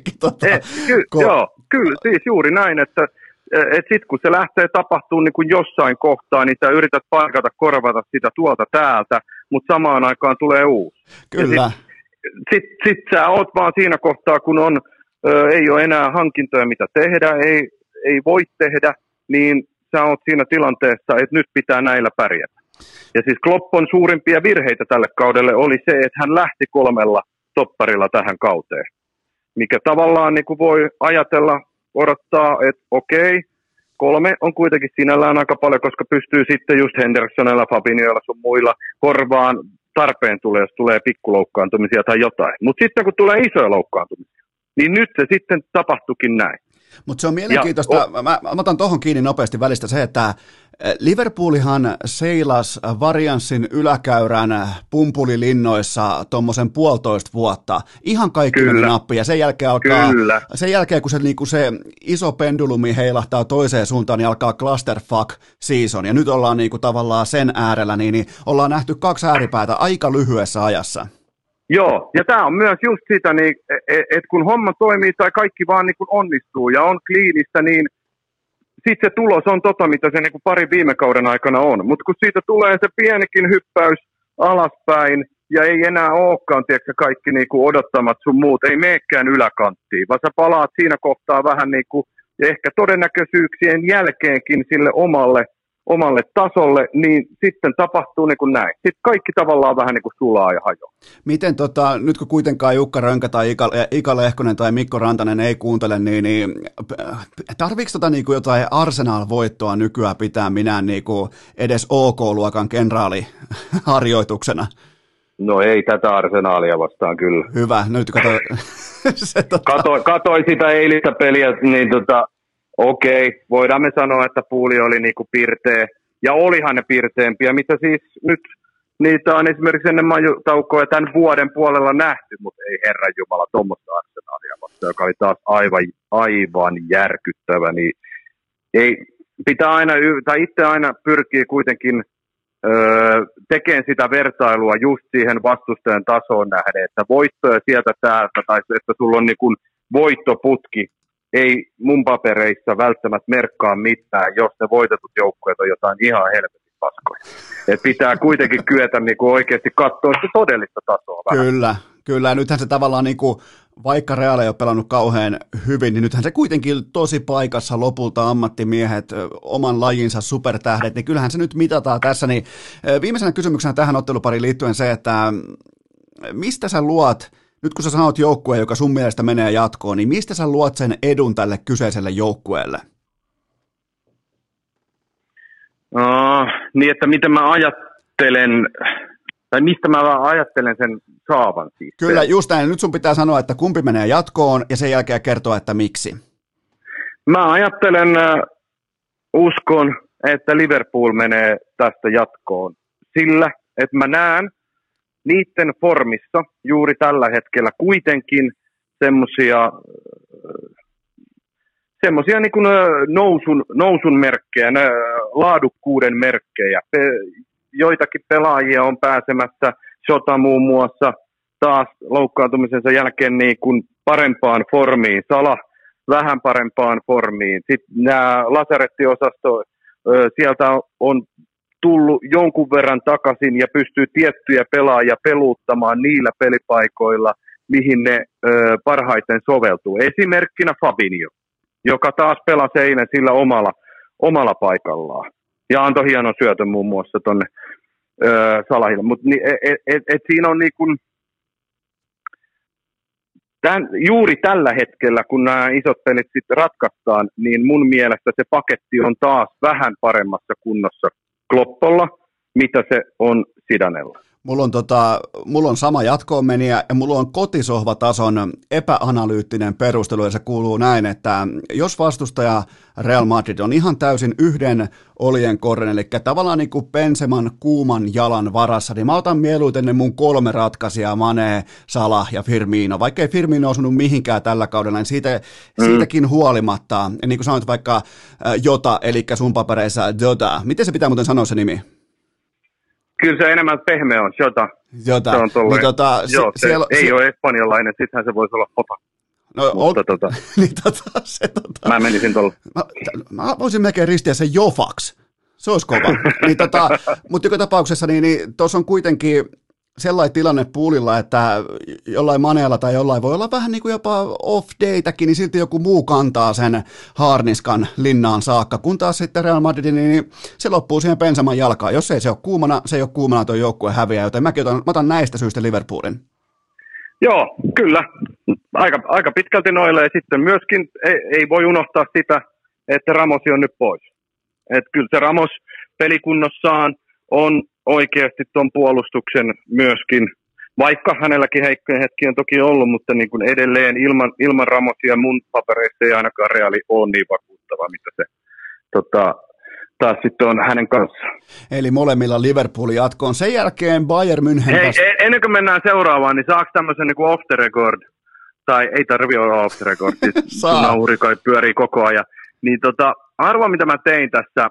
S3: Kyllä, siis juuri näin, että sitten kun se lähtee tapahtumaan niin kuin jossain kohtaa, niin sä yrität paikata, korvata sitä tuolta täältä, mutta samaan aikaan tulee uusi.
S1: Kyllä.
S3: Sitten sä oot vaan siinä kohtaa, kun ei ole enää hankintoja, mitä tehdä, ei voi tehdä, niin sä oot siinä tilanteessa, että nyt pitää näillä pärjätä. Ja siis Kloppon suurimpia virheitä tälle kaudelle oli se, että hän lähti 3 topparilla tähän kauteen, mikä tavallaan niin kuin voi ajatella, odottaa, että okei, 3 on kuitenkin sinällään aika paljon, koska pystyy sitten just Hendersonilla, Fabinhoilla sun muilla korvaan tarpeen tulee, jos tulee pikkuloukkaantumisia tai jotain. Mutta sitten kun tulee isoja loukkaantumisia, niin nyt se sitten tapahtuikin näin.
S1: Mutta se on mielenkiintoista, mä otan tuohon kiinni nopeasti välistä se, että Liverpoolihan seilasi varianssin yläkäyrän pumpulilinnoissa tuommoisen 1,5 vuotta. Ihan kaikki meni nappiin ja sen jälkeen sen jälkeen kun se iso pendulumi heilahtaa toiseen suuntaan, niin alkaa clusterfuck season. Ja nyt ollaan niinku tavallaan sen äärellä, niin ollaan nähty 2 ääripäätä aika lyhyessä ajassa.
S3: Joo, ja tämä on myös just sitä, niin, että kun homma toimii tai kaikki vaan niin kun onnistuu ja on kliinistä, niin sitten se tulos on mitä se niin kuin pari viime kauden aikana on. Mutta kun siitä tulee se pienikin hyppäys alaspäin ja ei enää olekaan, tiedätkö, kaikki niin kuin odottamat sun muut, ei meekään yläkanttiin, vaan sä palaat siinä kohtaa vähän niin kuin, ja ehkä todennäköisyyksien jälkeenkin sille omalle tasolle, niin sitten tapahtuu niin kuin näin. Sitten kaikki tavallaan vähän niin kuin sulaa ja hajoaa.
S1: Miten nyt kun kuitenkaan Jukka Rönkä tai Ika Lehkonen tai Mikko Rantanen ei kuuntele, niin tarviiko niin kuin jotain Arsenal-voittoa nykyään pitää minä niin kuin edes OK-luokan kenraaliharjoituksena?
S3: No ei tätä Arsenalia vastaan kyllä.
S1: Hyvä, nyt
S3: Katoin sitä eilistä peliä, niin okei, voidaan me sanoa, että puuli oli niinku pirteä, ja olihan ne pirteempiä, mitä siis nyt niitä on esimerkiksi ennen taukoa tämän vuoden puolella nähty, mutta ei herranjumala tuommoista Arsenalia vasta, joka oli taas aivan järkyttävä, niin ei, pitää aina, tai itse aina pyrkii kuitenkin tekemään sitä vertailua just siihen vastustajan tasoon nähden, että voittoja sieltä täältä, tai että sulla on niinku voittoputki, ei mun papereissa välttämättä merkkaa mitään, jos ne voitetut joukkueet on jotain ihan helvetin paskoja. Et pitää kuitenkin kyetä niinku oikeasti katsoa sitä todellista tasoa vähän.
S1: Kyllä. Nythän se tavallaan, niinku, vaikka Real ei ole pelannut kauhean hyvin, niin nythän se kuitenkin tosi paikassa lopulta ammattimiehet, oman lajinsa supertähdet, niin kyllähän se nyt mitataan tässä. Niin, viimeisenä kysymyksenä tähän ottelupariin liittyen se, että mistä sä luot, nyt kun sä sanot joukkueen, joka sun mielestä menee jatkoon, niin mistä sä luot sen edun tälle kyseiselle joukkueelle?
S3: Niin, että miten mä ajattelen, tai mistä mä ajattelen sen saavan siis.
S1: Kyllä, just näin. Nyt sun pitää sanoa, että kumpi menee jatkoon, ja sen jälkeen kertoa, että miksi.
S3: Mä ajattelen, uskon, että Liverpool menee tästä jatkoon sillä, että mä näen niiden formissa juuri tällä hetkellä kuitenkin semmoisia niin kuin nousun merkkejä, laadukkuuden merkkejä. Joitakin pelaajia on pääsemässä, Shota muun muassa, taas loukkaantumisensa jälkeen niin kuin parempaan formiin, Salah vähän parempaan formiin. Sitten nämä lasarettiosasto, sieltä on tullut jonkun verran takaisin ja pystyy tiettyjä pelaajia peluuttamaan niillä pelipaikoilla, mihin ne parhaiten soveltuu. Esimerkkinä Fabinho, joka taas pelasi eilen sillä omalla paikallaan. Ja antoi hienon syötön muun muassa tuonne Salahille. Mutta siinä on niin kuin, juuri tällä hetkellä, kun nämä isot pelit sitten ratkaistaan, niin mun mielestä se paketti on taas vähän paremmassa kunnossa Kloppolla, mitä se on Zidanella.
S1: Mulla on sama jatkoon meniä ja mulla on kotisohvatason epäanalyyttinen perustelu ja se kuuluu näin, että jos vastustaja Real Madrid on ihan täysin yhden oljenkorren, eli tavallaan niin kuin Benzeman kuuman jalan varassa, niin mä otan mieluiten ne mun 3 ratkaisijaa, Mane, Salah ja Firmino. Vaikka ei Firmino osunut mihinkään tällä kaudella, niin siitäkin huolimatta, niin kuin sanoit vaikka Jota, eli sun papereissa Jota. Miten se pitää muuten sanoa se nimi?
S3: Kyllä se enemmän pehmeä on, Jota.
S1: Se on
S3: niin ei ole espanjalainen, sittenhän se voisi olla Jota. Mä menisin tuolla.
S1: Mä voisin melkein ristiä sen Jofaksi. Se olisi kova. Mutta joka tapauksessa niin tuossa on kuitenkin sellainen tilanne puulilla, että jollain Maneella tai jollain voi olla vähän niin kuin jopa off-daytäkin, niin silti joku muu kantaa sen haarniskan linnaan saakka, kun taas sitten Real Madrid, niin se loppuu siihen Benzeman jalkaan. Jos ei se ole kuumana, se ei ole kuumana, tuo joukkue häviää, joten mä otan näistä syistä Liverpoolin.
S3: Joo, kyllä. Aika pitkälti noille, ja sitten myöskin ei voi unohtaa sitä, että Ramosi on nyt pois. Että kyllä se Ramos pelikunnossaan on oikeasti tuon puolustuksen myöskin, vaikka hänelläkin heikkoja hetkiä on toki ollut, mutta niin kuin edelleen ilman Ramosia mun papereissa ei ainakaan Reali ole niin vakuuttava, mitä se taas sitten on hänen kanssaan.
S1: Eli molemmilla Liverpool jatkoon. Sen jälkeen Bayern München.
S3: Hei, ennen kuin mennään seuraavaan, niin saako tämmöisen niin kuin off the record, tai ei tarvitse olla off the record, siis nauhuri kai pyörii koko ajan. Niin arvoa mitä mä tein tässä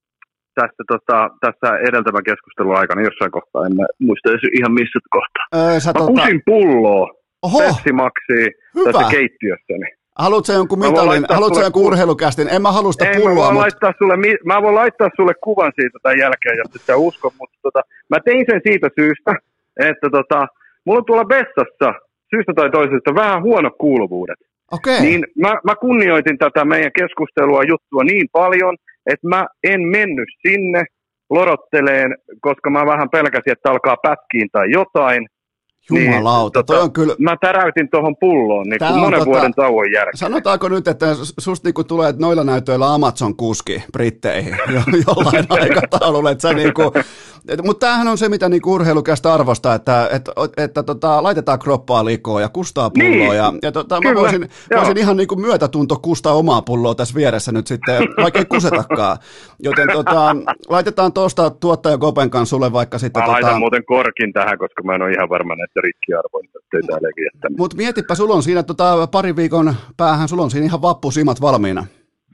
S3: edeltävän keskustelun aikana jossain kohtaa, en muista ihan missä kohtaa. Mä kusin pulloa Pepsi Maxia tässä keittiössäni.
S1: Haluatko jonkun mitalin, haluatko jonkun urheilukästin? En mä halua sitä pulloa.
S3: Mä voin laittaa sulle kuvan siitä tämän jälkeen, jos et sä usko, mutta mä tein sen siitä syystä, että mulla on tuolla vessassa syystä tai toisesta vähän huono kuuluvuudet.
S1: Okay.
S3: Niin mä kunnioitin tätä meidän keskustelua juttua niin paljon, että mä en mennyt sinne lorotteleen, koska mä vähän pelkäsin, että alkaa pätkiin tai jotain.
S1: Jumalauta, toi on kyllä.
S3: Mä täräytin tuohon pulloon niin kuin monen vuoden tauon jälkeen.
S1: Sanotaanko nyt, että susta niinku tulee noilla näytöillä Amazon-kuski Britteihin jollain aikataululla, että niinku, mutta tämähän on se, mitä niinku urheilukästä arvostaa, että laitetaan kroppaa likoon ja kustaa pulloa, niin, ja mä voisin ihan niinku myötätunto kustaa omaa pulloa tässä vieressä nyt sitten, vaikka ei kusetakaan, joten laitetaan tuosta tuottaja Kopen kanssa sulle vaikka sitten.
S3: Mä laitan muuten korkin tähän, koska mä en ole ihan varma näitä rikkiarvoista, ettei täälläkin jättänyt.
S1: Mutta mietipä, sulla on siinä parin viikon päähän, sulla on siinä ihan vappusimat valmiina.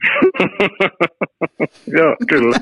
S3: Joo, kyllä.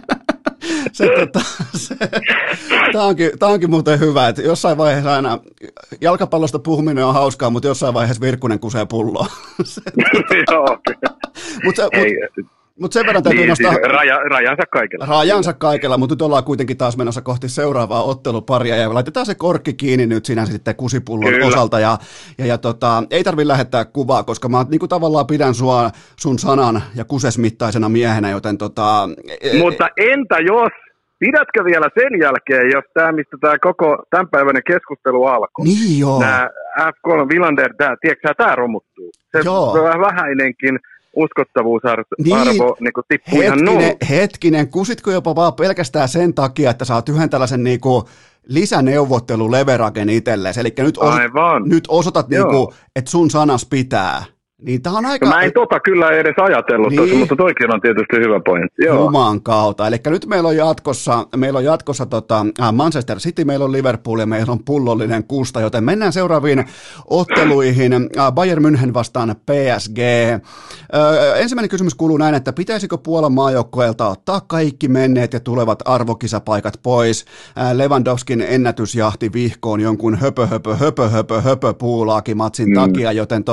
S1: Tämä onkin muuten hyvä, että jossain vaiheessa aina, jalkapallosta puhuminen on hauskaa, mutta jossain vaiheessa Virkkunen kusee pulloa.
S3: Joo,
S1: Mutta sen verran täytyy nostaa
S3: rajansa kaikella.
S1: Rajansa kaikella, mutta nyt ollaan kuitenkin taas menossa kohti seuraavaa otteluparia ja laitetaan se korkki kiinni nyt siinä sitten kusipullon osalta ja ei tarvitse lähettää kuvaa, koska mä niin kuin tavallaan pidän sua sun sanan ja kusesmittaisena miehenä, joten
S3: Mutta entä jos, pidätkö vielä sen jälkeen, jos tämä, mistä tämä koko tämänpäiväinen keskustelu alkoi?
S1: Niin joo.
S3: Nämä F3 Villander, tiedätkö tämä romuttuu? Se vähäinenkin uskottavuusarvo niin tippuu ihan nollaan.
S1: Hetkinen, kusitko jopa vaan pelkästään sen takia, että saat yhden tällaisen niinku lisäneuvottelu leveragen itsellesi, eli nyt osoitat, niinku, että sun sanas pitää. Niin tää on aika.
S3: Mä en kyllä edes ajatellut niin. Tuossa, mutta toikin on tietysti hyvä pointti.
S1: Juman kautta. Eli nyt meillä on jatkossa Manchester City, meillä on Liverpool ja meillä on pullollinen kusta, joten mennään seuraaviin otteluihin. Bayern München vastaan PSG. Ensimmäinen kysymys kuuluu näin, että pitäisikö Puolan maajoukkueelta ottaa kaikki menneet ja tulevat arvokisapaikat pois? Lewandowskin ennätysjahti vihkoon jonkun höpö puulaakin matsin takia, joten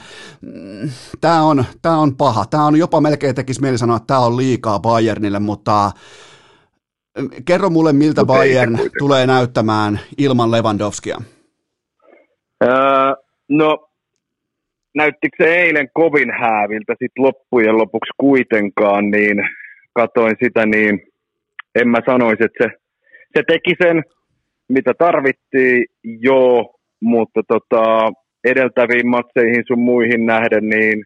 S1: Tämä on paha. Tämä on jopa melkein tekisi mieli sanoa, että tämä on liikaa Bayernille, mutta kerro mulle, miltä Bayern tulee näyttämään ilman Lewandowskia.
S3: No, näyttikö se eilen kovin hääviltä sitten loppujen lopuksi kuitenkaan, niin katoin sitä, niin en mä sanoisi, että se teki sen, mitä tarvittiin, joo, mutta edeltäviin matseihin sun muihin nähden, niin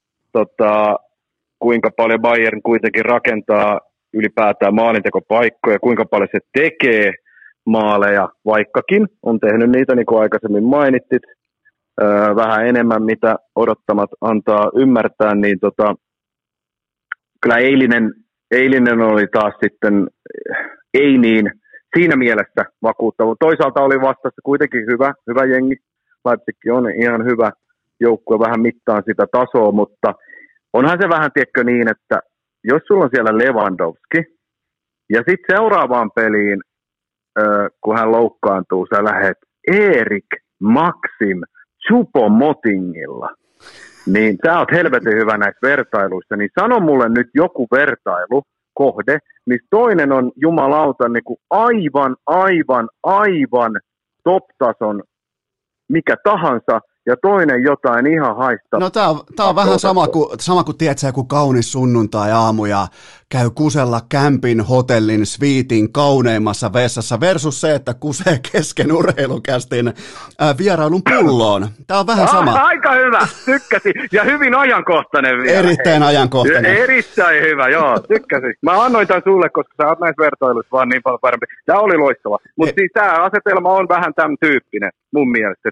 S3: kuinka paljon Bayern kuitenkin rakentaa ylipäätään maalintekopaikkoja, kuinka paljon se tekee maaleja, vaikkakin on tehnyt niitä, niin kuin aikaisemmin mainittit, vähän enemmän, mitä odottamat antaa ymmärtää, niin kyllä eilinen oli taas sitten ei niin siinä mielessä vakuuttava. Toisaalta oli vastassa kuitenkin hyvä jengi. Leipzig on ihan hyvä joukkue, vähän mittaan sitä tasoa, mutta onhan se vähän tiedätkö niin, että jos sulla on siellä Lewandowski, ja sitten seuraavaan peliin, kun hän loukkaantuu, sä lähet Erik Maxim Choupo-Motingilla, niin sä oot helvetin hyvä näissä vertailuissa, niin sano mulle nyt joku vertailukohde, niin toinen on jumalauta niin kuin aivan top-tason mikä tahansa, ja toinen jotain ihan haista.
S1: No tää on vähän sama kuin tiedätkö, joku kaunis sunnuntai-aamu ja käy kusella kämpin, hotellin, sviitin kauneimmassa vessassa versus se, että kusee kesken urheilukästin vierailun pulloon. Tää on vähän sama.
S3: Aika hyvä, tykkäsin. Ja hyvin ajankohtainen vielä.
S1: Erittäin ajankohtainen.
S3: Erittäin hyvä, joo, tykkäsin. Mä annoin tämän sulle, koska sä oot näissä vertailuissa vaan niin paljon parempi. Tää oli loistava. Mutta siis tää asetelma on vähän tämän tyyppinen mun mielestä.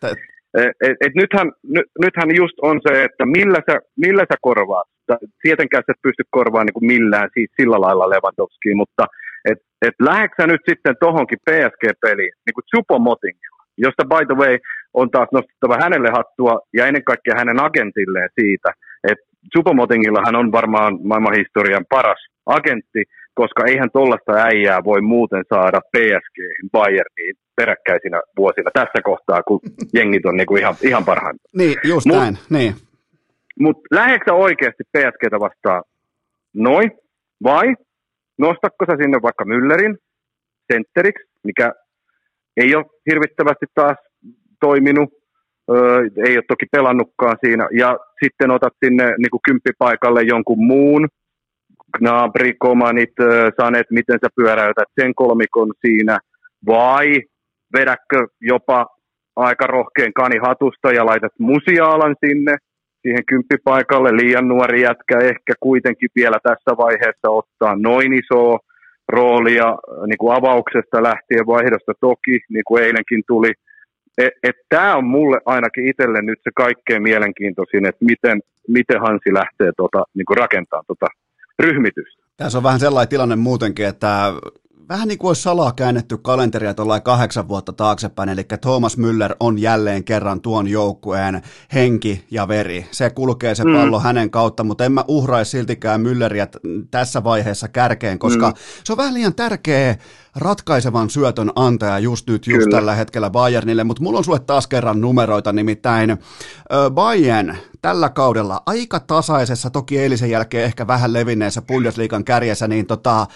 S3: Nythän just on se, että millä sä korvaat. Tietenkään sä et pysty korvaamaan niin kuin millään siis sillä lailla Lewandowskiin, mutta lähdetkö nyt sitten tohonkin PSG-peliin niin kuin Choupo-Motingilla, josta by the way on taas nostettava hänelle hattua ja ennen kaikkea hänen agentilleen siitä, että Choupo-Motingilla hän on varmaan maailmanhistorian paras agentti, koska eihän tollaista äijää voi muuten saada PSG, Bayerniin peräkkäisinä vuosina tässä kohtaa, kun jengit on niinku ihan parhaimmat.
S1: Niin, just näin, niin.
S3: Mutta lähdetkö oikeasti PSGtä vastaan noin, vai nostatko sä sinne vaikka Müllerin sentteriksi, mikä ei ole hirvittävästi taas toiminut, ei ole toki pelannutkaan siinä, ja sitten otat sinne niinku kymppipaikalle jonkun muun, Gnabry, Komanit, Sanet, miten sä pyöräytät sen kolmikon siinä, vai vedätkö jopa aika rohkean kani hatusta ja laitat Musialan sinne, siihen kymppipaikalle, liian nuori jätkä ehkä kuitenkin vielä tässä vaiheessa ottaa noin isoa roolia niin kuin avauksesta lähtien, vaihdosta toki, niin kuin eilenkin tuli. Tämä on mulle ainakin itselle nyt se kaikkein mielenkiintoisin, että miten Hansi lähtee niin kuin rakentamaan ryhmitystä.
S1: Tässä on vähän sellainen tilanne muutenkin, että vähän niin kuin olisi salaa käännetty kalenteria tuollain 8 vuotta taaksepäin, eli Thomas Müller on jälleen kerran tuon joukkueen henki ja veri. Se kulkee se pallo hänen kautta, mutta en mä uhraisi siltikään Mülleriä tässä vaiheessa kärkeen, koska se on vähän liian tärkeä ratkaisevan syötön antaja just nyt, just tällä hetkellä Bayernille, mutta mulla on sulle taas kerran numeroita, nimittäin Bayern tällä kaudella aika tasaisessa, toki eilisen jälkeen ehkä vähän levinneessä Bundesliigan kärjessä, niin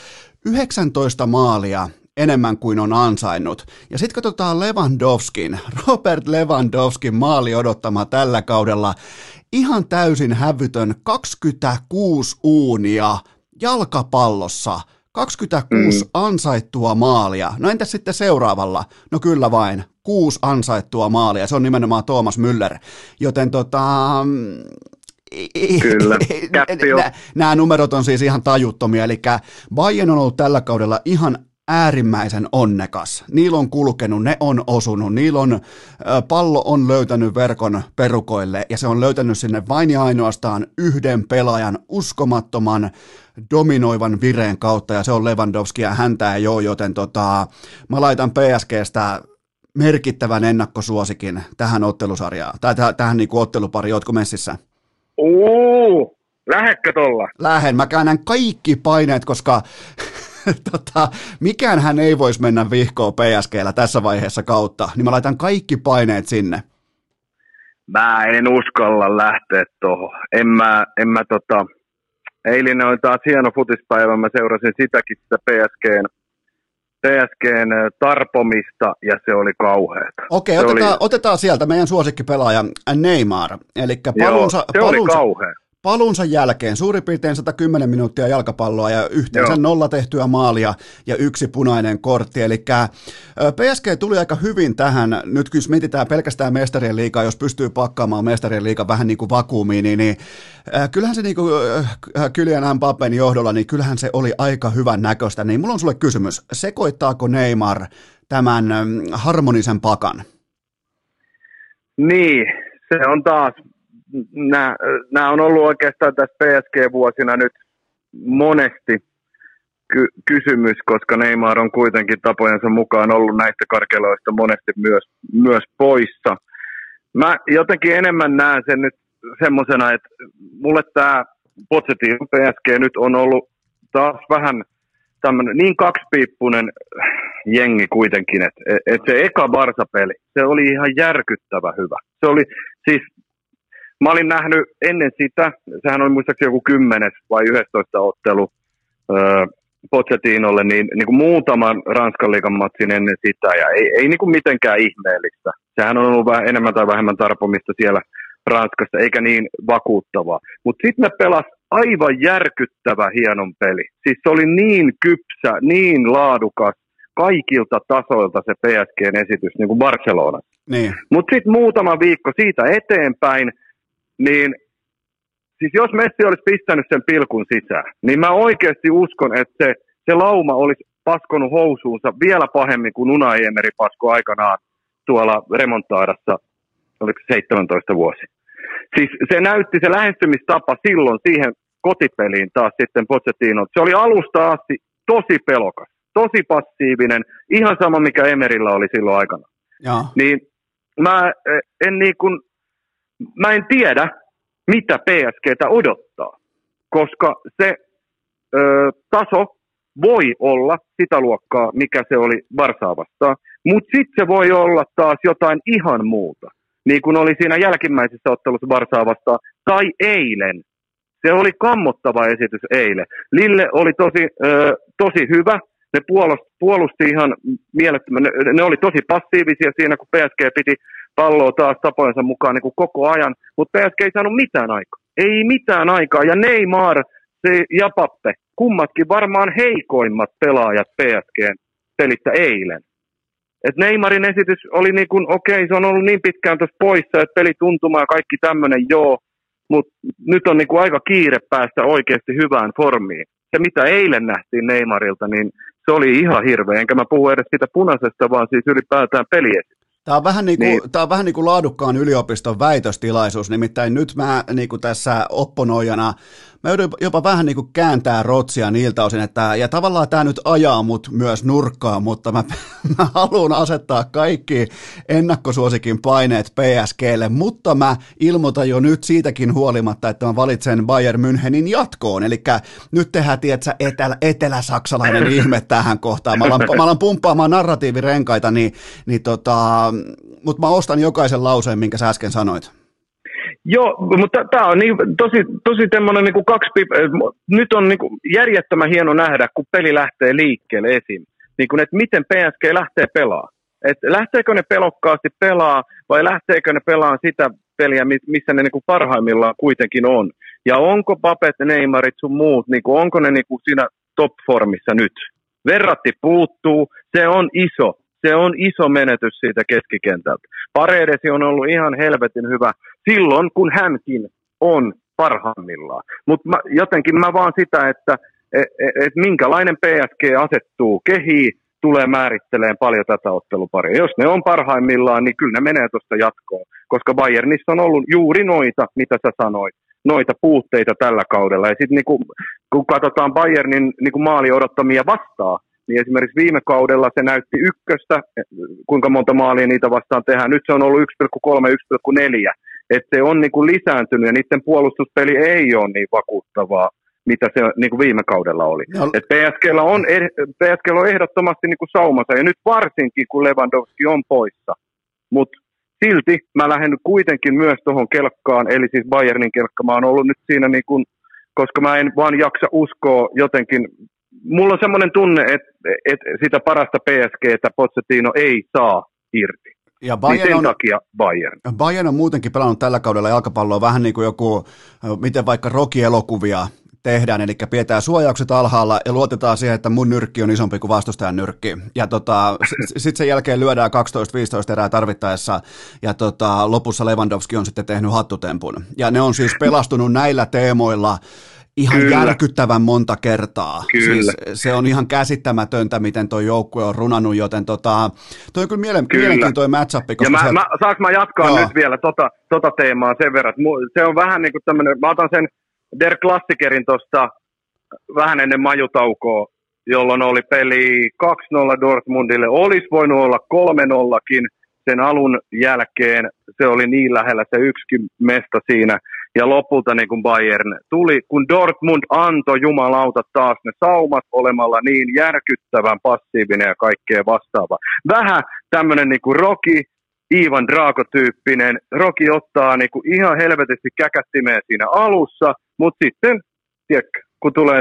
S1: 19 maalia enemmän kuin on ansainnut. Ja sitten katsotaan Robert Lewandowskin maali odottama tällä kaudella. Ihan täysin hävytön 26 uunia jalkapallossa. 26 ansaittua maalia. No entäs sitten seuraavalla? No kyllä vain, 6 ansaittua maalia. Se on nimenomaan Thomas Müller. Joten
S3: Kyllä.
S1: Nämä numerot on siis ihan tajuttomia, eli Bayern on ollut tällä kaudella ihan äärimmäisen onnekas. Niillä on kulkenut, ne on osunut, pallo on löytänyt verkon perukoille ja se on löytänyt sinne vain ja ainoastaan yhden pelaajan uskomattoman dominoivan vireen kautta ja se on Lewandowski ja häntä ei ole, joten mä laitan PSGstä merkittävän ennakkosuosikin tähän ottelusarjaan, tai tähän niin kuin ottelupariin. Ootko messissä?
S3: Lähetkö tolla?
S1: Lähen. Mä käännän kaikki paineet, koska mikään hän ei voisi mennä vihkoon PSG:llä tässä vaiheessa kautta, niin mä laitan kaikki paineet sinne.
S3: Mä en uskalla lähteä tuohon. Eilinen oli taas hieno futispäivä, mä seurasin sitäkin sitä PSGn tarpomista, ja se oli kauheata.
S1: Okei, otetaan sieltä meidän suosikkipelaaja Neymar. Eli palunsa jälkeen suurin piirtein 110 minuuttia jalkapalloa ja yhteensä 0 tehtyä maalia ja 1 punainen kortti. Eli PSG tuli aika hyvin tähän, nyt kun mietitään pelkästään mestarien liigaa, jos pystyy pakkaamaan mestarien liigaa vähän niin kuin vakuumiin, niin kyllähän se niin kuin Kylian Mbappén johdolla, niin kyllähän se oli aika hyvän näköistä. Niin mulla on sulle kysymys, sekoittaako Neymar tämän harmonisen pakan?
S3: Niin, se on taas. Nämä on ollut oikeastaan tässä PSG-vuosina nyt monesti kysymys, koska Neymar on kuitenkin tapojensa mukaan ollut näistä karkeloista monesti myös poissa. Mä jotenkin enemmän näen sen nyt semmosena, että mulle tämä Pochettino PSG nyt on ollut taas vähän tämmöinen niin kaksipiippunen jengi kuitenkin, että se eka Barsa-peli, se oli ihan järkyttävä hyvä. Se oli siis. Mä olin nähnyt ennen sitä, sehän oli muistaakseni joku 10 vai 11 ottelu Pochettinolle niin kuin muutaman Ranskan liigan matsin ennen sitä, ja ei niin kuin mitenkään ihmeellistä. Sehän on ollut vähän enemmän tai vähemmän tarpomista siellä Ranskassa, eikä niin vakuuttavaa. Mutta sitten ne pelas aivan järkyttävä hienon peli. Siis se oli niin kypsä, niin laadukas, kaikilta tasoilta se PSGn esitys, niin kuin Barcelona.
S1: Niin.
S3: Mutta sitten muutama viikko siitä eteenpäin, niin siis jos Messi olisi pistänyt sen pilkun sisään, niin mä oikeasti uskon, että se lauma olisi paskonut housuunsa vielä pahemmin kuin Unai Emery pasko aikanaan tuolla remontaadassa, oliko 17 vuosi. Siis se näytti se lähestymistapa silloin siihen kotipeliin taas sitten Pochettino. Se oli alusta asti tosi pelokas, tosi passiivinen, ihan sama mikä Emeryllä oli silloin aikana.
S1: Ja.
S3: Niin mä en tiedä, mitä PSGtä odottaa, koska se taso voi olla sitä luokkaa, mikä se oli Barsaa vastaan, mutta sitten se voi olla taas jotain ihan muuta, niin kuin oli siinä jälkimmäisessä ottelussa Barsaa vastaan, tai eilen. Se oli kammottava esitys eilen. Lille oli tosi hyvä, ne puolusti ihan mielettömän, ne oli tosi passiivisia siinä, kun PSG piti palloa taas tapojensa mukaan niin kuin koko ajan, mutta PSG ei saanut mitään aikaa. Ei mitään aikaa, ja Neymar ja Pappe, kummatkin varmaan heikoimmat pelaajat PSGn pelissä eilen. Et Neymarin esitys oli niin kuin, okei, se on ollut niin pitkään tuossa poissa, että peli tuntuma ja kaikki tämmöinen joo, mutta nyt on niin kuin aika kiire päästä oikeasti hyvään formiin. Se mitä eilen nähtiin Neymarilta, niin se oli ihan hirveä, enkä mä puhu edes siitä punaisesta, vaan siis ylipäätään peliesitys.
S1: Tämä on vähän niin kuin laadukkaan yliopiston väitöstilaisuus, nimittäin nyt mä niin kuin tässä opponoijana, mä joudun jopa vähän niin kuin kääntää rotsia niiltä osin, että, ja tavallaan tämä nyt ajaa mut myös nurkkaan, mutta mä haluan asettaa kaikki ennakkosuosikin paineet PSGlle, mutta mä ilmoitan jo nyt siitäkin huolimatta, että mä valitsen Bayern Münchenin jatkoon, eli nyt tehdään, tietsä, etelä-saksalainen ihme tähän kohtaan, mä alan pumppaamaan narratiivirenkaita, mutta mä ostan jokaisen lauseen, minkä sä äsken sanoit.
S3: Joo, mutta tämä on niin, tosi tämmöinen niin nyt on niin kuin järjettömän hieno nähdä, kun peli lähtee liikkeelle esim. Niin kuin, että miten PSG lähtee pelaamaan. Että lähteekö ne pelokkaasti pelaa vai lähteekö ne pelaamaan sitä peliä, missä ne niin kuin parhaimmillaan kuitenkin on. Ja onko Papet, Neymarit sun muut, niin kuin, onko ne niin kuin siinä top-formissa nyt? Verratti puuttuu, se on iso. Se on iso menetys siitä keskikentältä. Paredesi on ollut ihan helvetin hyvä silloin, kun hänkin on parhaimmillaan. Mutta jotenkin mä vaan sitä, että minkälainen PSG asettuu kehiin, tulee määrittelemään paljon tätä otteluparia. Jos ne on parhaimmillaan, niin kyllä ne menee tuosta jatkoon. Koska Bayernissa on ollut juuri noita, mitä sä sanoit, noita puutteita tällä kaudella. Ja sitten kun katsotaan Bayernin maali odottamia vastaan, niin esimerkiksi viime kaudella se näytti ykköstä, kuinka monta maalia niitä vastaan tehdään. Nyt se on ollut 1,3, 1,4. Että se on niin kuin lisääntynyt ja niiden puolustuspeli ei ole niin vakuuttavaa, mitä se niin kuin viime kaudella oli. No. Et PSG:llä on ehdottomasti niin kuin saumansa ja nyt varsinkin, kun Lewandowski on poissa. Mutta silti mä lähden kuitenkin myös tuohon kelkkaan, eli siis Bayernin kelkka. Mä oon ollut nyt siinä, niin kuin, koska mä en vaan jaksa uskoa jotenkin. Mulla on semmoinen tunne, että sitä parasta PSG:tä Pochettino ei saa irti. Ja Bayern takia Bayern.
S1: Bayern on muutenkin pelannut tällä kaudella jalkapalloa vähän niin kuin joku, miten vaikka Rocky-elokuvia tehdään, eli pidetään suojaukset alhaalla ja luotetaan siihen, että mun nyrkki on isompi kuin vastustajan nyrkki. Ja sitten sen jälkeen lyödään 12-15 erää tarvittaessa, ja lopussa Lewandowski on sitten tehnyt hattutempun. Ja ne on siis pelastunut näillä teemoilla ihan järkyttävän monta kertaa. Siis se on ihan käsittämätöntä, miten tuo joukkue on runannut, joten toi on kyllä mielenkiintoinen match-up.
S3: Saanko mä jatkaa nyt vielä tota teemaa sen verran? Se on vähän niin kuin tämmöinen, mä otan sen Der Klassikerin tuosta vähän ennen majutaukoa, jolloin oli peli 2-0 Dortmundille. Olisi voinut olla 3-0kin sen alun jälkeen. Se oli niin lähellä se yksikin mesta siinä. Ja lopulta niin kun Bayern tuli, kun Dortmund antoi jumalauta taas ne saumat olemalla niin järkyttävän passiivinen ja kaikkea vastaava. Vähän tämmöinen niin kuin Rocky, Ivan Drago-tyyppinen. Rocky ottaa niin kuin ihan helvetisti käkättimeen siinä alussa, mutta sitten, tiedätkö, kun tulee se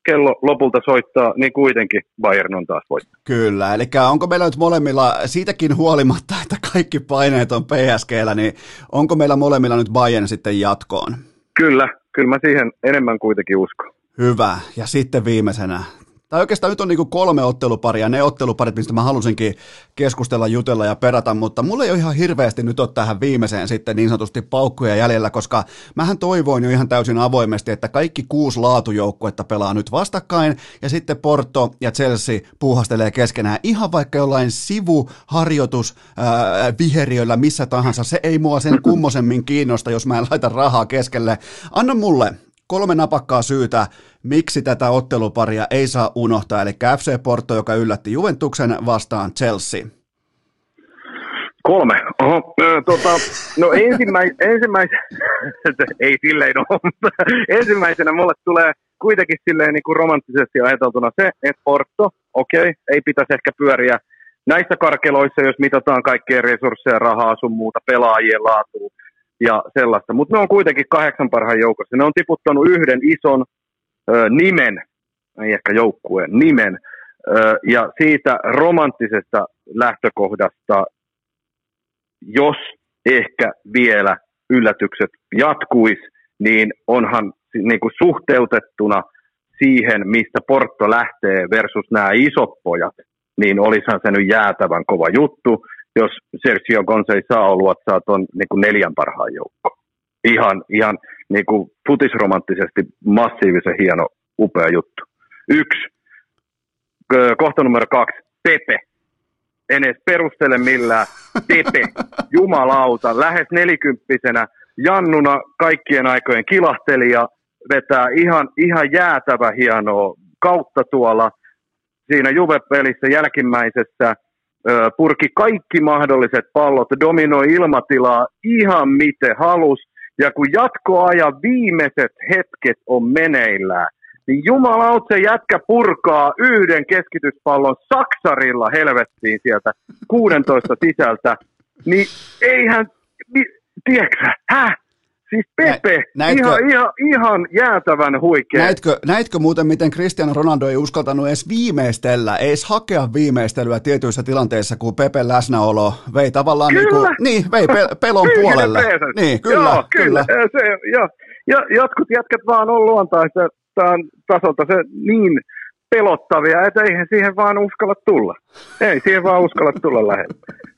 S3: kello lopulta soittaa, niin kuitenkin Bayern on taas voittanut.
S1: Kyllä, eli onko meillä nyt molemmilla, siitäkin huolimatta, että kaikki paineet on PSG:llä, niin onko meillä molemmilla nyt Bayern sitten jatkoon?
S3: Kyllä mä siihen enemmän kuitenkin uskon.
S1: Hyvä, ja sitten viimeisenä. Tai oikeastaan nyt on niin kuin 3 otteluparia, ne otteluparit, mistä mä halusinkin keskustella, jutella ja perata, mutta mulla ei ole ihan hirveästi nyt ole tähän viimeiseen sitten niin sanotusti paukkuja jäljellä, koska mähän toivoin jo ihan täysin avoimesti, että kaikki 6 laatujoukkuetta pelaa nyt vastakkain, ja sitten Porto ja Chelsea puuhastelee keskenään ihan vaikka jollain sivuharjoitus viheriöllä missä tahansa, se ei mua sen kummosemmin kiinnosta, jos mä en laita rahaa keskelle. Anna mulle 3 napakkaa syytä, miksi tätä otteluparia ei saa unohtaa, eli FC Porto, joka yllätti Juventuksen vastaan Chelsea.
S3: 3. No ei silleen ole, mutta ensimmäisenä mulle tulee kuitenkin silleen niin kuin romanttisesti ajateltuna se, että Porto, ei pitäisi ehkä pyöriä näissä karkeloissa, jos mitataan kaikkien resursseja, rahaa, sun muuta, pelaajien laatua ja sellaista, mutta ne on kuitenkin 8 parhaan joukossa. Ne on tiputtanut yhden ison nimen, ei ehkä joukkueen, nimen, ja siitä romanttisesta lähtökohdasta, jos ehkä vielä yllätykset jatkuisi, niin onhan niin kuin suhteutettuna siihen, mistä Porto lähtee versus nämä isot pojat, niin olisihan se nyt jäätävän kova juttu, jos Sergio Conceição luotsaa tuon niin kuin 4 parhaan joukkoon. Ihan niin kuin futisromanttisesti massiivisen hieno, upea juttu. 1. Kohta numero 2. Pepe. En edes perustele millään. Pepe. Jumalauta. Lähes 40-vuotiaana Jannuna kaikkien aikojen kilahtelija. Vetää ihan jäätävä hienoa kautta tuolla. Siinä Juve-pelissä jälkimmäisessä purki kaikki mahdolliset pallot, dominoi ilmatilaa ihan miten halus. Ja kun jatkoajan viimeiset hetket on meneillään, niin jumalauta se jätkä purkaa yhden keskityspallon saksarilla helvettiin sieltä 16 sisältä. Niin eihän, tiedätkö Siis Pepe, ihan jäätävän huikea.
S1: Näitkö muuten, miten Cristiano Ronaldo ei uskaltanut edes viimeistellä, ei edes hakea viimeistelyä tietyissä tilanteissa, kun Pepen läsnäolo vei tavallaan vei pelon puolelle. Niin, kyllä.
S3: Joo, kyllä. Jotkut jätkät vaan on luontaista tasolta se niin pelottavia, että eihän siihen vaan uskalla tulla. Ei siihen vaan uskalla tulla lähelle.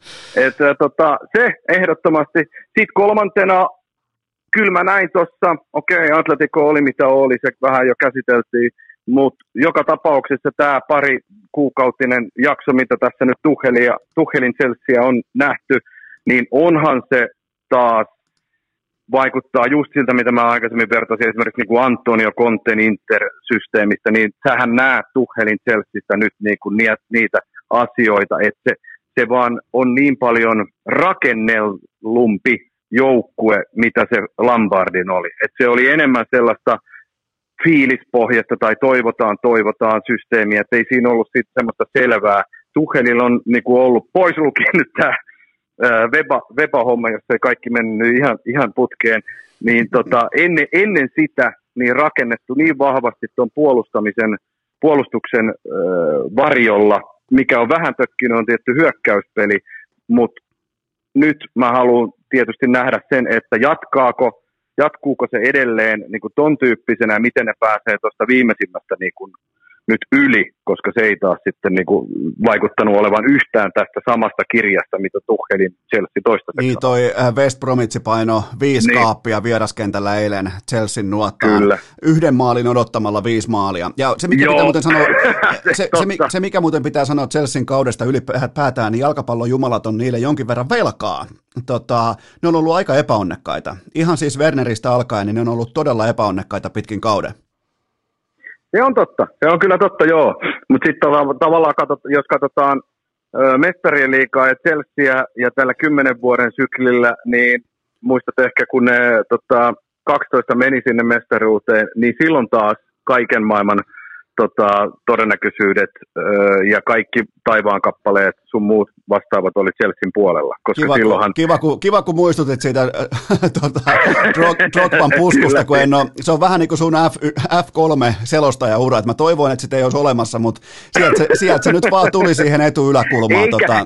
S3: Se ehdottomasti. Sitten 3. Kyllä mä näin tuossa, Atletico oli mitä oli, se vähän jo käsiteltiin, mutta joka tapauksessa tämä pari kuukautinen jakso, mitä tässä nyt Tuchelin Chelsea on nähty, niin onhan se taas vaikuttaa just siltä, mitä mä aikaisemmin vertasin esimerkiksi niin kuin Antonio Conten Inter-systeemistä, niin sähän näet Tuchelin Chelseasta nyt niin kuin niitä asioita, että se vaan on niin paljon rakennellumpi joukkue, mitä se Lampardin oli. Et se oli enemmän sellaista fiilispohjasta tai toivotaan systeemiä, että ei siinä ollut sitten semmoista selvää. Tuchelilla on niinku ollut pois lukien nyt tämä Weber-homma, jossa ei kaikki mennyt ihan putkeen, niin ennen sitä niin rakennettu niin vahvasti tuon puolustuksen varjolla, mikä on vähän tökkinyt, on tietty hyökkäyspeli, mutta nyt mä haluan tietysti nähdä sen, että jatkuuko se edelleen niin kuin ton tyyppisenä ja miten ne pääsee tuosta viimeisimmästä niin kuin nyt yli, koska se ei taas sitten niin kuin vaikuttanut olevan yhtään tästä samasta kirjasta, mitä Tuchelin Chelsea toistaiseksi.
S1: Niin toi West Bromwich paino 5 kaappia vieraskentällä eilen Chelsean nuottaan. Kyllä. 1 maalin odottamalla 5 maalia. Ja se mikä pitää muuten sanoa, se mikä muuten pitää sanoa Chelsean kaudesta ylipäätään, niin jalkapallon jumalat on niille jonkin verran velkaa. Ne on ollut aika epäonnekkaita. Ihan siis Werneristä alkaen, niin ne on ollut todella epäonnekkaita pitkin kauden.
S3: Se on totta. Se on kyllä totta, joo. Mutta sitten tavallaan, jos katsotaan mestarien liigaa ja Chelseaa ja tällä 10 vuoden syklillä, niin muistat ehkä, kun ne 12 meni sinne mestaruuteen, niin silloin taas kaiken maailman todennäköisyydet ja kaikki taivaan kappaleet sun muut vastaavat oli Chelsean puolella. Koska
S1: kiva, kun muistutit siitä Drogban puskusta, kun se on vähän niin kuin sun F3-selostajaura, että mä toivoin, että sitä ei olisi olemassa, mutta sieltä se nyt vaan tuli siihen etuyläkulmaan.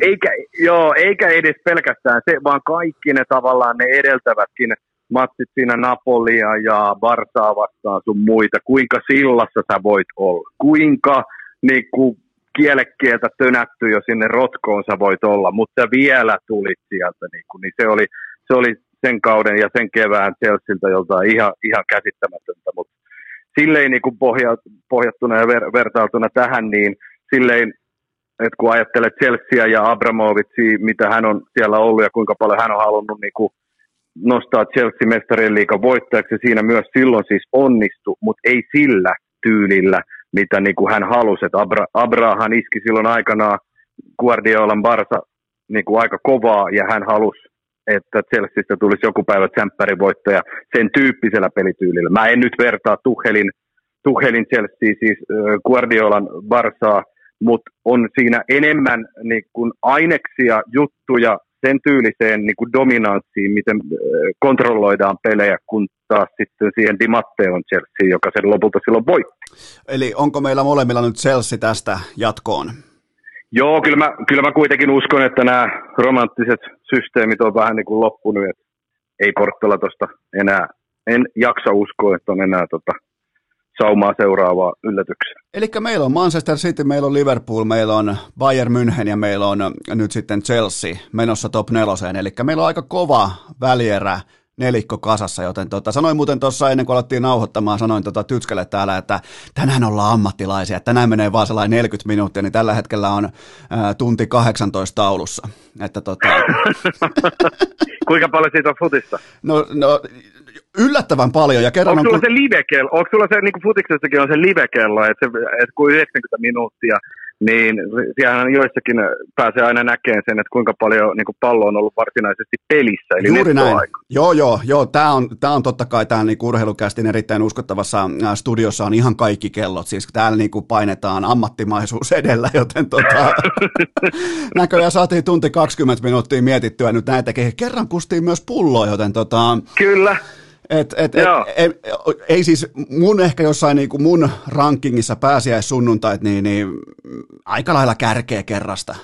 S3: Eikä edes pelkästään se, vaan kaikki ne tavallaan ne edeltävätkin matsit siinä Napolia ja Barsaa vastaan sun muita, kuinka sillassa sä voit olla, kuinka niin kuin kielekkieltä tönätty jo sinne rotkoon sä voit olla, mutta vielä tulit sieltä, niin se oli sen kauden ja sen kevään Chelsealtä joltain ihan käsittämätöntä, mutta silleen niin kuin pohjattuna ja vertailtuna tähän, niin silleen, että kun ajattelet Chelseaa ja Abramovitsia, mitä hän on siellä ollut ja kuinka paljon hän on halunnut niin kuin nostaa Chelsea mestarien liigan voittajaksi, siinä myös silloin siis onnistui, mutta ei sillä tyylillä, mitä niin kuin hän halusi. Abrahan iski silloin aikanaan Guardiolan Barsa niin kuin aika kovaa, ja hän halusi, että Chelseasta tulisi joku päivä tsemppärivoittaja sen tyyppisellä pelityylillä. Mä en nyt vertaa Tuchelin Chelsea, siis Guardiolan Barsaa, mutta on siinä enemmän niin kuin aineksia, juttuja, sen tyyliseen niin kuin dominanssiin, miten kontrolloidaan pelejä, kun taas sitten siihen Di Matteon Chelsea, joka sen lopulta silloin voitti.
S1: Eli onko meillä molemmilla nyt Chelsea tästä jatkoon?
S3: Joo, kyllä mä kuitenkin uskon, että nämä romanttiset systeemit on vähän niin kuin loppunut, että ei Portolla tuosta enää, en jaksa uskoa, että on enää saumaa seuraavaa yllätyksiä.
S1: Eli meillä on Manchester City, meillä on Liverpool, meillä on Bayern München ja meillä on nyt sitten Chelsea menossa top 4. Eli meillä on aika kova välierä nelikko kasassa, joten sanoin muuten tuossa ennen kuin alettiin nauhoittamaan, sanoin Tytskelle täällä, että tänään ollaan ammattilaisia, että tänään menee vaan sellainen 40 minuuttia, niin tällä hetkellä on tunti 18 taulussa. Että
S3: Kuinka paljon siitä on futista?
S1: No yllättävän paljon. Ja kerran
S3: onko sulla se livekello? Onko sulla se, niin kuin futiksessakin on se livekello, että kun 90 minuuttia, niin siellähän joissakin pääsee aina näkemään sen, että kuinka paljon niin kuin pallo on ollut varsinaisesti pelissä. Eli
S1: juuri näin. Joo. Tämä on totta kai täällä niin urheilukästin erittäin uskottavassa studiossa on ihan kaikki kellot. Siis täällä niin kuin painetaan ammattimaisuus edellä, joten näköjään saatiin tunti 20 minuuttia mietittyä nyt näitäkin. Kerran kustiin myös pulloa, joten
S3: Kyllä.
S1: Ei siis mun ehkä jossain niin kuin mun rankingissa pääsiäissunnuntait, niin aika lailla kärkeä kerrasta.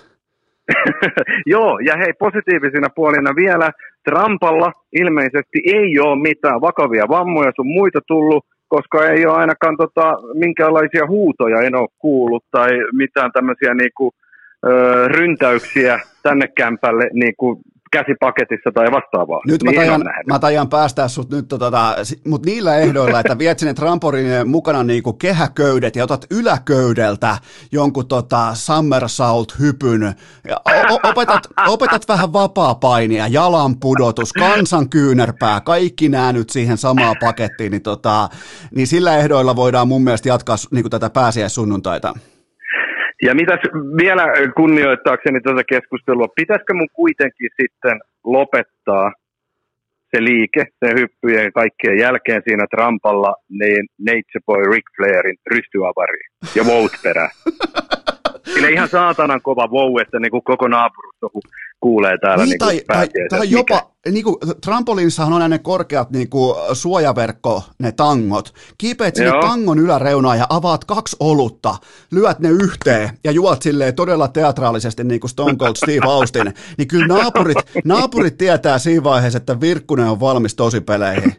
S3: Joo, ja hei, positiivisina puolina vielä, Trumpalla ilmeisesti ei ole mitään vakavia vammoja sun muita tullut, koska ei ole ainakaan minkäänlaisia huutoja en ole kuullut tai mitään tämmöisiä niinku, ryntäyksiä tänne kämpälle niinku käsipaketissa tai vastaavaa.
S1: Nyt mä tajan päästää sut nyt, mutta niillä ehdoilla, että viet sinne trampoliinille mukana niinku kehäköydet ja otat yläköydeltä jonkun somersault-hypyn, ja opetat vähän vapaapainia, jalanpudotus, kansankyynärpää, kaikki nää nyt siihen samaan pakettiin, niin sillä ehdoilla voidaan mun mielestä jatkaa niinku tätä pääsiäissunnuntaita.
S3: Ja mitäs vielä kunnioittaakseni tätä keskustelua, pitäisikö mun kuitenkin sitten lopettaa se liike, se hyppyjen ja kaikkien jälkeen siinä Trumpalla, niin Nature Boy Ric Flairin rystyavari ja Vout-perä. Sillä ihan saatanan kova wow, että niin kuin koko naapurusto kuulee täällä niin
S1: tai jopa, niin kuin, trampoliinissahan on ne korkeat niin kuin, suojaverkko, ne tangot. Kiipeät sinne tangon yläreunaan ja avaat 2 olutta, lyöt ne yhteen ja juot silleen todella teatraalisesti niin kuin Stone Cold Steve Austin. Niin kyllä naapurit tietää siinä vaiheessa, että Virkkunen on valmis tosipeleihin.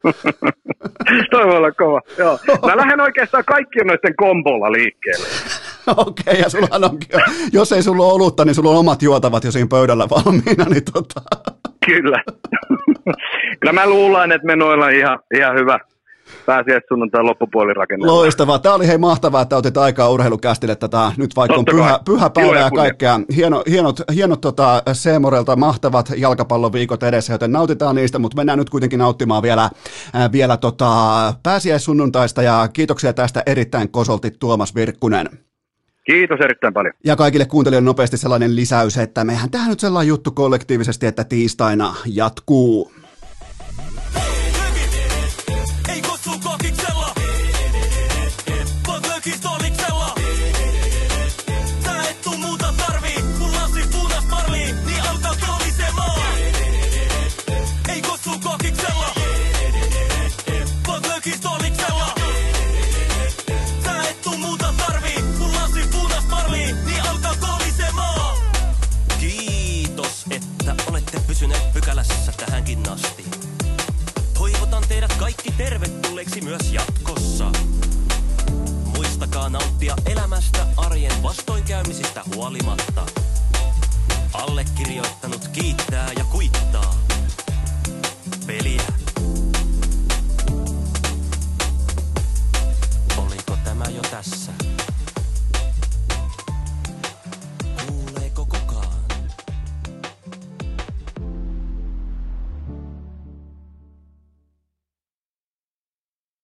S3: Toi voi olla kova, joo. Mä lähden oikeastaan kaikkien noiden kombolla liikkeelle.
S1: Okei, ja sullahan onkin, jos ei sulla ole olutta, niin sulla on omat juotavat jo siinä pöydällä valmiina. Niin
S3: Kyllä. Kyllä mä luulen, että me noilla ihan hyvä pääsiäissunnuntain loppupuoli rakennella.
S1: Loistavaa. Tämä oli mahtavaa, että otit aikaa urheilukästille tätä. Nyt vaikka on pyhä päivä ja kaikkea. Hienot Seemorelta mahtavat jalkapalloviikot edessä, joten nautitaan niistä, mutta mennään nyt kuitenkin nauttimaan vielä pääsiäissunnuntaista ja kiitoksia tästä erittäin kosolti Tuomas Virkkunen.
S3: Kiitos erittäin paljon.
S1: Ja kaikille kuuntelijoille nopeasti sellainen lisäys, että mehän tehdään nyt sellainen juttu kollektiivisesti, että tiistaina jatkuu. Ei kutsu kokiksella, vaan lökistoli
S2: kaikki tervetulleeksi myös jatkossa. Muistakaa nauttia elämästä arjen vastoinkäymisistä huolimatta. Allekirjoittanut kiittää ja kuittaa. Peliä.